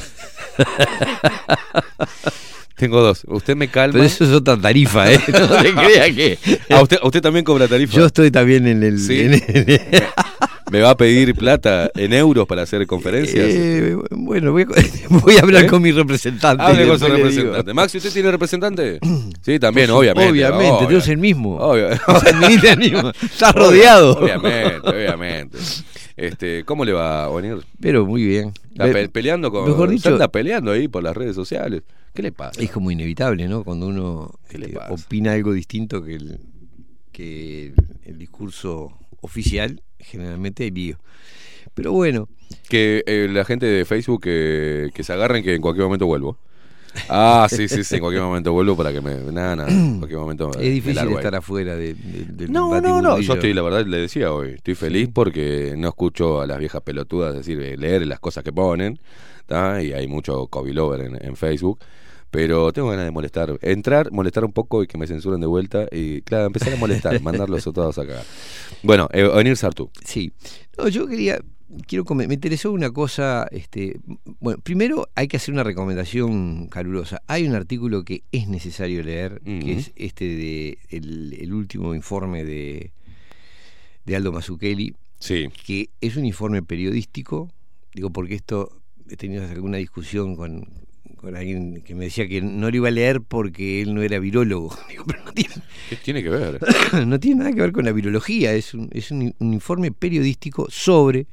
Tengo dos. Usted me calma. Pero eso es otra tarifa, ¿eh? No se crea que... ¿A usted, ¿A usted también cobra tarifa? Yo estoy también en el... ¿Sí? En el... ¿Me va a pedir plata en euros para hacer conferencias? Eh, bueno, voy a, voy a hablar ¿Eh? con mi representante. Hable con su representante. Maxi, ¿usted tiene representante? Sí, también, pues, obviamente. Obviamente, obvia. tenemos el mismo. Obvio. el mismo. Está rodeado. Obviamente, obviamente. Este, ¿cómo le va, Oenir? Pero muy bien. ¿Está pe peleando con... Mejor dicho, anda peleando ahí por las redes sociales. ¿Qué le pasa? Es como inevitable, ¿no? Cuando uno eh, opina algo distinto que el, que el, el discurso oficial, generalmente hay lío. Pero bueno. Que eh, la gente de Facebook que, que se agarren que en cualquier momento vuelvo. Ah, sí, sí, sí, en cualquier momento vuelvo para que me... Nada, nada, en cualquier momento... Es difícil estar ahí afuera de, de, del No, no, no, yo estoy, la verdad, le decía hoy, estoy feliz sí. porque no escucho a las viejas pelotudas decir, leer las cosas que ponen, ¿tá? Y hay mucho covilover en, en Facebook. Pero tengo ganas de molestar, entrar, molestar un poco y que me censuren de vuelta y, claro, empezar a molestar, mandarlos a todos acá. Bueno, eh, Oenir Sartú. Sí, no, yo quería, quiero me interesó una cosa, este, bueno, primero hay que hacer una recomendación calurosa. Hay un artículo que es necesario leer, uh-huh. que es este de el, el último informe de, de Aldo Mazzucchelli, sí. que es un informe periodístico, digo porque esto he tenido alguna discusión con con alguien que me decía que no lo iba a leer porque él no era virólogo. Digo, pero no tiene... ¿Qué tiene que ver? No tiene nada que ver con la virología, es un, es un, un informe periodístico sobre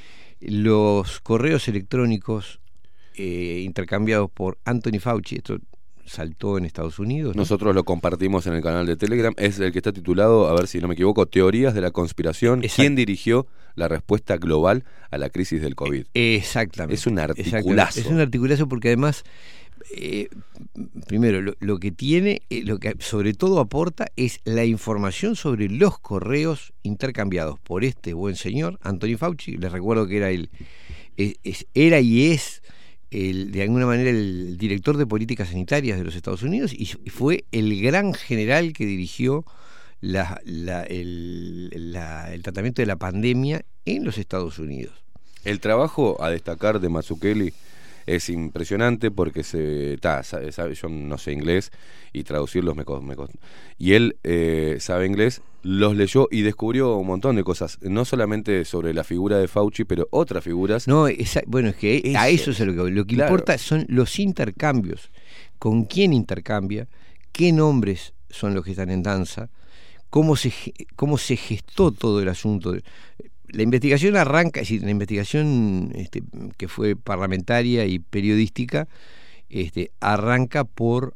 los correos electrónicos eh, intercambiados por Anthony Fauci. Esto saltó en Estados Unidos, ¿no? Nosotros lo compartimos en el canal de Telegram, es el que está titulado, a ver si no me equivoco, Teorías de la conspiración. Exacto. ¿Quién dirigió la respuesta global a la crisis del COVID? Exactamente. Es un articulazo. Es un articulazo porque además, eh, primero, lo, lo que tiene, eh, lo que sobre todo aporta es la información sobre los correos intercambiados por este buen señor, Anthony Fauci. Les recuerdo que era el, es, es, era y es El, de alguna manera el director de políticas sanitarias de los Estados Unidos y fue el gran general que dirigió la, la, el, la, el tratamiento de la pandemia en los Estados Unidos. El trabajo a destacar de Mazzucchelli es impresionante porque se ta, sabe, sabe, yo no sé inglés y traducirlos me costó. Y él eh, sabe inglés, los leyó y descubrió un montón de cosas, no solamente sobre la figura de Fauci, pero otras figuras. No, esa, bueno, es que es, a eso es lo que lo que claro. importa son los intercambios, con quién intercambia, qué nombres son los que están en danza, cómo se cómo se gestó todo el asunto. La investigación arranca, es decir, la investigación este, que fue parlamentaria y periodística, este, arranca por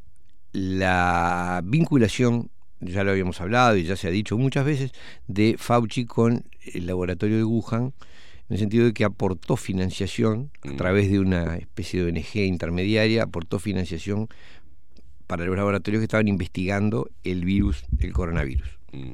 la vinculación, ya lo habíamos hablado y ya se ha dicho muchas veces, de Fauci con el laboratorio de Wuhan, en el sentido de que aportó financiación a través de una especie de O N G intermediaria, aportó financiación para los laboratorios que estaban investigando el virus, el coronavirus. Mm.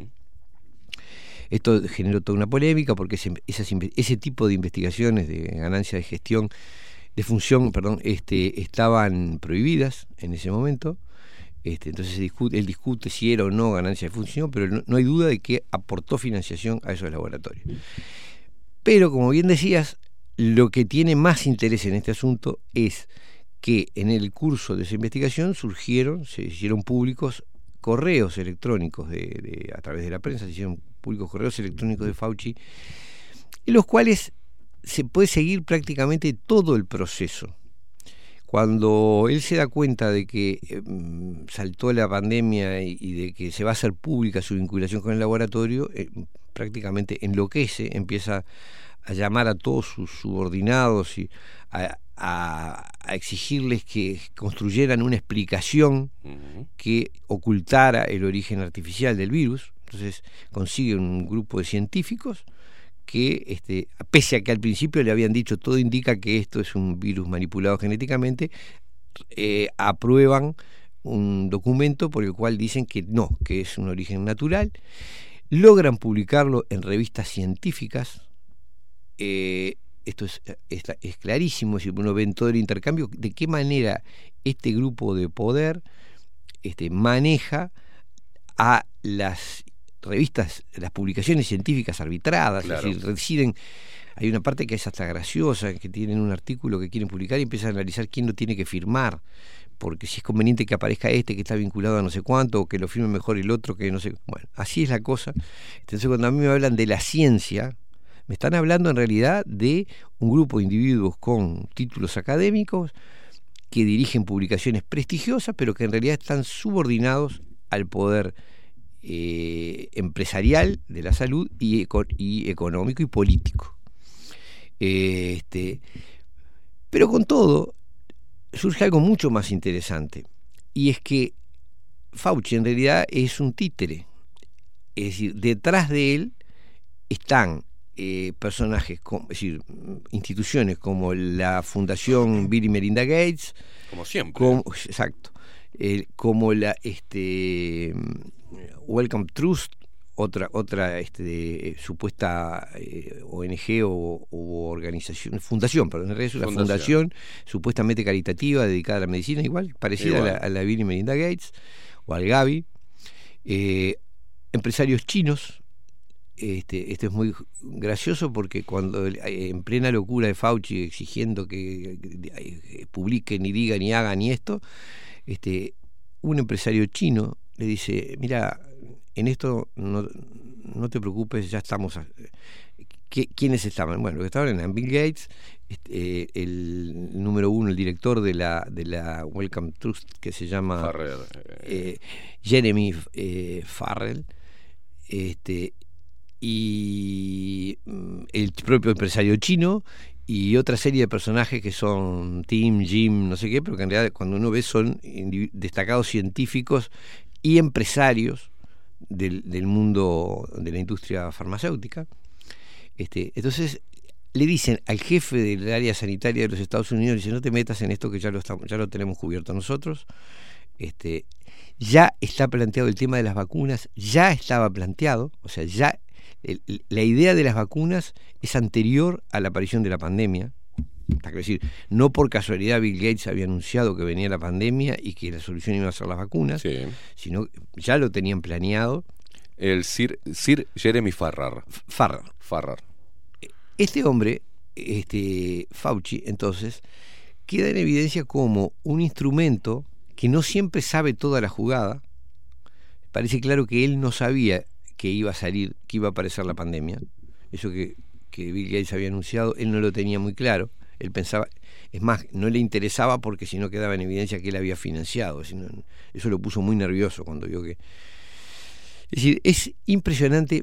Esto generó toda una polémica porque ese, esas, ese tipo de investigaciones de ganancia de gestión, de función, perdón, este, estaban prohibidas en ese momento. Este, entonces se discute, él discute si era o no ganancia de función, pero no, no hay duda de que aportó financiación a esos laboratorios. Pero, como bien decías, lo que tiene más interés en este asunto es que en el curso de esa investigación surgieron, se hicieron públicos correos electrónicos de, de, a través de la prensa, se hicieron públicos correos electrónicos de Fauci, en los cuales se puede seguir prácticamente todo el proceso. Cuando él se da cuenta de que eh, saltó la pandemia y, y de que se va a hacer pública su vinculación con el laboratorio, eh, prácticamente enloquece, empieza a llamar a todos sus subordinados y a, a, a exigirles que construyeran una explicación uh-huh. que ocultara el origen artificial del virus. Entonces consigue un grupo de científicos que, este, pese a que al principio le habían dicho todo indica que esto es un virus manipulado genéticamente, eh, aprueban un documento por el cual dicen que no, que es un origen natural, logran publicarlo en revistas científicas. Eh, esto es, es, es clarísimo, si uno ve en todo el intercambio de qué manera este grupo de poder este, maneja a las revistas, las publicaciones científicas arbitradas, claro. Es decir, deciden, hay una parte que es hasta graciosa, que tienen un artículo que quieren publicar y empiezan a analizar quién lo tiene que firmar, porque si es conveniente que aparezca este que está vinculado a no sé cuánto, o que lo firme mejor el otro que no sé, bueno, así es la cosa. Entonces cuando a mí me hablan de la ciencia, me están hablando en realidad de un grupo de individuos con títulos académicos que dirigen publicaciones prestigiosas, pero que en realidad están subordinados al poder Eh, empresarial de la salud y, eco, y económico y político. Eh, este, pero con todo surge algo mucho más interesante, y es que Fauci en realidad es un títere, es decir, detrás de él están eh, personajes, como, es decir, instituciones como la Fundación Bill y Melinda Gates, como siempre, como, exacto, eh, como la este Wellcome Trust, otra otra este, supuesta eh, O N G o, o organización, fundación, perdón, en realidad es una fundación. fundación supuestamente caritativa dedicada a la medicina, igual, parecida igual. A, la, a la Bill y Melinda Gates o al Gavi, eh, empresarios chinos. Este, esto es muy gracioso porque cuando en plena locura de Fauci exigiendo que, que, que publiquen y digan y hagan y esto, este, un empresario chino le dice, mira, en esto no, no te preocupes, ya estamos... A, ¿qué, ¿Quiénes estaban? Bueno, los que estaban eran Bill Gates, este, el número uno, el director de la de la Wellcome Trust, que se llama Farrell. Eh, Jeremy eh, Farrell, este, y el propio empresario chino, y otra serie de personajes que son Tim, Jim, no sé qué, pero que en realidad cuando uno ve son destacados científicos y empresarios del, del mundo de la industria farmacéutica. Este, entonces le dicen al jefe del área sanitaria de los Estados Unidos, dice, no te metas en esto que ya lo estamos, ya lo tenemos cubierto nosotros. Este, ya está planteado el tema de las vacunas, ya estaba planteado, o sea, ya el, la idea de las vacunas es anterior a la aparición de la pandemia. Es decir, no por casualidad Bill Gates había anunciado que venía la pandemia y que la solución iba a ser las vacunas, sí. Sino ya lo tenían planeado. El Sir, Sir Jeremy Farrar. Farrar. Farrar. Este hombre, este Fauci, entonces, queda en evidencia como un instrumento que no siempre sabe toda la jugada. Parece claro que él no sabía que iba a salir, que iba a aparecer la pandemia. Eso que, que Bill Gates había anunciado, él no lo tenía muy claro. Él pensaba, es más, no le interesaba porque si no quedaba en evidencia que él había financiado. Sino, eso lo puso muy nervioso cuando vio que... Es decir, es impresionante.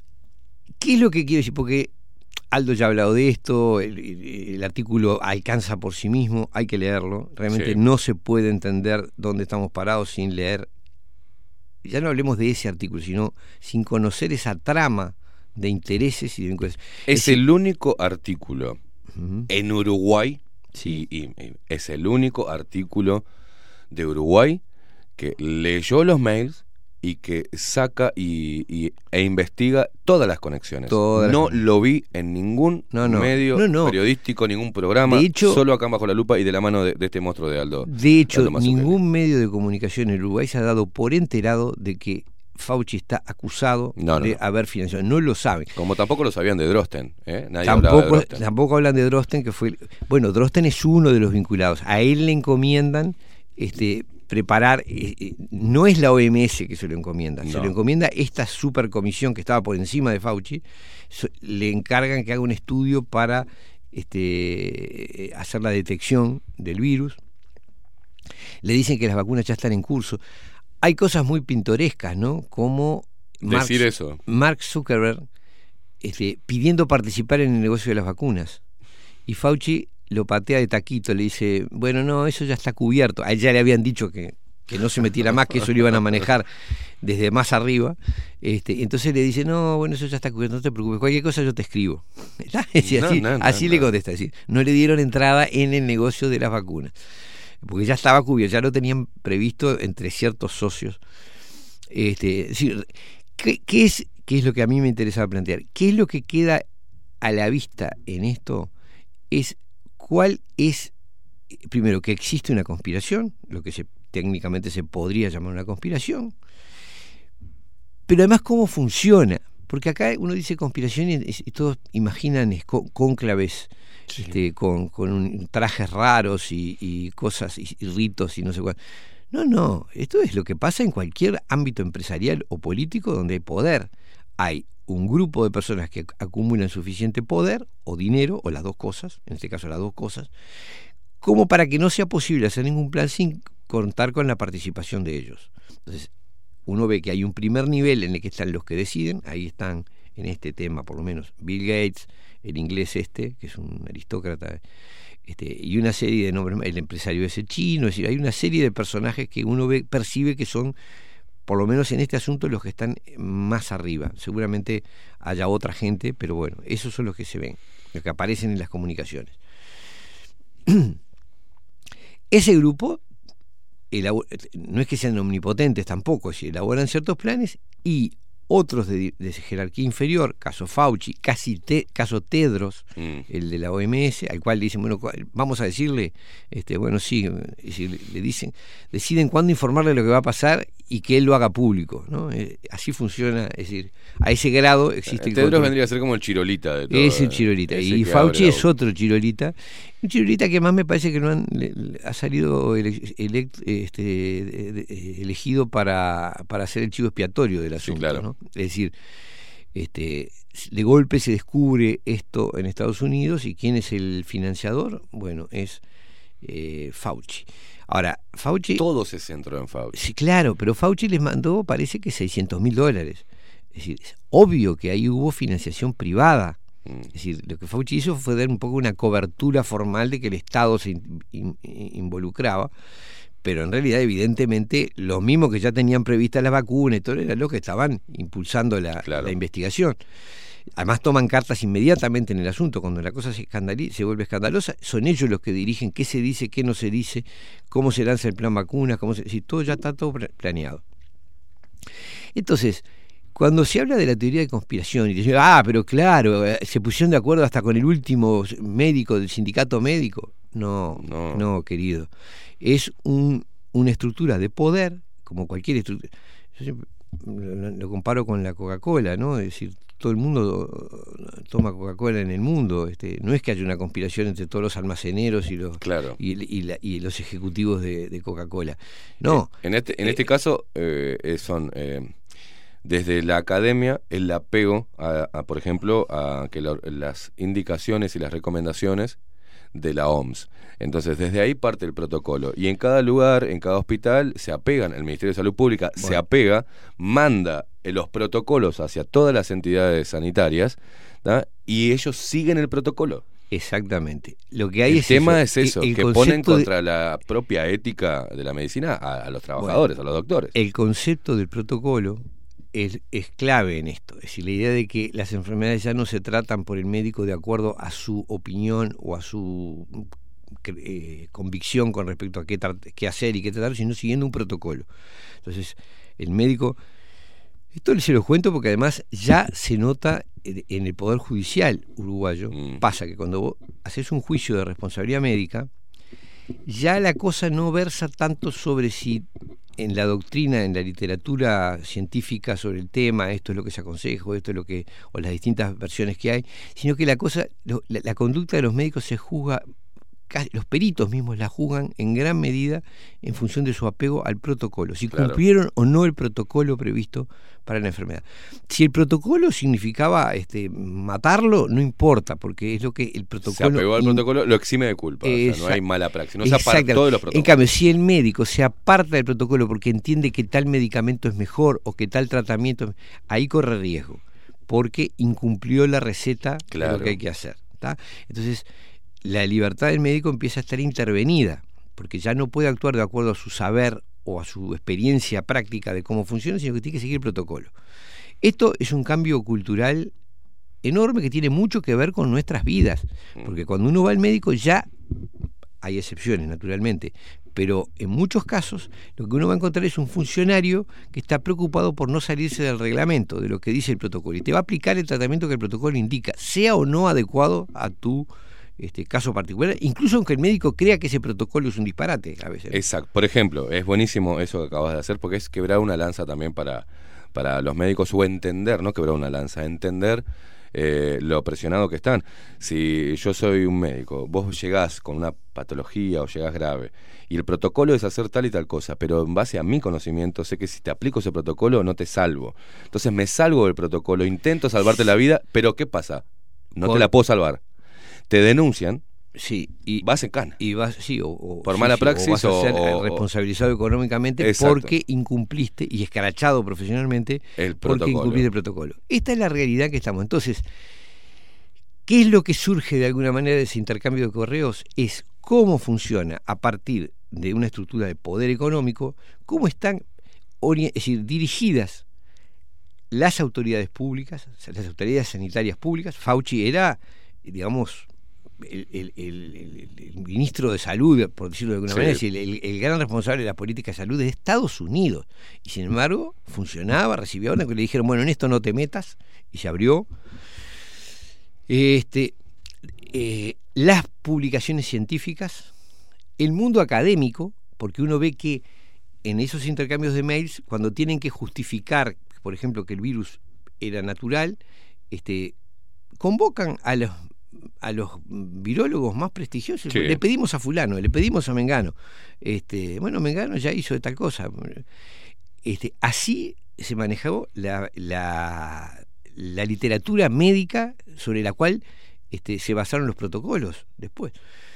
¿Qué es lo que quiero decir? Porque Aldo ya ha hablado de esto, el, el, el artículo alcanza por sí mismo, hay que leerlo. Realmente sí. No se puede entender dónde estamos parados sin leer. Ya no hablemos de ese artículo, sino sin conocer esa trama de intereses y de vinculaciones. Es, es el decir, único artículo uh-huh. en Uruguay, sí. y, y es el único artículo de Uruguay que leyó los mails y que saca y, y e investiga todas las conexiones. Todas no las... lo vi en ningún no, no. medio no, no. periodístico, ningún programa, de hecho, solo acá Bajo la Lupa y de la mano de, de este monstruo de Aldo. De hecho, Aldo ningún medio de comunicación en Uruguay se ha dado por enterado de que Fauci está acusado no, no, de no. haber financiado. No lo saben. Como tampoco lo sabían de Drosten. ¿eh? Nadie tampoco, hablaba de Drosten. Tampoco hablan de Drosten, que fue... Bueno, Drosten es uno de los vinculados. A él le encomiendan... este preparar, eh, no es la O M S que se lo encomienda, no. Se lo encomienda esta supercomisión que estaba por encima de Fauci, so, le encargan que haga un estudio para este, hacer la detección del virus. Le dicen que las vacunas ya están en curso. Hay cosas muy pintorescas, ¿no? Como Mark, decir eso. Mark Zuckerberg este, pidiendo participar en el negocio de las vacunas. Y Fauci lo patea de taquito, le dice, bueno, no, eso ya está cubierto. A él ya le habían dicho que, que no se metiera más, que eso lo iban a manejar desde más arriba. Este, entonces le dice, no, bueno, eso ya está cubierto, no te preocupes, cualquier cosa yo te escribo. así no, así, no, no, así no. le contesta, así. No le dieron entrada en el negocio de las vacunas, porque ya estaba cubierto, ya lo tenían previsto entre ciertos socios. Este, es decir, ¿qué, qué, es, ¿Qué es lo que a mí me interesaba plantear? ¿Qué es lo que queda a la vista en esto? Es cuál es, primero, que existe una conspiración, lo que se, técnicamente se podría llamar una conspiración, pero además cómo funciona, porque acá uno dice conspiración y, y todos imaginan cónclaves sí. este, con, con un, trajes raros y, y cosas y, y ritos y no sé cuál. No, no, esto es lo que pasa en cualquier ámbito empresarial o político donde hay poder. Hay un grupo de personas que acumulan suficiente poder o dinero, o las dos cosas, en este caso las dos cosas, como para que no sea posible hacer ningún plan sin contar con la participación de ellos. Entonces, uno ve que hay un primer nivel en el que están los que deciden, ahí están en este tema por lo menos Bill Gates, el inglés este, que es un aristócrata, este, y una serie de nombres, el empresario ese chino, es decir, hay una serie de personajes que uno ve, percibe que son, por lo menos en este asunto, los que están más arriba. Seguramente haya otra gente, pero bueno, esos son los que se ven, los que aparecen en las comunicaciones. Ese grupo elabora, no es que sean omnipotentes tampoco, es decir, elaboran ciertos planes, y otros de, de jerarquía inferior, caso Fauci, casi te, caso Tedros, mm. el de la O M S, al cual le dicen, bueno, vamos a decirle, este, bueno, sí, decir, le dicen, deciden cuándo informarle lo que va a pasar y que él lo haga público, ¿no? Eh, así funciona, es decir, a ese grado existe el Tedros control. vendría a ser como el chirolita de todo. Es el chirolita, y Fauci es otro chirolita, un chirolita que más me parece que no han, le, le, ha salido ele, elect, este, de, de, elegido para, para ser el chivo expiatorio del asunto, sí, claro. ¿no? Es decir, este, de golpe se descubre esto en Estados Unidos, y ¿quién es el financiador? Bueno, es eh, Fauci. Ahora, Fauci... Todo se centró en Fauci. Sí, claro, pero Fauci les mandó, parece que seiscientos mil dólares. Es decir, es obvio que ahí hubo financiación privada. Mm. Es decir, lo que Fauci hizo fue dar un poco una cobertura formal de que el Estado se in, in, involucraba, pero en realidad, evidentemente, los mismos que ya tenían previstas las vacunas y todo, era lo que estaban impulsando la, claro. la investigación. Además toman cartas inmediatamente en el asunto. Cuando la cosa se, se vuelve escandalosa, son ellos los que dirigen qué se dice, qué no se dice, cómo se lanza el plan vacunas, cómo se, si todo ya está todo planeado. Entonces, cuando se habla de la teoría de conspiración y dicen, ah, pero claro, se pusieron de acuerdo hasta con el último médico del sindicato médico. No, no, no querido. Es un, una estructura de poder, como cualquier estructura. Yo siempre lo, lo comparo con la Coca-Cola, ¿no? Es decir, todo el mundo toma Coca-Cola en el mundo. Este, no es que haya una conspiración entre todos los almaceneros y los claro. y, y, la, y los ejecutivos de, de Coca-Cola. No. En este, en eh, este caso eh, son eh, desde la academia el apego a, a por ejemplo, a que la, las indicaciones y las recomendaciones de la O M S. Entonces, desde ahí parte el protocolo. Y en cada lugar, en cada hospital, se apegan, el Ministerio de Salud Pública bueno. se apega, manda los protocolos hacia todas las entidades sanitarias, ¿tá? Y ellos siguen el protocolo. Exactamente. Lo que hay el es tema eso, es eso, el, el que ponen contra de... la propia ética de la medicina a, a los trabajadores, bueno, a los doctores. El concepto del protocolo Es, es clave en esto, es decir, la idea de que las enfermedades ya no se tratan por el médico de acuerdo a su opinión o a su eh, convicción con respecto a qué, qué hacer y qué tratar, sino siguiendo un protocolo. Entonces, el médico, esto se lo cuento porque además ya se nota en el Poder Judicial uruguayo, mm. pasa que cuando vos haces un juicio de responsabilidad médica, ya la cosa no versa tanto sobre si en la doctrina, en la literatura científica sobre el tema, esto es lo que se aconseja, esto es lo que, o las distintas versiones que hay, sino que la cosa, lo, la, la conducta de los médicos se juzga los peritos mismos la juzgan en gran medida en función de su apego al protocolo, si Claro. cumplieron o no el protocolo previsto para la enfermedad. Si el protocolo significaba este, matarlo, no importa, porque es lo que el Se protocolo... apegó al in- protocolo, lo exime de culpa. O sea, no Exact- hay mala praxis. No se apartó Exactamente. de los protocolos. En cambio, si el médico se aparta del protocolo porque entiende que tal medicamento es mejor o que tal tratamiento, ahí corre riesgo, porque incumplió la receta de Claro. lo que hay que hacer. ¿tá? Entonces, la libertad del médico empieza a estar intervenida, porque ya no puede actuar de acuerdo a su saber o a su experiencia práctica de cómo funciona, sino que tiene que seguir el protocolo. Esto es un cambio cultural enorme que tiene mucho que ver con nuestras vidas, porque cuando uno va al médico ya hay excepciones, naturalmente, pero en muchos casos lo que uno va a encontrar es un funcionario que está preocupado por no salirse del reglamento, de lo que dice el protocolo, y te va a aplicar el tratamiento que el protocolo indica, sea o no adecuado a tu este, caso particular, incluso aunque el médico crea que ese protocolo es un disparate a veces. Exacto. Por ejemplo, es buenísimo eso que acabas de hacer, porque es quebrar una lanza también para, para los médicos, o entender, no quebrar una lanza, entender eh, lo presionado que están. Si yo soy un médico, vos llegás con una patología o llegás grave, y el protocolo es hacer tal y tal cosa, pero en base a mi conocimiento sé que si te aplico ese protocolo no te salvo. Entonces me salgo del protocolo, intento salvarte la vida, pero ¿qué pasa? No Con- te la puedo salvar. Te denuncian, Sí, y vas en cana. y vas sí, o, o- Por sí, mala sí, praxis o vas a o- ser o- responsabilizado económicamente Exacto. porque incumpliste y escarachado profesionalmente El porque protocolo. incumpliste el protocolo. Esta es la realidad que estamos. Entonces, ¿qué es lo que surge de alguna manera de ese intercambio de correos? Es cómo funciona a partir de una estructura de poder económico, cómo están ori- es decir, dirigidas las autoridades públicas, o sea, las autoridades sanitarias públicas. Fauci era, digamos, el, el- el- el- el ministro de salud, por decirlo de alguna Sí. manera, es decir, el, el gran responsable de la política de salud de Estados Unidos. Y sin embargo, funcionaba, recibía orden que le dijeron, bueno, en esto no te metas, y se abrió. Este, eh, las publicaciones científicas, el mundo académico, porque uno ve que en esos intercambios de mails, cuando tienen que justificar, por ejemplo, que el virus era natural, este, convocan a los a los virólogos más prestigiosos. Sí. Le pedimos a fulano, le pedimos a Mengano. Este, bueno, Mengano ya hizo de tal cosa. Este, así se manejó la, la, la literatura médica sobre la cual este, se basaron los protocolos después.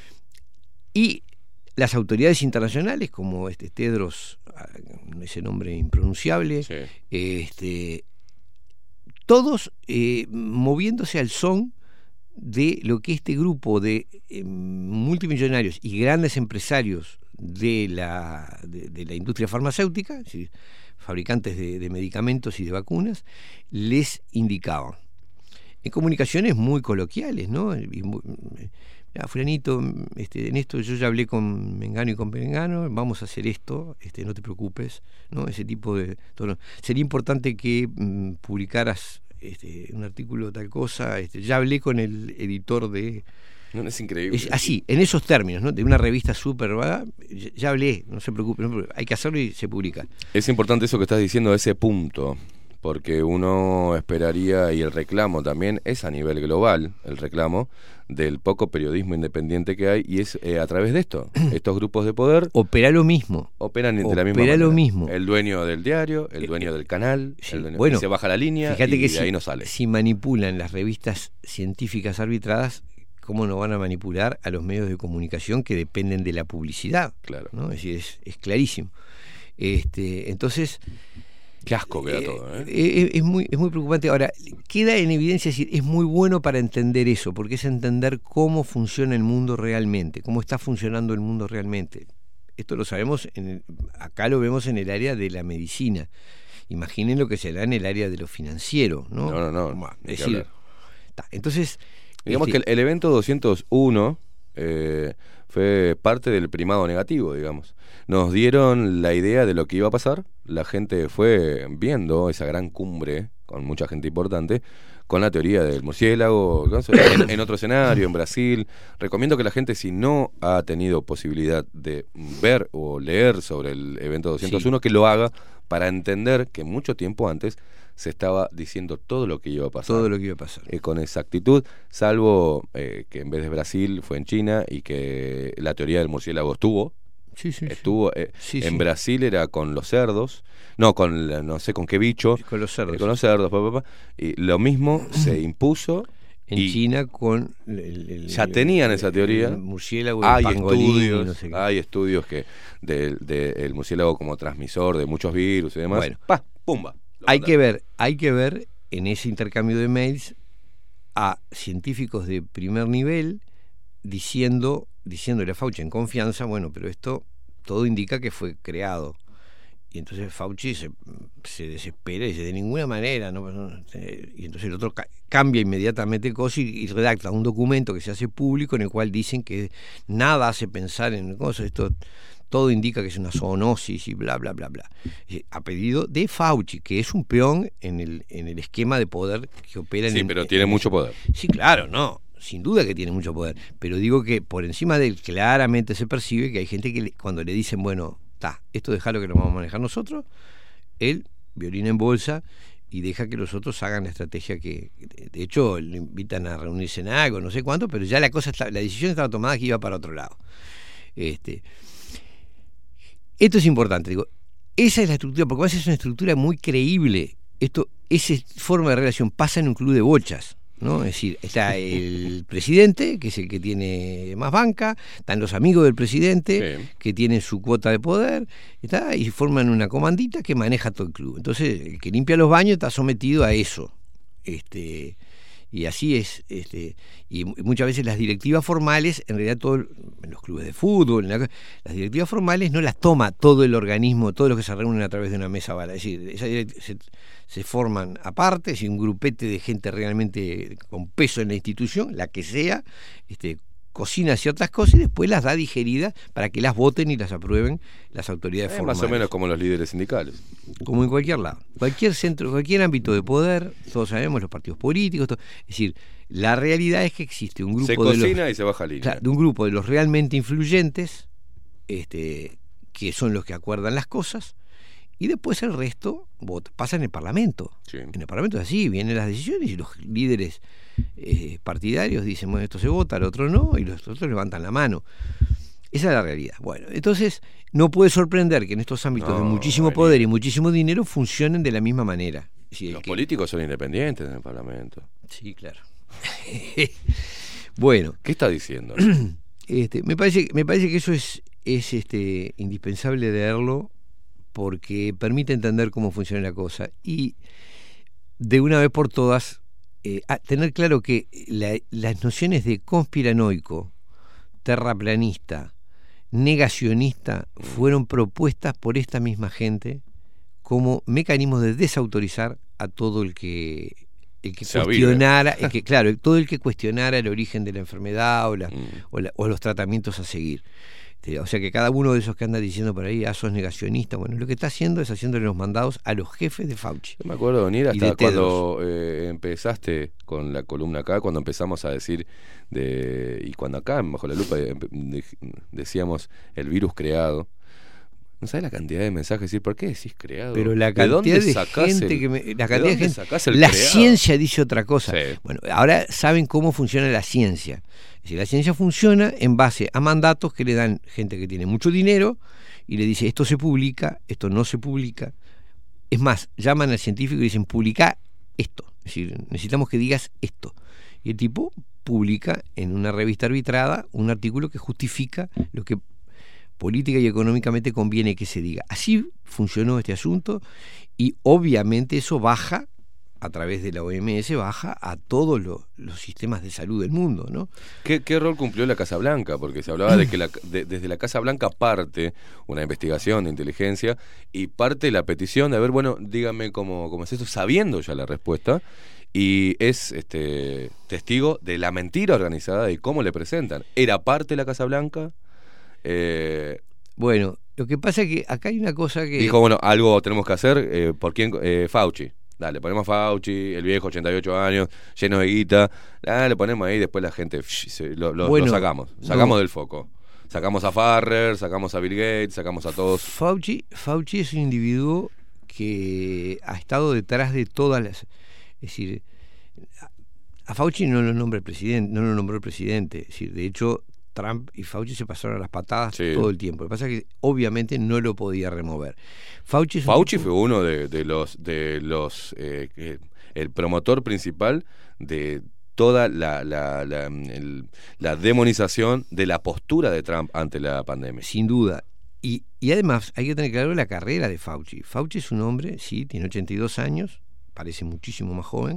Y las autoridades internacionales, como este Tedros, ese nombre impronunciable, Sí. este, todos eh, moviéndose al son de lo que este grupo de eh, multimillonarios y grandes empresarios de la, de, de la industria farmacéutica, es decir, fabricantes de, de medicamentos y de vacunas, les indicaban. En comunicaciones muy coloquiales, ¿no? Y muy, "Mirá, fulanito, este, en esto yo ya hablé con Mengano y con Mengano, vamos a hacer esto, este, no te preocupes", ¿no? Ese tipo de tono. Sería importante que mm, publicaras este, un artículo tal cosa, este, ya hablé con el editor de... No, es increíble. Es así, en esos términos, ¿no? De una revista súper vaga, ya, ya hablé, no se preocupe, no, hay que hacerlo y se publica. Es importante eso que estás diciendo, ese punto, porque uno esperaría, y el reclamo también es a nivel global, el reclamo del poco periodismo independiente que hay, y es eh, a través de esto. Estos grupos de poder Opera lo mismo. operan de la Opera misma manera. lo mismo. El dueño del diario, el dueño del canal, Sí, el dueño, bueno, y se baja la línea Fíjate y que de si, ahí no sale. si manipulan las revistas científicas arbitradas, ¿cómo no van a manipular a los medios de comunicación que dependen de la publicidad? Claro. ¿no? Es decir, es, es clarísimo. Este, entonces, Qué asco queda eh, todo, ¿eh? eh, es, muy, es muy preocupante. Ahora, queda en evidencia, es decir, es muy bueno para entender eso, porque es entender cómo funciona el mundo realmente, cómo está funcionando el mundo realmente. Esto lo sabemos, en el- acá lo vemos en el área de la medicina. Imaginen lo que será en el área de lo financiero, ¿no? No, no, no, Bueno, ni es que decir, hablar. ta, entonces, Digamos este, que el, el evento doscientos uno eh, fue parte del primado negativo, digamos. Nos dieron la idea de lo que iba a pasar, la gente fue viendo esa gran cumbre, con mucha gente importante, con la teoría del murciélago, ¿no? en, en otro escenario, en Brasil. Recomiendo que la gente, si no ha tenido posibilidad de ver o leer sobre el evento doscientos uno, Sí. que lo haga para entender que mucho tiempo antes se estaba diciendo todo lo que iba a pasar. Todo lo que iba a pasar. Eh, con exactitud, salvo eh, que en vez de Brasil fue en China y que la teoría del murciélago estuvo. Sí, sí, estuvo eh, sí, en sí. Brasil era con los cerdos, no, con la- no sé con qué bicho. Con los cerdos. Eh, con los cerdos, pa, pa, pa. Y lo mismo se impuso. En y China con el, el- ya tenían esa teoría. el murciélago, el Hay pangolín, estudios, no sé qué. hay estudios que del de, el murciélago como transmisor de muchos virus y demás. Bueno. pa, pumba. lo Hay mandaron. que ver, hay que ver en ese intercambio de mails a científicos de primer nivel diciendo, diciéndole a Fauci en confianza, bueno, pero esto todo indica que fue creado. Y entonces Fauci se, se desespera y dice, de ninguna manera, no, no, eh, y entonces el otro ca- cambia inmediatamente cosas y, y redacta un documento que se hace público en el cual dicen que nada hace pensar en cosas, esto todo indica que es una zoonosis y bla, bla, bla, bla. Eh, A pedido de Fauci, que es un peón en el, en el esquema de poder que opera en Sí, en- pero en- tiene en mucho ese- poder. Sí, claro, no. Sin duda que tiene mucho poder. Pero digo que por encima de él claramente se percibe que hay gente que le- cuando le dicen, bueno, está, esto dejalo que lo vamos a manejar nosotros, él, violín en bolsa, y deja que los otros hagan la estrategia que, de hecho, le invitan a reunirse en algo, no sé cuánto, pero ya la cosa está, la decisión estaba tomada que iba para otro lado. Este, esto es importante, digo, esa es la estructura, porque a veces es una estructura muy creíble. Esto, esa forma de relación pasa en un club de bochas, ¿no? Es decir, está el presidente, que es el que tiene más banca, están los amigos del presidente, Sí. que tienen su cuota de poder, está, y forman una comandita que maneja todo el club. Entonces, el que limpia los baños está sometido a eso. Este, y así es, este, y mu- muchas veces las directivas formales, en realidad todo, el- en los clubes de fútbol, en la- las directivas formales no las toma todo el organismo, todos los que se reúnen a través de una mesa bala. Es decir, esas direct- se, se forman aparte, es decir, un grupete de gente realmente con peso en la institución, la que sea, este, cocina ciertas cosas y después las da digeridas para que las voten y las aprueben las autoridades Eh, formales. más o menos como los líderes sindicales. Como en cualquier lado. Cualquier centro, cualquier ámbito de poder, todos sabemos, los partidos políticos, todo. Es decir, la realidad es que existe un grupo Se de cocina los, y se baja línea. claro, de un grupo de los realmente influyentes, este, que son los que acuerdan las cosas, y después el resto vota, pasa en el Parlamento. Sí. En el Parlamento es así, vienen las decisiones y los líderes eh, partidarios dicen, bueno, esto se vota, el otro no, y los otros levantan la mano. Esa es la realidad. Bueno, entonces no puede sorprender que en estos ámbitos No, de muchísimo Eli. poder y muchísimo dinero funcionen de la misma manera. Es decir, el Los que- políticos son independientes en el Parlamento. Sí, claro. Bueno, ¿Qué está diciendo? este, me parece, me parece que eso es, es este, indispensable leerlo porque permite entender cómo funciona la cosa y de una vez por todas eh, a tener claro que la- las nociones de conspiranoico, terraplanista, negacionista fueron propuestas por esta misma gente como mecanismos de desautorizar a todo el que el que Se avive. cuestionara, el que, claro, todo el que cuestionara el origen de la enfermedad o, la, Mm. o, la- o los tratamientos a seguir. Este, O sea que cada uno de esos que anda diciendo por ahí, ah, sos negacionista, bueno, lo que está haciendo es haciéndole los mandados a los jefes de Fauci. Yo me acuerdo de venir Y hasta de Tedros. cuando eh, empezaste con la columna acá, cuando empezamos a decir de y cuando acá en Bajo la Lupa eh, de- decíamos el virus creado. ¿No sabes la cantidad de mensajes? Decir, ¿por qué decís creado? Pero la ¿De cantidad dónde de sacás gente el- que me, la de cantidad de dónde gente, sacás el la creado? ciencia dice otra cosa. Sí. Bueno, ahora saben cómo funciona la ciencia. Es decir, la ciencia funciona en base a mandatos que le dan gente que tiene mucho dinero y le dice esto se publica, esto no se publica. Es más, llaman al científico y dicen publica esto. Es decir, necesitamos que digas esto. Y el tipo publica en una revista arbitrada un artículo que justifica lo que política y económicamente conviene que se diga. Así funcionó este asunto y obviamente eso baja, a través de la O M S, baja a todos lo- los sistemas de salud del mundo, ¿no? ¿Qué, qué rol cumplió la Casa Blanca? Porque se hablaba de que la- de- desde la Casa Blanca parte una investigación de inteligencia y parte la petición de, a ver, bueno, dígame cómo, cómo es esto, sabiendo ya la respuesta, y es este testigo de la mentira organizada y cómo le presentan. ¿Era parte de la Casa Blanca? Eh, Bueno, lo que pasa es que acá hay una cosa que... dijo, bueno, algo tenemos que hacer, eh, ¿por quién? Eh, Fauci. Dale, ponemos a Fauci, el viejo, ochenta y ocho años, lleno de guita. Ah, le ponemos ahí, después la gente psh, se- lo, lo- Bueno, lo sacamos. Sacamos no. del foco. Sacamos a Farrer, sacamos a Bill Gates, sacamos a todos. Fauci, Fauci es un individuo que ha estado detrás de todas las... Es decir, a Fauci no lo nombra el presidente, no lo nombró el presidente. Es decir, de hecho, Trump y Fauci se pasaron a las patadas sí. todo el tiempo. Lo que pasa es que obviamente no lo podía remover. Fauci, es Fauci tipo... fue uno de, de los... de los eh, eh, el promotor principal de toda la, la, la, el, la demonización de la postura de Trump ante la pandemia. Sin duda. Y, y además hay que tener claro la carrera de Fauci. Fauci es un hombre, sí, tiene ochenta y dos años, parece muchísimo más joven,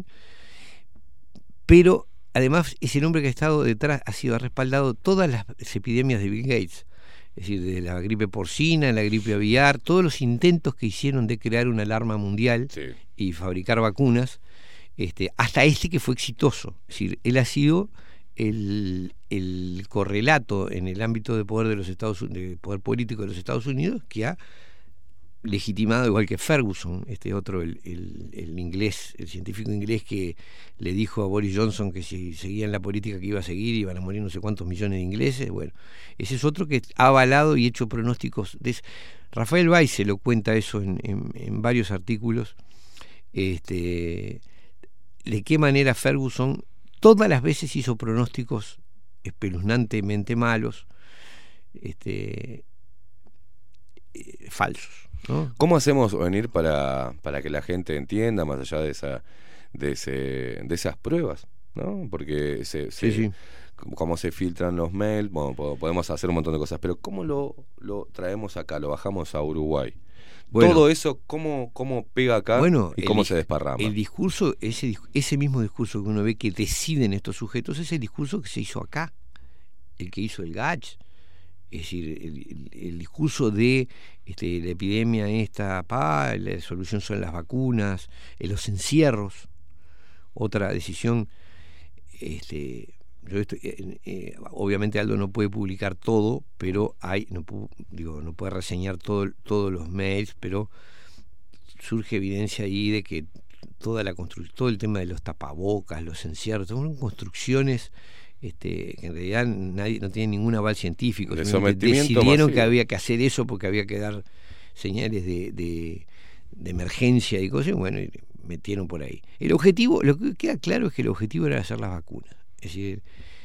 pero además es el hombre que ha estado detrás, ha sido ha respaldado todas las epidemias de Bill Gates. Es decir, de la gripe porcina, la gripe aviar, todos los intentos que hicieron de crear una alarma mundial sí. y fabricar vacunas, este, hasta este que fue exitoso. Es decir, él ha sido el, el correlato en el ámbito de poder de los Estados de poder político de los Estados Unidos que ha legitimado, igual que Ferguson, este otro, el, el, el inglés, el científico inglés que le dijo a Boris Johnson que si seguía en la política que iba a seguir iban a morir no sé cuántos millones de ingleses. Bueno, ese es otro que ha avalado y hecho pronósticos de... Rafael Weiss se lo cuenta eso en, en, en varios artículos, este, de qué manera Ferguson todas las veces hizo pronósticos espeluznantemente malos, este, eh, falsos, ¿no? ¿Cómo hacemos venir para, para que la gente entienda más allá de esa de ese de esas pruebas, ¿no? Porque se, se sí, sí. cómo se filtran los mails, bueno, podemos hacer un montón de cosas, pero ¿cómo lo, lo traemos acá, lo bajamos a Uruguay? Bueno, todo eso, ¿cómo, cómo pega acá bueno, y cómo el, se desparrama? El discurso, ese, ese mismo discurso que uno ve que deciden estos sujetos, es el discurso que se hizo acá, el que hizo el Gach. Es decir, el, el, el discurso de este, la epidemia esta, pa, la solución son las vacunas, eh, los encierros, otra decisión. Este, yo estoy, eh, eh, obviamente Aldo no puede publicar todo, pero hay, no pu, digo, no puede reseñar todo, todos los mails, pero surge evidencia ahí de que toda la constru- todo el tema de los tapabocas, los encierros, son construcciones. Este, que en realidad nadie no tiene ningún aval científico, de decidieron masivo. que había que hacer eso porque había que dar señales de, de, de emergencia y cosas, y bueno, y metieron por ahí. El objetivo, lo que queda claro es que el objetivo era hacer las vacunas, es decir,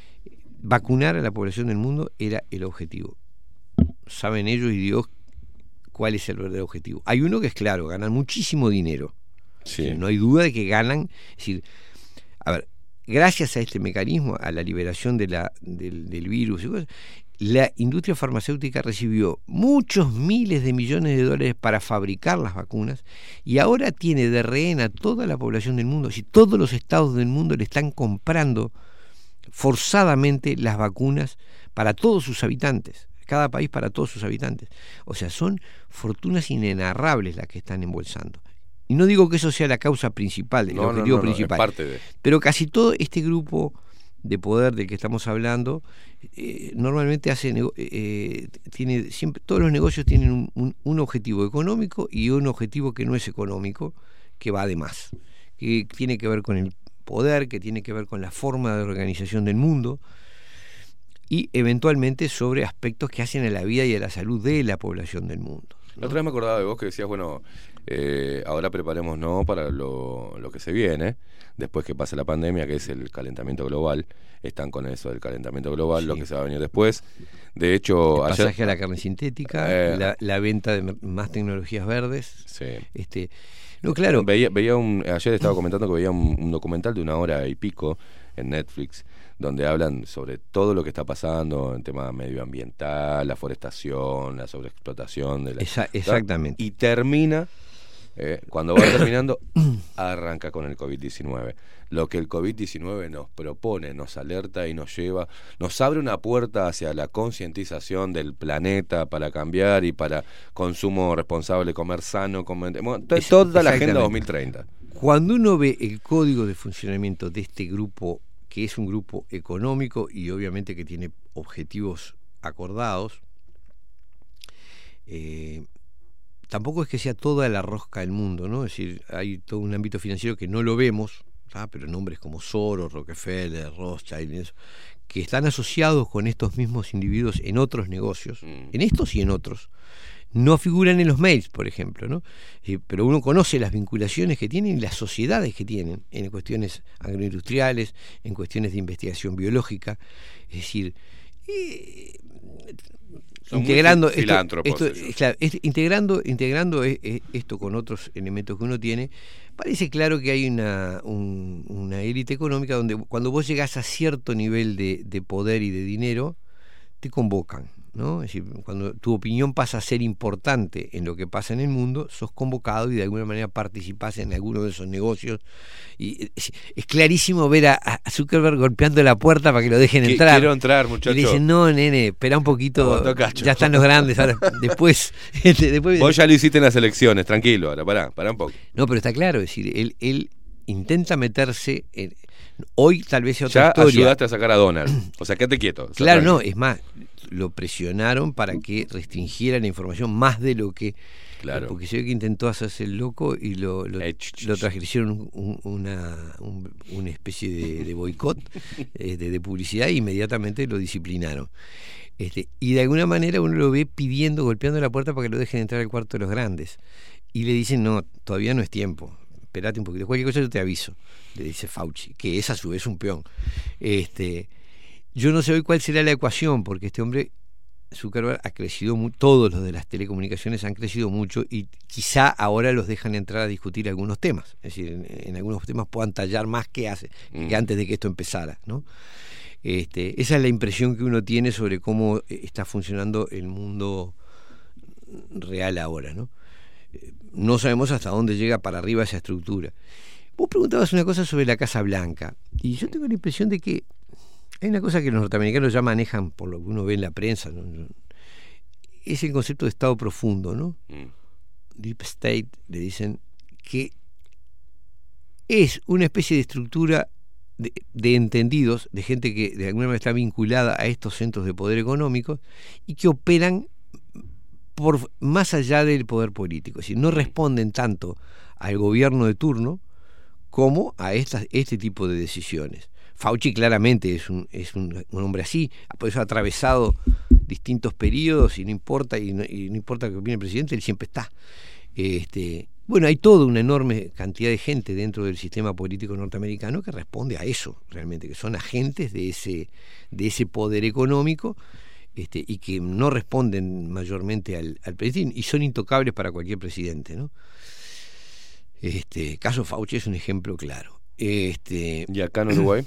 vacunar a la población del mundo era el objetivo. Saben ellos y Dios cuál es el verdadero objetivo. Hay uno que es claro, ganan muchísimo dinero. Sí. No hay duda de que ganan, es decir, a ver, gracias a este mecanismo, a la liberación de la, del, del virus y cosas, la industria farmacéutica recibió muchos miles de millones de dólares para fabricar las vacunas y ahora tiene de rehén a toda la población del mundo. Si todos los estados del mundo le están comprando forzadamente las vacunas para todos sus habitantes, cada país para todos sus habitantes. O sea, son fortunas inenarrables las que están embolsando. Y no digo que eso sea la causa principal, el no, objetivo no, no, principal, no, es parte de... pero casi todo este grupo de poder del que estamos hablando eh, normalmente hace eh, tiene siempre todos los negocios tienen un, un, un objetivo económico y un objetivo que no es económico, que va de más, que tiene que ver con el poder, que tiene que ver con la forma de organización del mundo y eventualmente sobre aspectos que hacen a la vida y a la salud de la población del mundo, ¿no? La otra vez me acordaba de vos que decías, bueno, eh, ahora preparémonos para lo, lo que se viene, después que pase la pandemia, que es el calentamiento global. Están con eso del calentamiento global, sí. Lo que se va a venir después. De hecho, el ayer, pasaje a la carne sintética, eh, la, la venta de más tecnologías verdes. Sí. Este, no, claro. Veía, veía un, ayer estaba comentando que veía un, un documental de una hora y pico en Netflix, donde hablan sobre todo lo que está pasando en tema medioambiental, la forestación, la sobreexplotación de la... Esa, exactamente. Y termina, eh, cuando va terminando, arranca con el covid diecinueve. Lo que el covid diecinueve nos propone, nos alerta y nos lleva, nos abre una puerta hacia la concientización del planeta para cambiar y para consumo responsable, comer sano, comer, bueno, t- toda la Agenda dos mil treinta. Cuando uno ve el código de funcionamiento de este grupo, que es un grupo económico y obviamente que tiene objetivos acordados, eh, tampoco es que sea toda la rosca del mundo, ¿no? Es decir, hay todo un ámbito financiero que no lo vemos, ¿tá? Pero nombres como Soros, Rockefeller, Rothschild, eso, que están asociados con estos mismos individuos en otros negocios, mm. en estos y en otros no figuran en los mails, por ejemplo, ¿no? Eh, pero uno conoce las vinculaciones que tienen y las sociedades que tienen en cuestiones agroindustriales, en cuestiones de investigación biológica, es decir, eh, integrando esto, esto claro, es, integrando integrando es, es, esto con otros elementos que uno tiene, parece claro que hay una un, una élite económica donde cuando vos llegás a cierto nivel de, de poder y de dinero te convocan, ¿no? Es decir, cuando tu opinión pasa a ser importante en lo que pasa en el mundo, sos convocado y de alguna manera participás en alguno de esos negocios. Y es, es clarísimo ver a, a Zuckerberg golpeando la puerta para que lo dejen entrar. Quiero entrar, muchacho. Y le dicen, no, nene, espera un poquito, ya están los grandes, ahora después, después... Vos ya lo hiciste en las elecciones, tranquilo, ahora, pará, pará un poco. No, pero está claro, es decir, él, él intenta meterse en... Hoy tal vez sea otra ya historia. Ya ayudaste a sacar a Donald, o sea, quédate quieto. Claro, no, es más, lo presionaron para que restringiera la información más de lo que... Claro. Porque se ve que intentó hacerse el loco y lo, lo, eh, ch, ch, lo transgredieron un, una, un, una especie de, de boicot eh, de, de publicidad e inmediatamente lo disciplinaron. Este, y de alguna manera uno lo ve pidiendo, golpeando la puerta para que lo dejen entrar al cuarto de los grandes. Y le dicen, no, todavía no es tiempo. Esperate un poquito, cualquier cosa yo te aviso, le dice Fauci, que es a su vez un peón. Este, yo no sé hoy cuál será la ecuación, porque este hombre, Zuckerberg, ha crecido mucho, todos los de las telecomunicaciones han crecido mucho y quizá ahora los dejan entrar a discutir algunos temas, es decir, en, en algunos temas puedan tallar más que hace, mm. que antes de que esto empezara, ¿no? Este, esa es la impresión que uno tiene sobre cómo está funcionando el mundo real ahora, ¿no? No sabemos hasta dónde llega para arriba esa estructura. Vos preguntabas una cosa sobre la Casa Blanca, y yo tengo la impresión de que hay una cosa que los norteamericanos ya manejan, por lo que uno ve en la prensa, ¿no? Es el concepto de Estado profundo, ¿no? Mm. Deep State, le dicen, que es una especie de estructura de, de entendidos, de gente que de alguna manera está vinculada a estos centros de poder económico y que operan por más allá del poder político, es decir, no responden tanto al gobierno de turno como a estas, este tipo de decisiones. Fauci claramente es un, es un, un hombre así, por eso ha atravesado distintos periodos y no importa, y no, y no importa que opine el presidente, él siempre está. Este, bueno, hay toda una enorme cantidad de gente dentro del sistema político norteamericano que responde a eso, realmente, que son agentes de ese, de ese poder económico. Este, y que no responden mayormente al, al presidente y son intocables para cualquier presidente, ¿no? Este caso Fauci es un ejemplo claro. Este, ¿Y acá en Uruguay?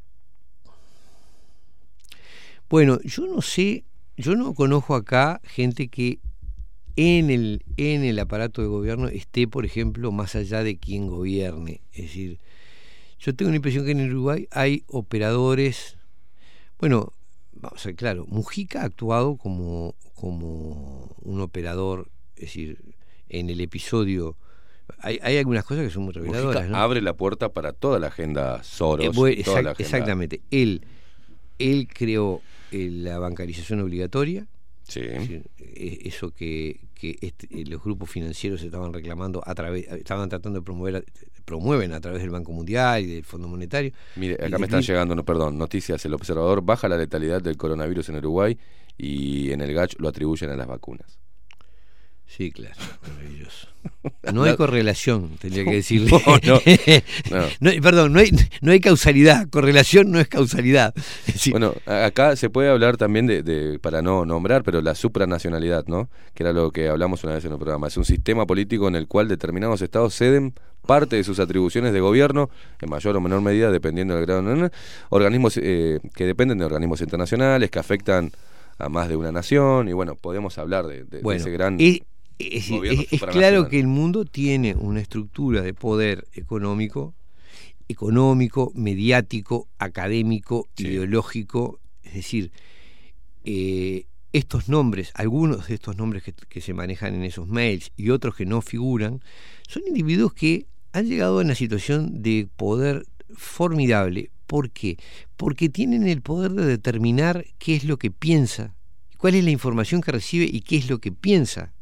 Bueno, yo no sé, yo no conozco acá gente que en el, en el aparato de gobierno esté, por ejemplo, más allá de quien gobierne. Es decir, yo tengo la impresión que en Uruguay hay operadores, bueno, vamos a ser claro, Mujica ha actuado como, como un operador, es decir, en el episodio hay, hay algunas cosas que son muy reveladoras, Mujica, ¿no? abre la puerta para toda la agenda Soros, eh, bueno, toda exact, la agenda... exactamente, él él creó eh, la bancarización obligatoria, sí. Es decir, eh, eso que, que este, eh, los grupos financieros estaban reclamando a través, estaban tratando de promover, promueven a través del Banco Mundial y del Fondo Monetario. Mire, acá me están llegando, no, perdón, noticias. El Observador baja la letalidad del coronavirus en Uruguay y en el G A C H lo atribuyen a las vacunas. Sí, claro, maravilloso. No hay correlación, tendría que decirle. No, no, no. no, perdón, no hay, no hay causalidad. Correlación no es causalidad. Sí. Bueno, acá se puede hablar también de, de, para no nombrar, pero la supranacionalidad, ¿no? Que era lo que hablamos una vez en el programa. Es un sistema político en el cual determinados estados ceden parte de sus atribuciones de gobierno, en mayor o menor medida, dependiendo del grado de organismos eh, que dependen de organismos internacionales, que afectan a más de una nación, y bueno, podemos hablar de, de, bueno, de ese gran... Y... Es, es, es claro que el mundo tiene una estructura de poder económico, económico, mediático, académico, sí. ideológico, es decir, eh, estos nombres, algunos de estos nombres que, que se manejan en esos mails y otros que no figuran, son individuos que han llegado a una situación de poder formidable. ¿Por qué? Porque tienen el poder de determinar qué es lo que piensa, cuál es la información que recibe y qué es lo que piensa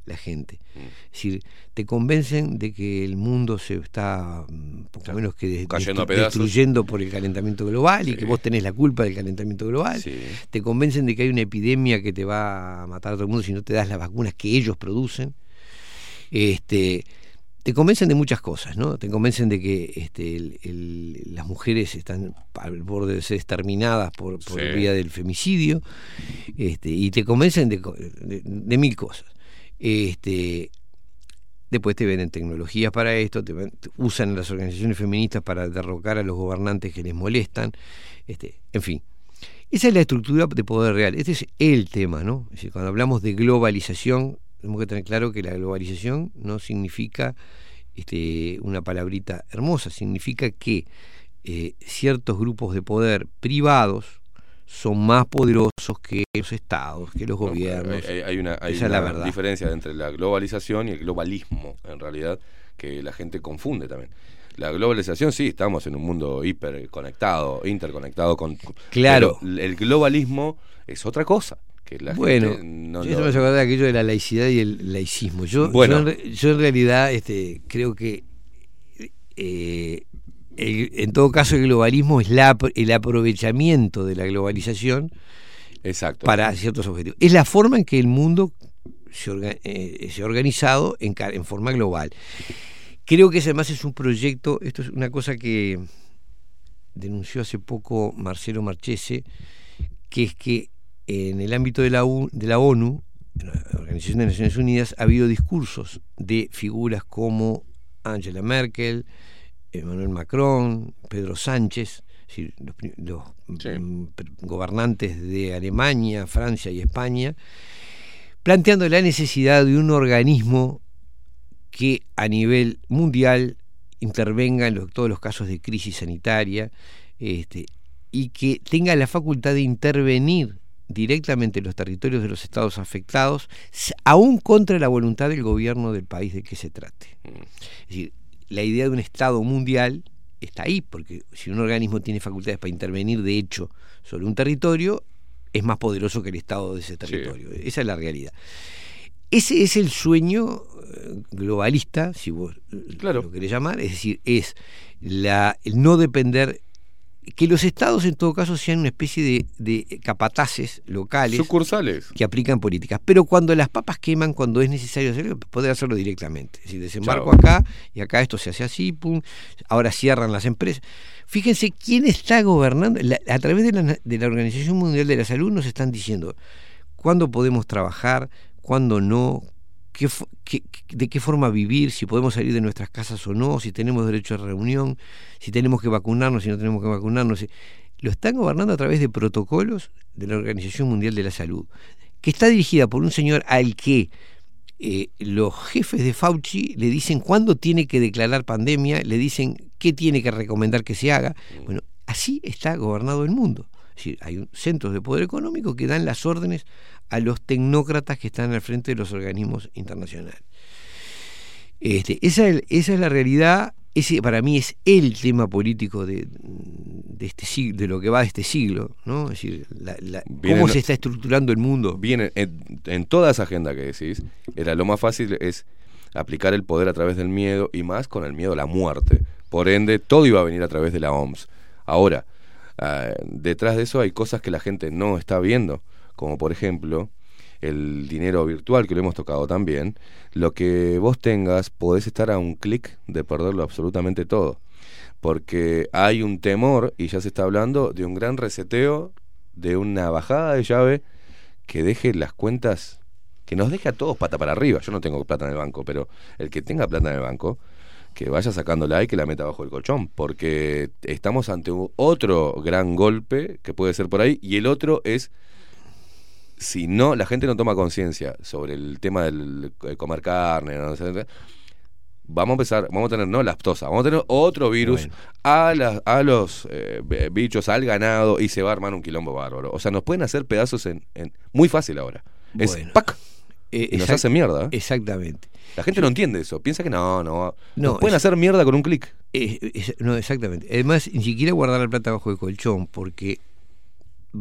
la gente. Es decir, te convencen de que el mundo se está, poco menos que de, cayendo a destru- pedazos, destruyendo por el calentamiento global, sí, y que vos tenés la culpa del calentamiento global. Sí. Te convencen de que hay una epidemia que te va a matar a todo el mundo si no te das las vacunas que ellos producen. Este, te convencen de muchas cosas, ¿no? Te convencen de que este, el, el, las mujeres están al borde de ser exterminadas por, por Sí. vía del femicidio, este, y te convencen de, de, de mil cosas. Este, después te venden tecnologías para esto, te, ven- te usan las organizaciones feministas para derrocar a los gobernantes que les molestan, este, en fin. Esa es la estructura de poder real. Este es el tema, ¿no? Es decir, cuando hablamos de globalización, tenemos que tener claro que la globalización no significa este, una palabrita hermosa, significa que eh, ciertos grupos de poder privados son más poderosos que los estados, que los gobiernos. Hay, hay- hay una, hay Esa es la una verdad. diferencia entre la globalización y el globalismo, en realidad, que la gente confunde también. La globalización, sí, estamos en un mundo hiperconectado, interconectado. Con, Claro. pero el globalismo es otra cosa. Que la Bueno, gente no yo lo- me acordé de aquello de la laicidad y el laicismo. Yo, Bueno. yo, en, re- yo en realidad este, creo que eh, el- en todo caso el globalismo es la, el aprovechamiento de la globalización Exacto. para ciertos objetivos. Es la forma en que el mundo se, orga- eh, se ha organizado en, ca- en forma global. Creo que ese además es un proyecto, esto es una cosa que denunció hace poco Marcelo Marchese, que es que en el ámbito de la, U- de la ONU, en la Organización de Naciones Unidas, ha habido discursos de figuras como Angela Merkel, Emmanuel Macron, Pedro Sánchez, es decir, los, pri- los, Sí. mm, pre- gobernantes de Alemania, Francia y España, planteando la necesidad de un organismo que a nivel mundial intervenga en los- todos los casos de crisis sanitaria, este, y que tenga la facultad de intervenir directamente en los territorios de los estados afectados, s- aún contra la voluntad del gobierno del país de que se trate. Es decir, la idea de un estado mundial está ahí, porque si un organismo tiene facultades para intervenir de hecho sobre un territorio, es más poderoso que el estado de ese territorio. Sí. Esa es la realidad. Ese es el sueño eh, globalista, si vos claro. lo querés llamar, es decir, es la, el no depender, que los estados en todo caso sean una especie de, de capataces locales, sucursales, que aplican políticas, pero cuando las papas queman, cuando es necesario hacerlo, poder hacerlo directamente, es decir, desembarco Chao. acá y acá esto se hace así, pum, ahora cierran las empresas. Fíjense quién está gobernando, la, a través de la, de la Organización Mundial de la Salud nos están diciendo cuándo podemos trabajar, cuándo no, qué, qué, de qué forma vivir, si podemos salir de nuestras casas o no, si tenemos derecho a reunión, si tenemos que vacunarnos, si no tenemos que vacunarnos. Lo están gobernando a través de protocolos de la Organización Mundial de la Salud, que está dirigida por un señor al que eh, los jefes de Fauci le dicen cuándo tiene que declarar pandemia, le dicen qué tiene que recomendar que se haga. Bueno, así está gobernado el mundo. Es decir, hay un, centros de poder económico que dan las órdenes a los tecnócratas que están al frente de los organismos internacionales. Este, esa, es, esa es la realidad. Ese para mí es el tema político de, de este siglo, de lo que va de este siglo, ¿no? Es decir, la, la, Viene, cómo se está estructurando el mundo. Bien, en, en toda esa agenda que decís, era lo más fácil es aplicar el poder a través del miedo, y más con el miedo a la muerte. Por ende, todo iba a venir a través de la O M S. Ahora, uh, detrás de eso hay cosas que la gente no está viendo, como por ejemplo el dinero virtual, que lo hemos tocado también. Lo que vos tengas, podés estar a un clic de perderlo absolutamente todo, porque hay un temor, y ya se está hablando de un gran reseteo, de una bajada de llave que deje las cuentas, que nos deje a todos pata para arriba. Yo no tengo plata en el banco, pero el que tenga plata en el banco, que vaya sacándola y que la meta bajo el colchón, porque estamos ante otro gran golpe que puede ser por ahí, y el otro es, si no, la gente no toma conciencia sobre el tema del de comer carne, ¿no? Vamos a empezar, vamos a tener no lactosa, vamos a tener otro virus bueno. a, la, a los eh, bichos, al ganado, y se va a armar un quilombo bárbaro. O sea, nos pueden hacer pedazos en, en muy fácil ahora. Es bueno. ¡pac! Eh, y nos hace mierda. ¿eh? Exactamente. La gente no entiende eso, piensa que no, no, no nos pueden es, hacer mierda con un clic. Es, es, no, exactamente. Además, ni siquiera guardar la plata bajo el colchón, porque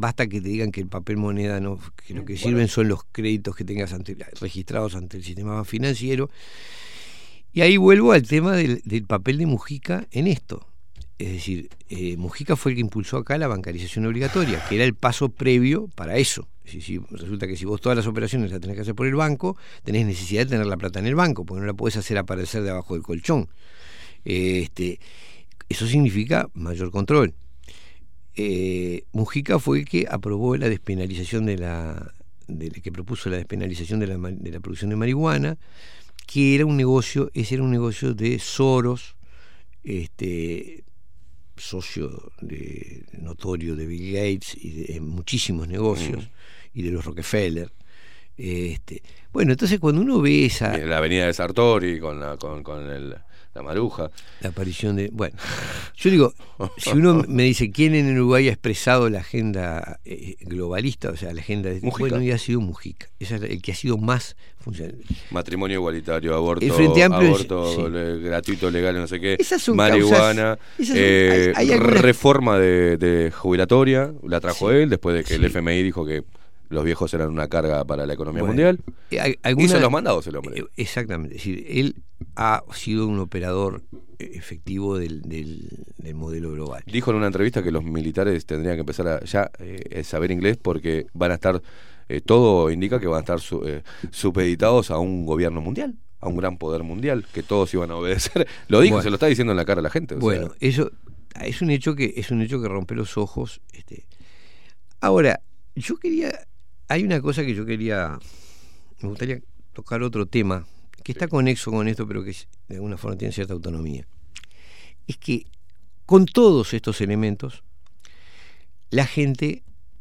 basta que te digan que el papel moneda no, que lo que sirven son los créditos que tengas ante, registrados ante el sistema financiero. Y ahí vuelvo al tema del, del papel de Mujica en esto. Es decir, eh, Mujica fue el que impulsó acá la bancarización obligatoria, que era el paso previo para eso. Es decir, si, resulta que si vos todas las operaciones las tenés que hacer por el banco, tenés necesidad de tener la plata en el banco, porque no la podés hacer aparecer debajo del colchón. Eh, este, eso significa mayor control. Eh, Mujica fue el que aprobó la despenalización de la, de, que propuso la despenalización de la, de la producción de marihuana, que era un negocio, ese era un negocio de Soros, este, socio de, notorio de Bill Gates y de en muchísimos negocios, mm. y de los Rockefeller. Este, bueno, entonces cuando uno ve esa... La avenida de Sartori con la, con, con el... La Maruja. La aparición de... Bueno, yo digo, si uno me dice quién en Uruguay ha expresado la agenda eh, globalista, o sea, la agenda de... Mujica. Bueno, ya ha sido Mujica. Ese es el que ha sido más funcional. Matrimonio igualitario, aborto, el Frente Amplio, aborto sí. le, gratuito, legal, no sé qué. Esas son marihuana, causas, son, eh, hay, hay algunas... reforma de, de jubilatoria, la trajo sí. él después de que sí. el F M I dijo que los viejos eran una carga para la economía bueno, mundial. Eh, alguna, hizo los mandados el hombre. Eh, exactamente. Es decir, él ha sido un operador efectivo del, del, del modelo global. Dijo en una entrevista que los militares tendrían que empezar a ya eh, saber inglés porque van a estar, eh, todo indica que van a estar su, eh, supeditados a un gobierno mundial, a un gran poder mundial, que todos iban a obedecer. Lo dijo, bueno, se lo está diciendo en la cara a la gente. O bueno, sea. eso es un hecho que es un hecho que rompe los ojos. Este. Ahora, yo quería, hay una cosa que yo quería, me gustaría tocar otro tema que está conexo con esto, pero que de alguna forma tiene cierta autonomía. Es que con todos estos elementos, la gente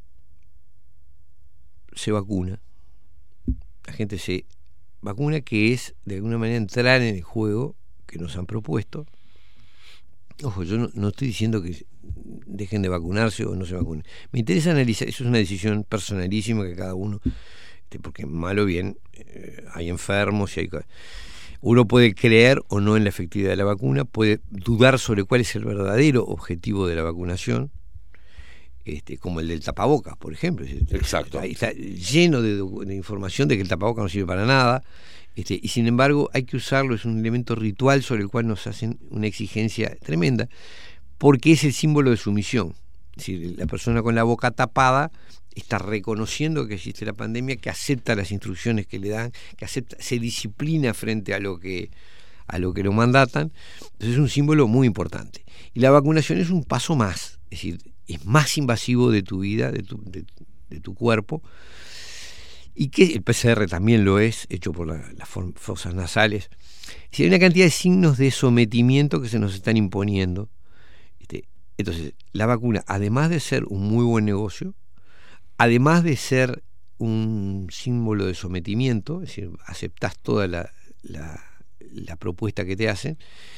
se vacuna. La gente se vacuna, que es de alguna manera entrar en el juego que nos han propuesto. Ojo, yo no, no estoy diciendo que dejen de vacunarse o no se vacunen. Me interesa analizar, eso es una decisión personalísima que cada uno, porque mal o bien eh, hay enfermos y hay... Uno puede creer o no en la efectividad de la vacuna, puede dudar sobre cuál es el verdadero objetivo de la vacunación, este, como el del tapabocas, por ejemplo. Exacto. Ahí está lleno de, de información de que el tapabocas no sirve para nada, este, y sin embargo hay que usarlo, es un elemento ritual sobre el cual nos hacen una exigencia tremenda, porque es el símbolo de sumisión. Es decir, la persona con la boca tapada está reconociendo que existe la pandemia, que acepta las instrucciones que le dan, que acepta, se disciplina frente a lo que a lo que lo mandatan. Entonces es un símbolo muy importante. Y la vacunación es un paso más, es decir, es más invasivo de tu vida, de tu, de, de tu cuerpo, y que el P C R también lo es, hecho por la, las fosas nasales. Es decir, hay una cantidad de signos de sometimiento que se nos están imponiendo. Este, entonces, la vacuna, además de ser un muy buen negocio, además de ser un símbolo de sometimiento, es decir, aceptás toda la, la, la propuesta que te hacen,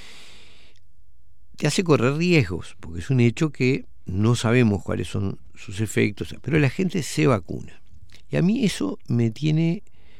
te hace correr riesgos, porque es un hecho que no sabemos cuáles son sus efectos, pero la gente se vacuna. Y a mí eso me tiene...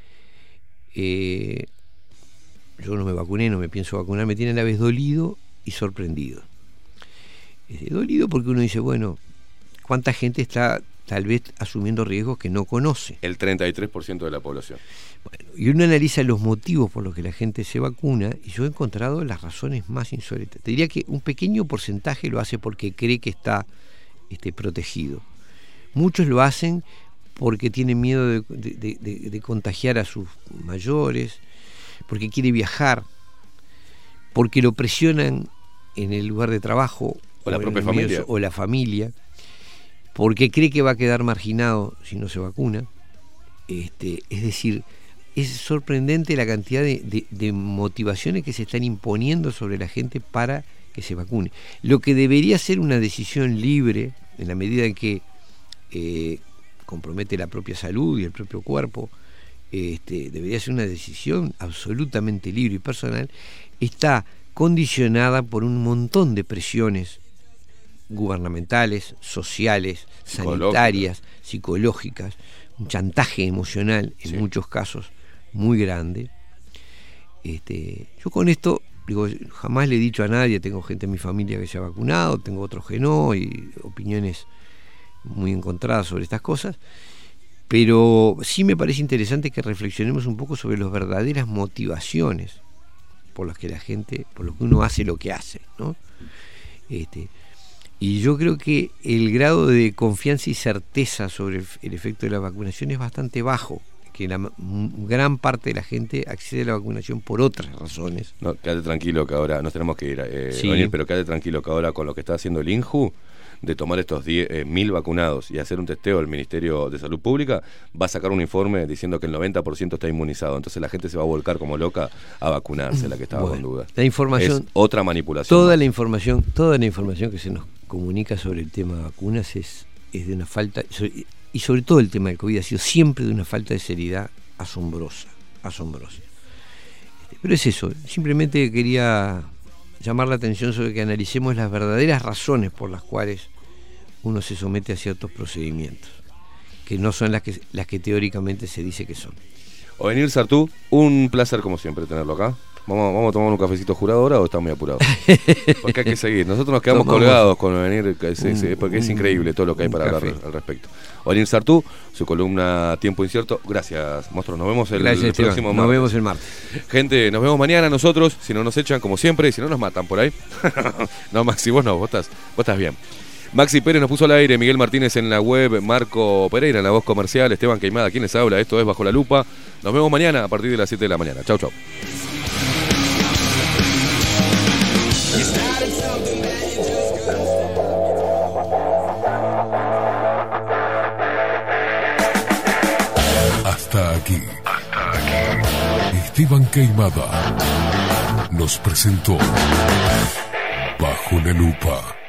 Eh, yo no me vacuné, no me pienso vacunar, me tiene a la vez dolido y sorprendido. Eh, dolido porque uno dice, bueno, ¿cuánta gente está tal vez asumiendo riesgos que no conoce? El treinta y tres por ciento de la población. Bueno, y uno analiza los motivos por los que la gente se vacuna, y yo he encontrado las razones más insólitas. Te diría que un pequeño porcentaje lo hace porque cree que está este, protegido. Muchos lo hacen porque tienen miedo de, de, de, de contagiar a sus mayores, porque quiere viajar, porque lo presionan en el lugar de trabajo o la o propia familia o la familia, porque cree que va a quedar marginado si no se vacuna. Este, es decir, es sorprendente la cantidad de, de, de motivaciones que se están imponiendo sobre la gente para que se vacune. Lo que debería ser una decisión libre, en la medida en que eh, compromete la propia salud y el propio cuerpo, este, debería ser una decisión absolutamente libre y personal, está condicionada por un montón de presiones gubernamentales, sociales, sanitarias, psicológicas, un chantaje emocional en sí. muchos casos muy grande. Este, yo con esto digo, jamás le he dicho a nadie, tengo gente en mi familia que se ha vacunado, tengo otros que no, y opiniones muy encontradas sobre estas cosas, pero sí me parece interesante que reflexionemos un poco sobre las verdaderas motivaciones por las que la gente, por lo que uno hace lo que hace, ¿no? Este, y yo creo que el grado de confianza y certeza sobre el, el efecto de la vacunación es bastante bajo, que la gran parte de la gente accede a la vacunación por otras razones. No, quédate tranquilo que ahora nos tenemos que ir, eh, sí. venir, pero quédate tranquilo que ahora con lo que está haciendo el INJU, de tomar estos diez, eh, mil vacunados y hacer un testeo al Ministerio de Salud Pública, va a sacar un informe diciendo que el noventa por ciento está inmunizado. Entonces la gente se va a volcar como loca a vacunarse, la que estaba bueno, con duda. La información, es otra manipulación. Toda más. la información, toda la información que se nos comunica sobre el tema de vacunas es, es de una falta, y sobre todo el tema del COVID ha sido siempre de una falta de seriedad asombrosa, asombrosa. Pero es eso, simplemente quería llamar la atención sobre que analicemos las verdaderas razones por las cuales uno se somete a ciertos procedimientos, que no son las que, las que teóricamente se dice que son. Ovenir Sartú, un placer como siempre tenerlo acá. ¿Vamos, vamos a tomar un cafecito jurado ahora o está muy apurado? Porque hay que seguir. Nosotros nos quedamos Tomamos colgados con Ovenir, porque es increíble todo lo que hay para café. hablar al respecto. Ovenir Sartú, su columna Tiempo Incierto. Gracias, monstruos. Nos vemos el, Gracias, el Esteban. próximo martes. Nos vemos el martes. Gente, nos vemos mañana nosotros. Si no nos echan, como siempre, y si no nos matan por ahí. No, Maxi, vos no, vos estás, vos estás bien. Maxi Pérez nos puso al aire, Miguel Martínez en la web, Marco Pereira en la voz comercial, Esteban Queimada, ¿quién les habla? Esto es Bajo la Lupa. Nos vemos mañana a partir de las siete de la mañana. Chau, chau. Hasta aquí. Hasta aquí. Esteban Queimada nos presentó Bajo la Lupa.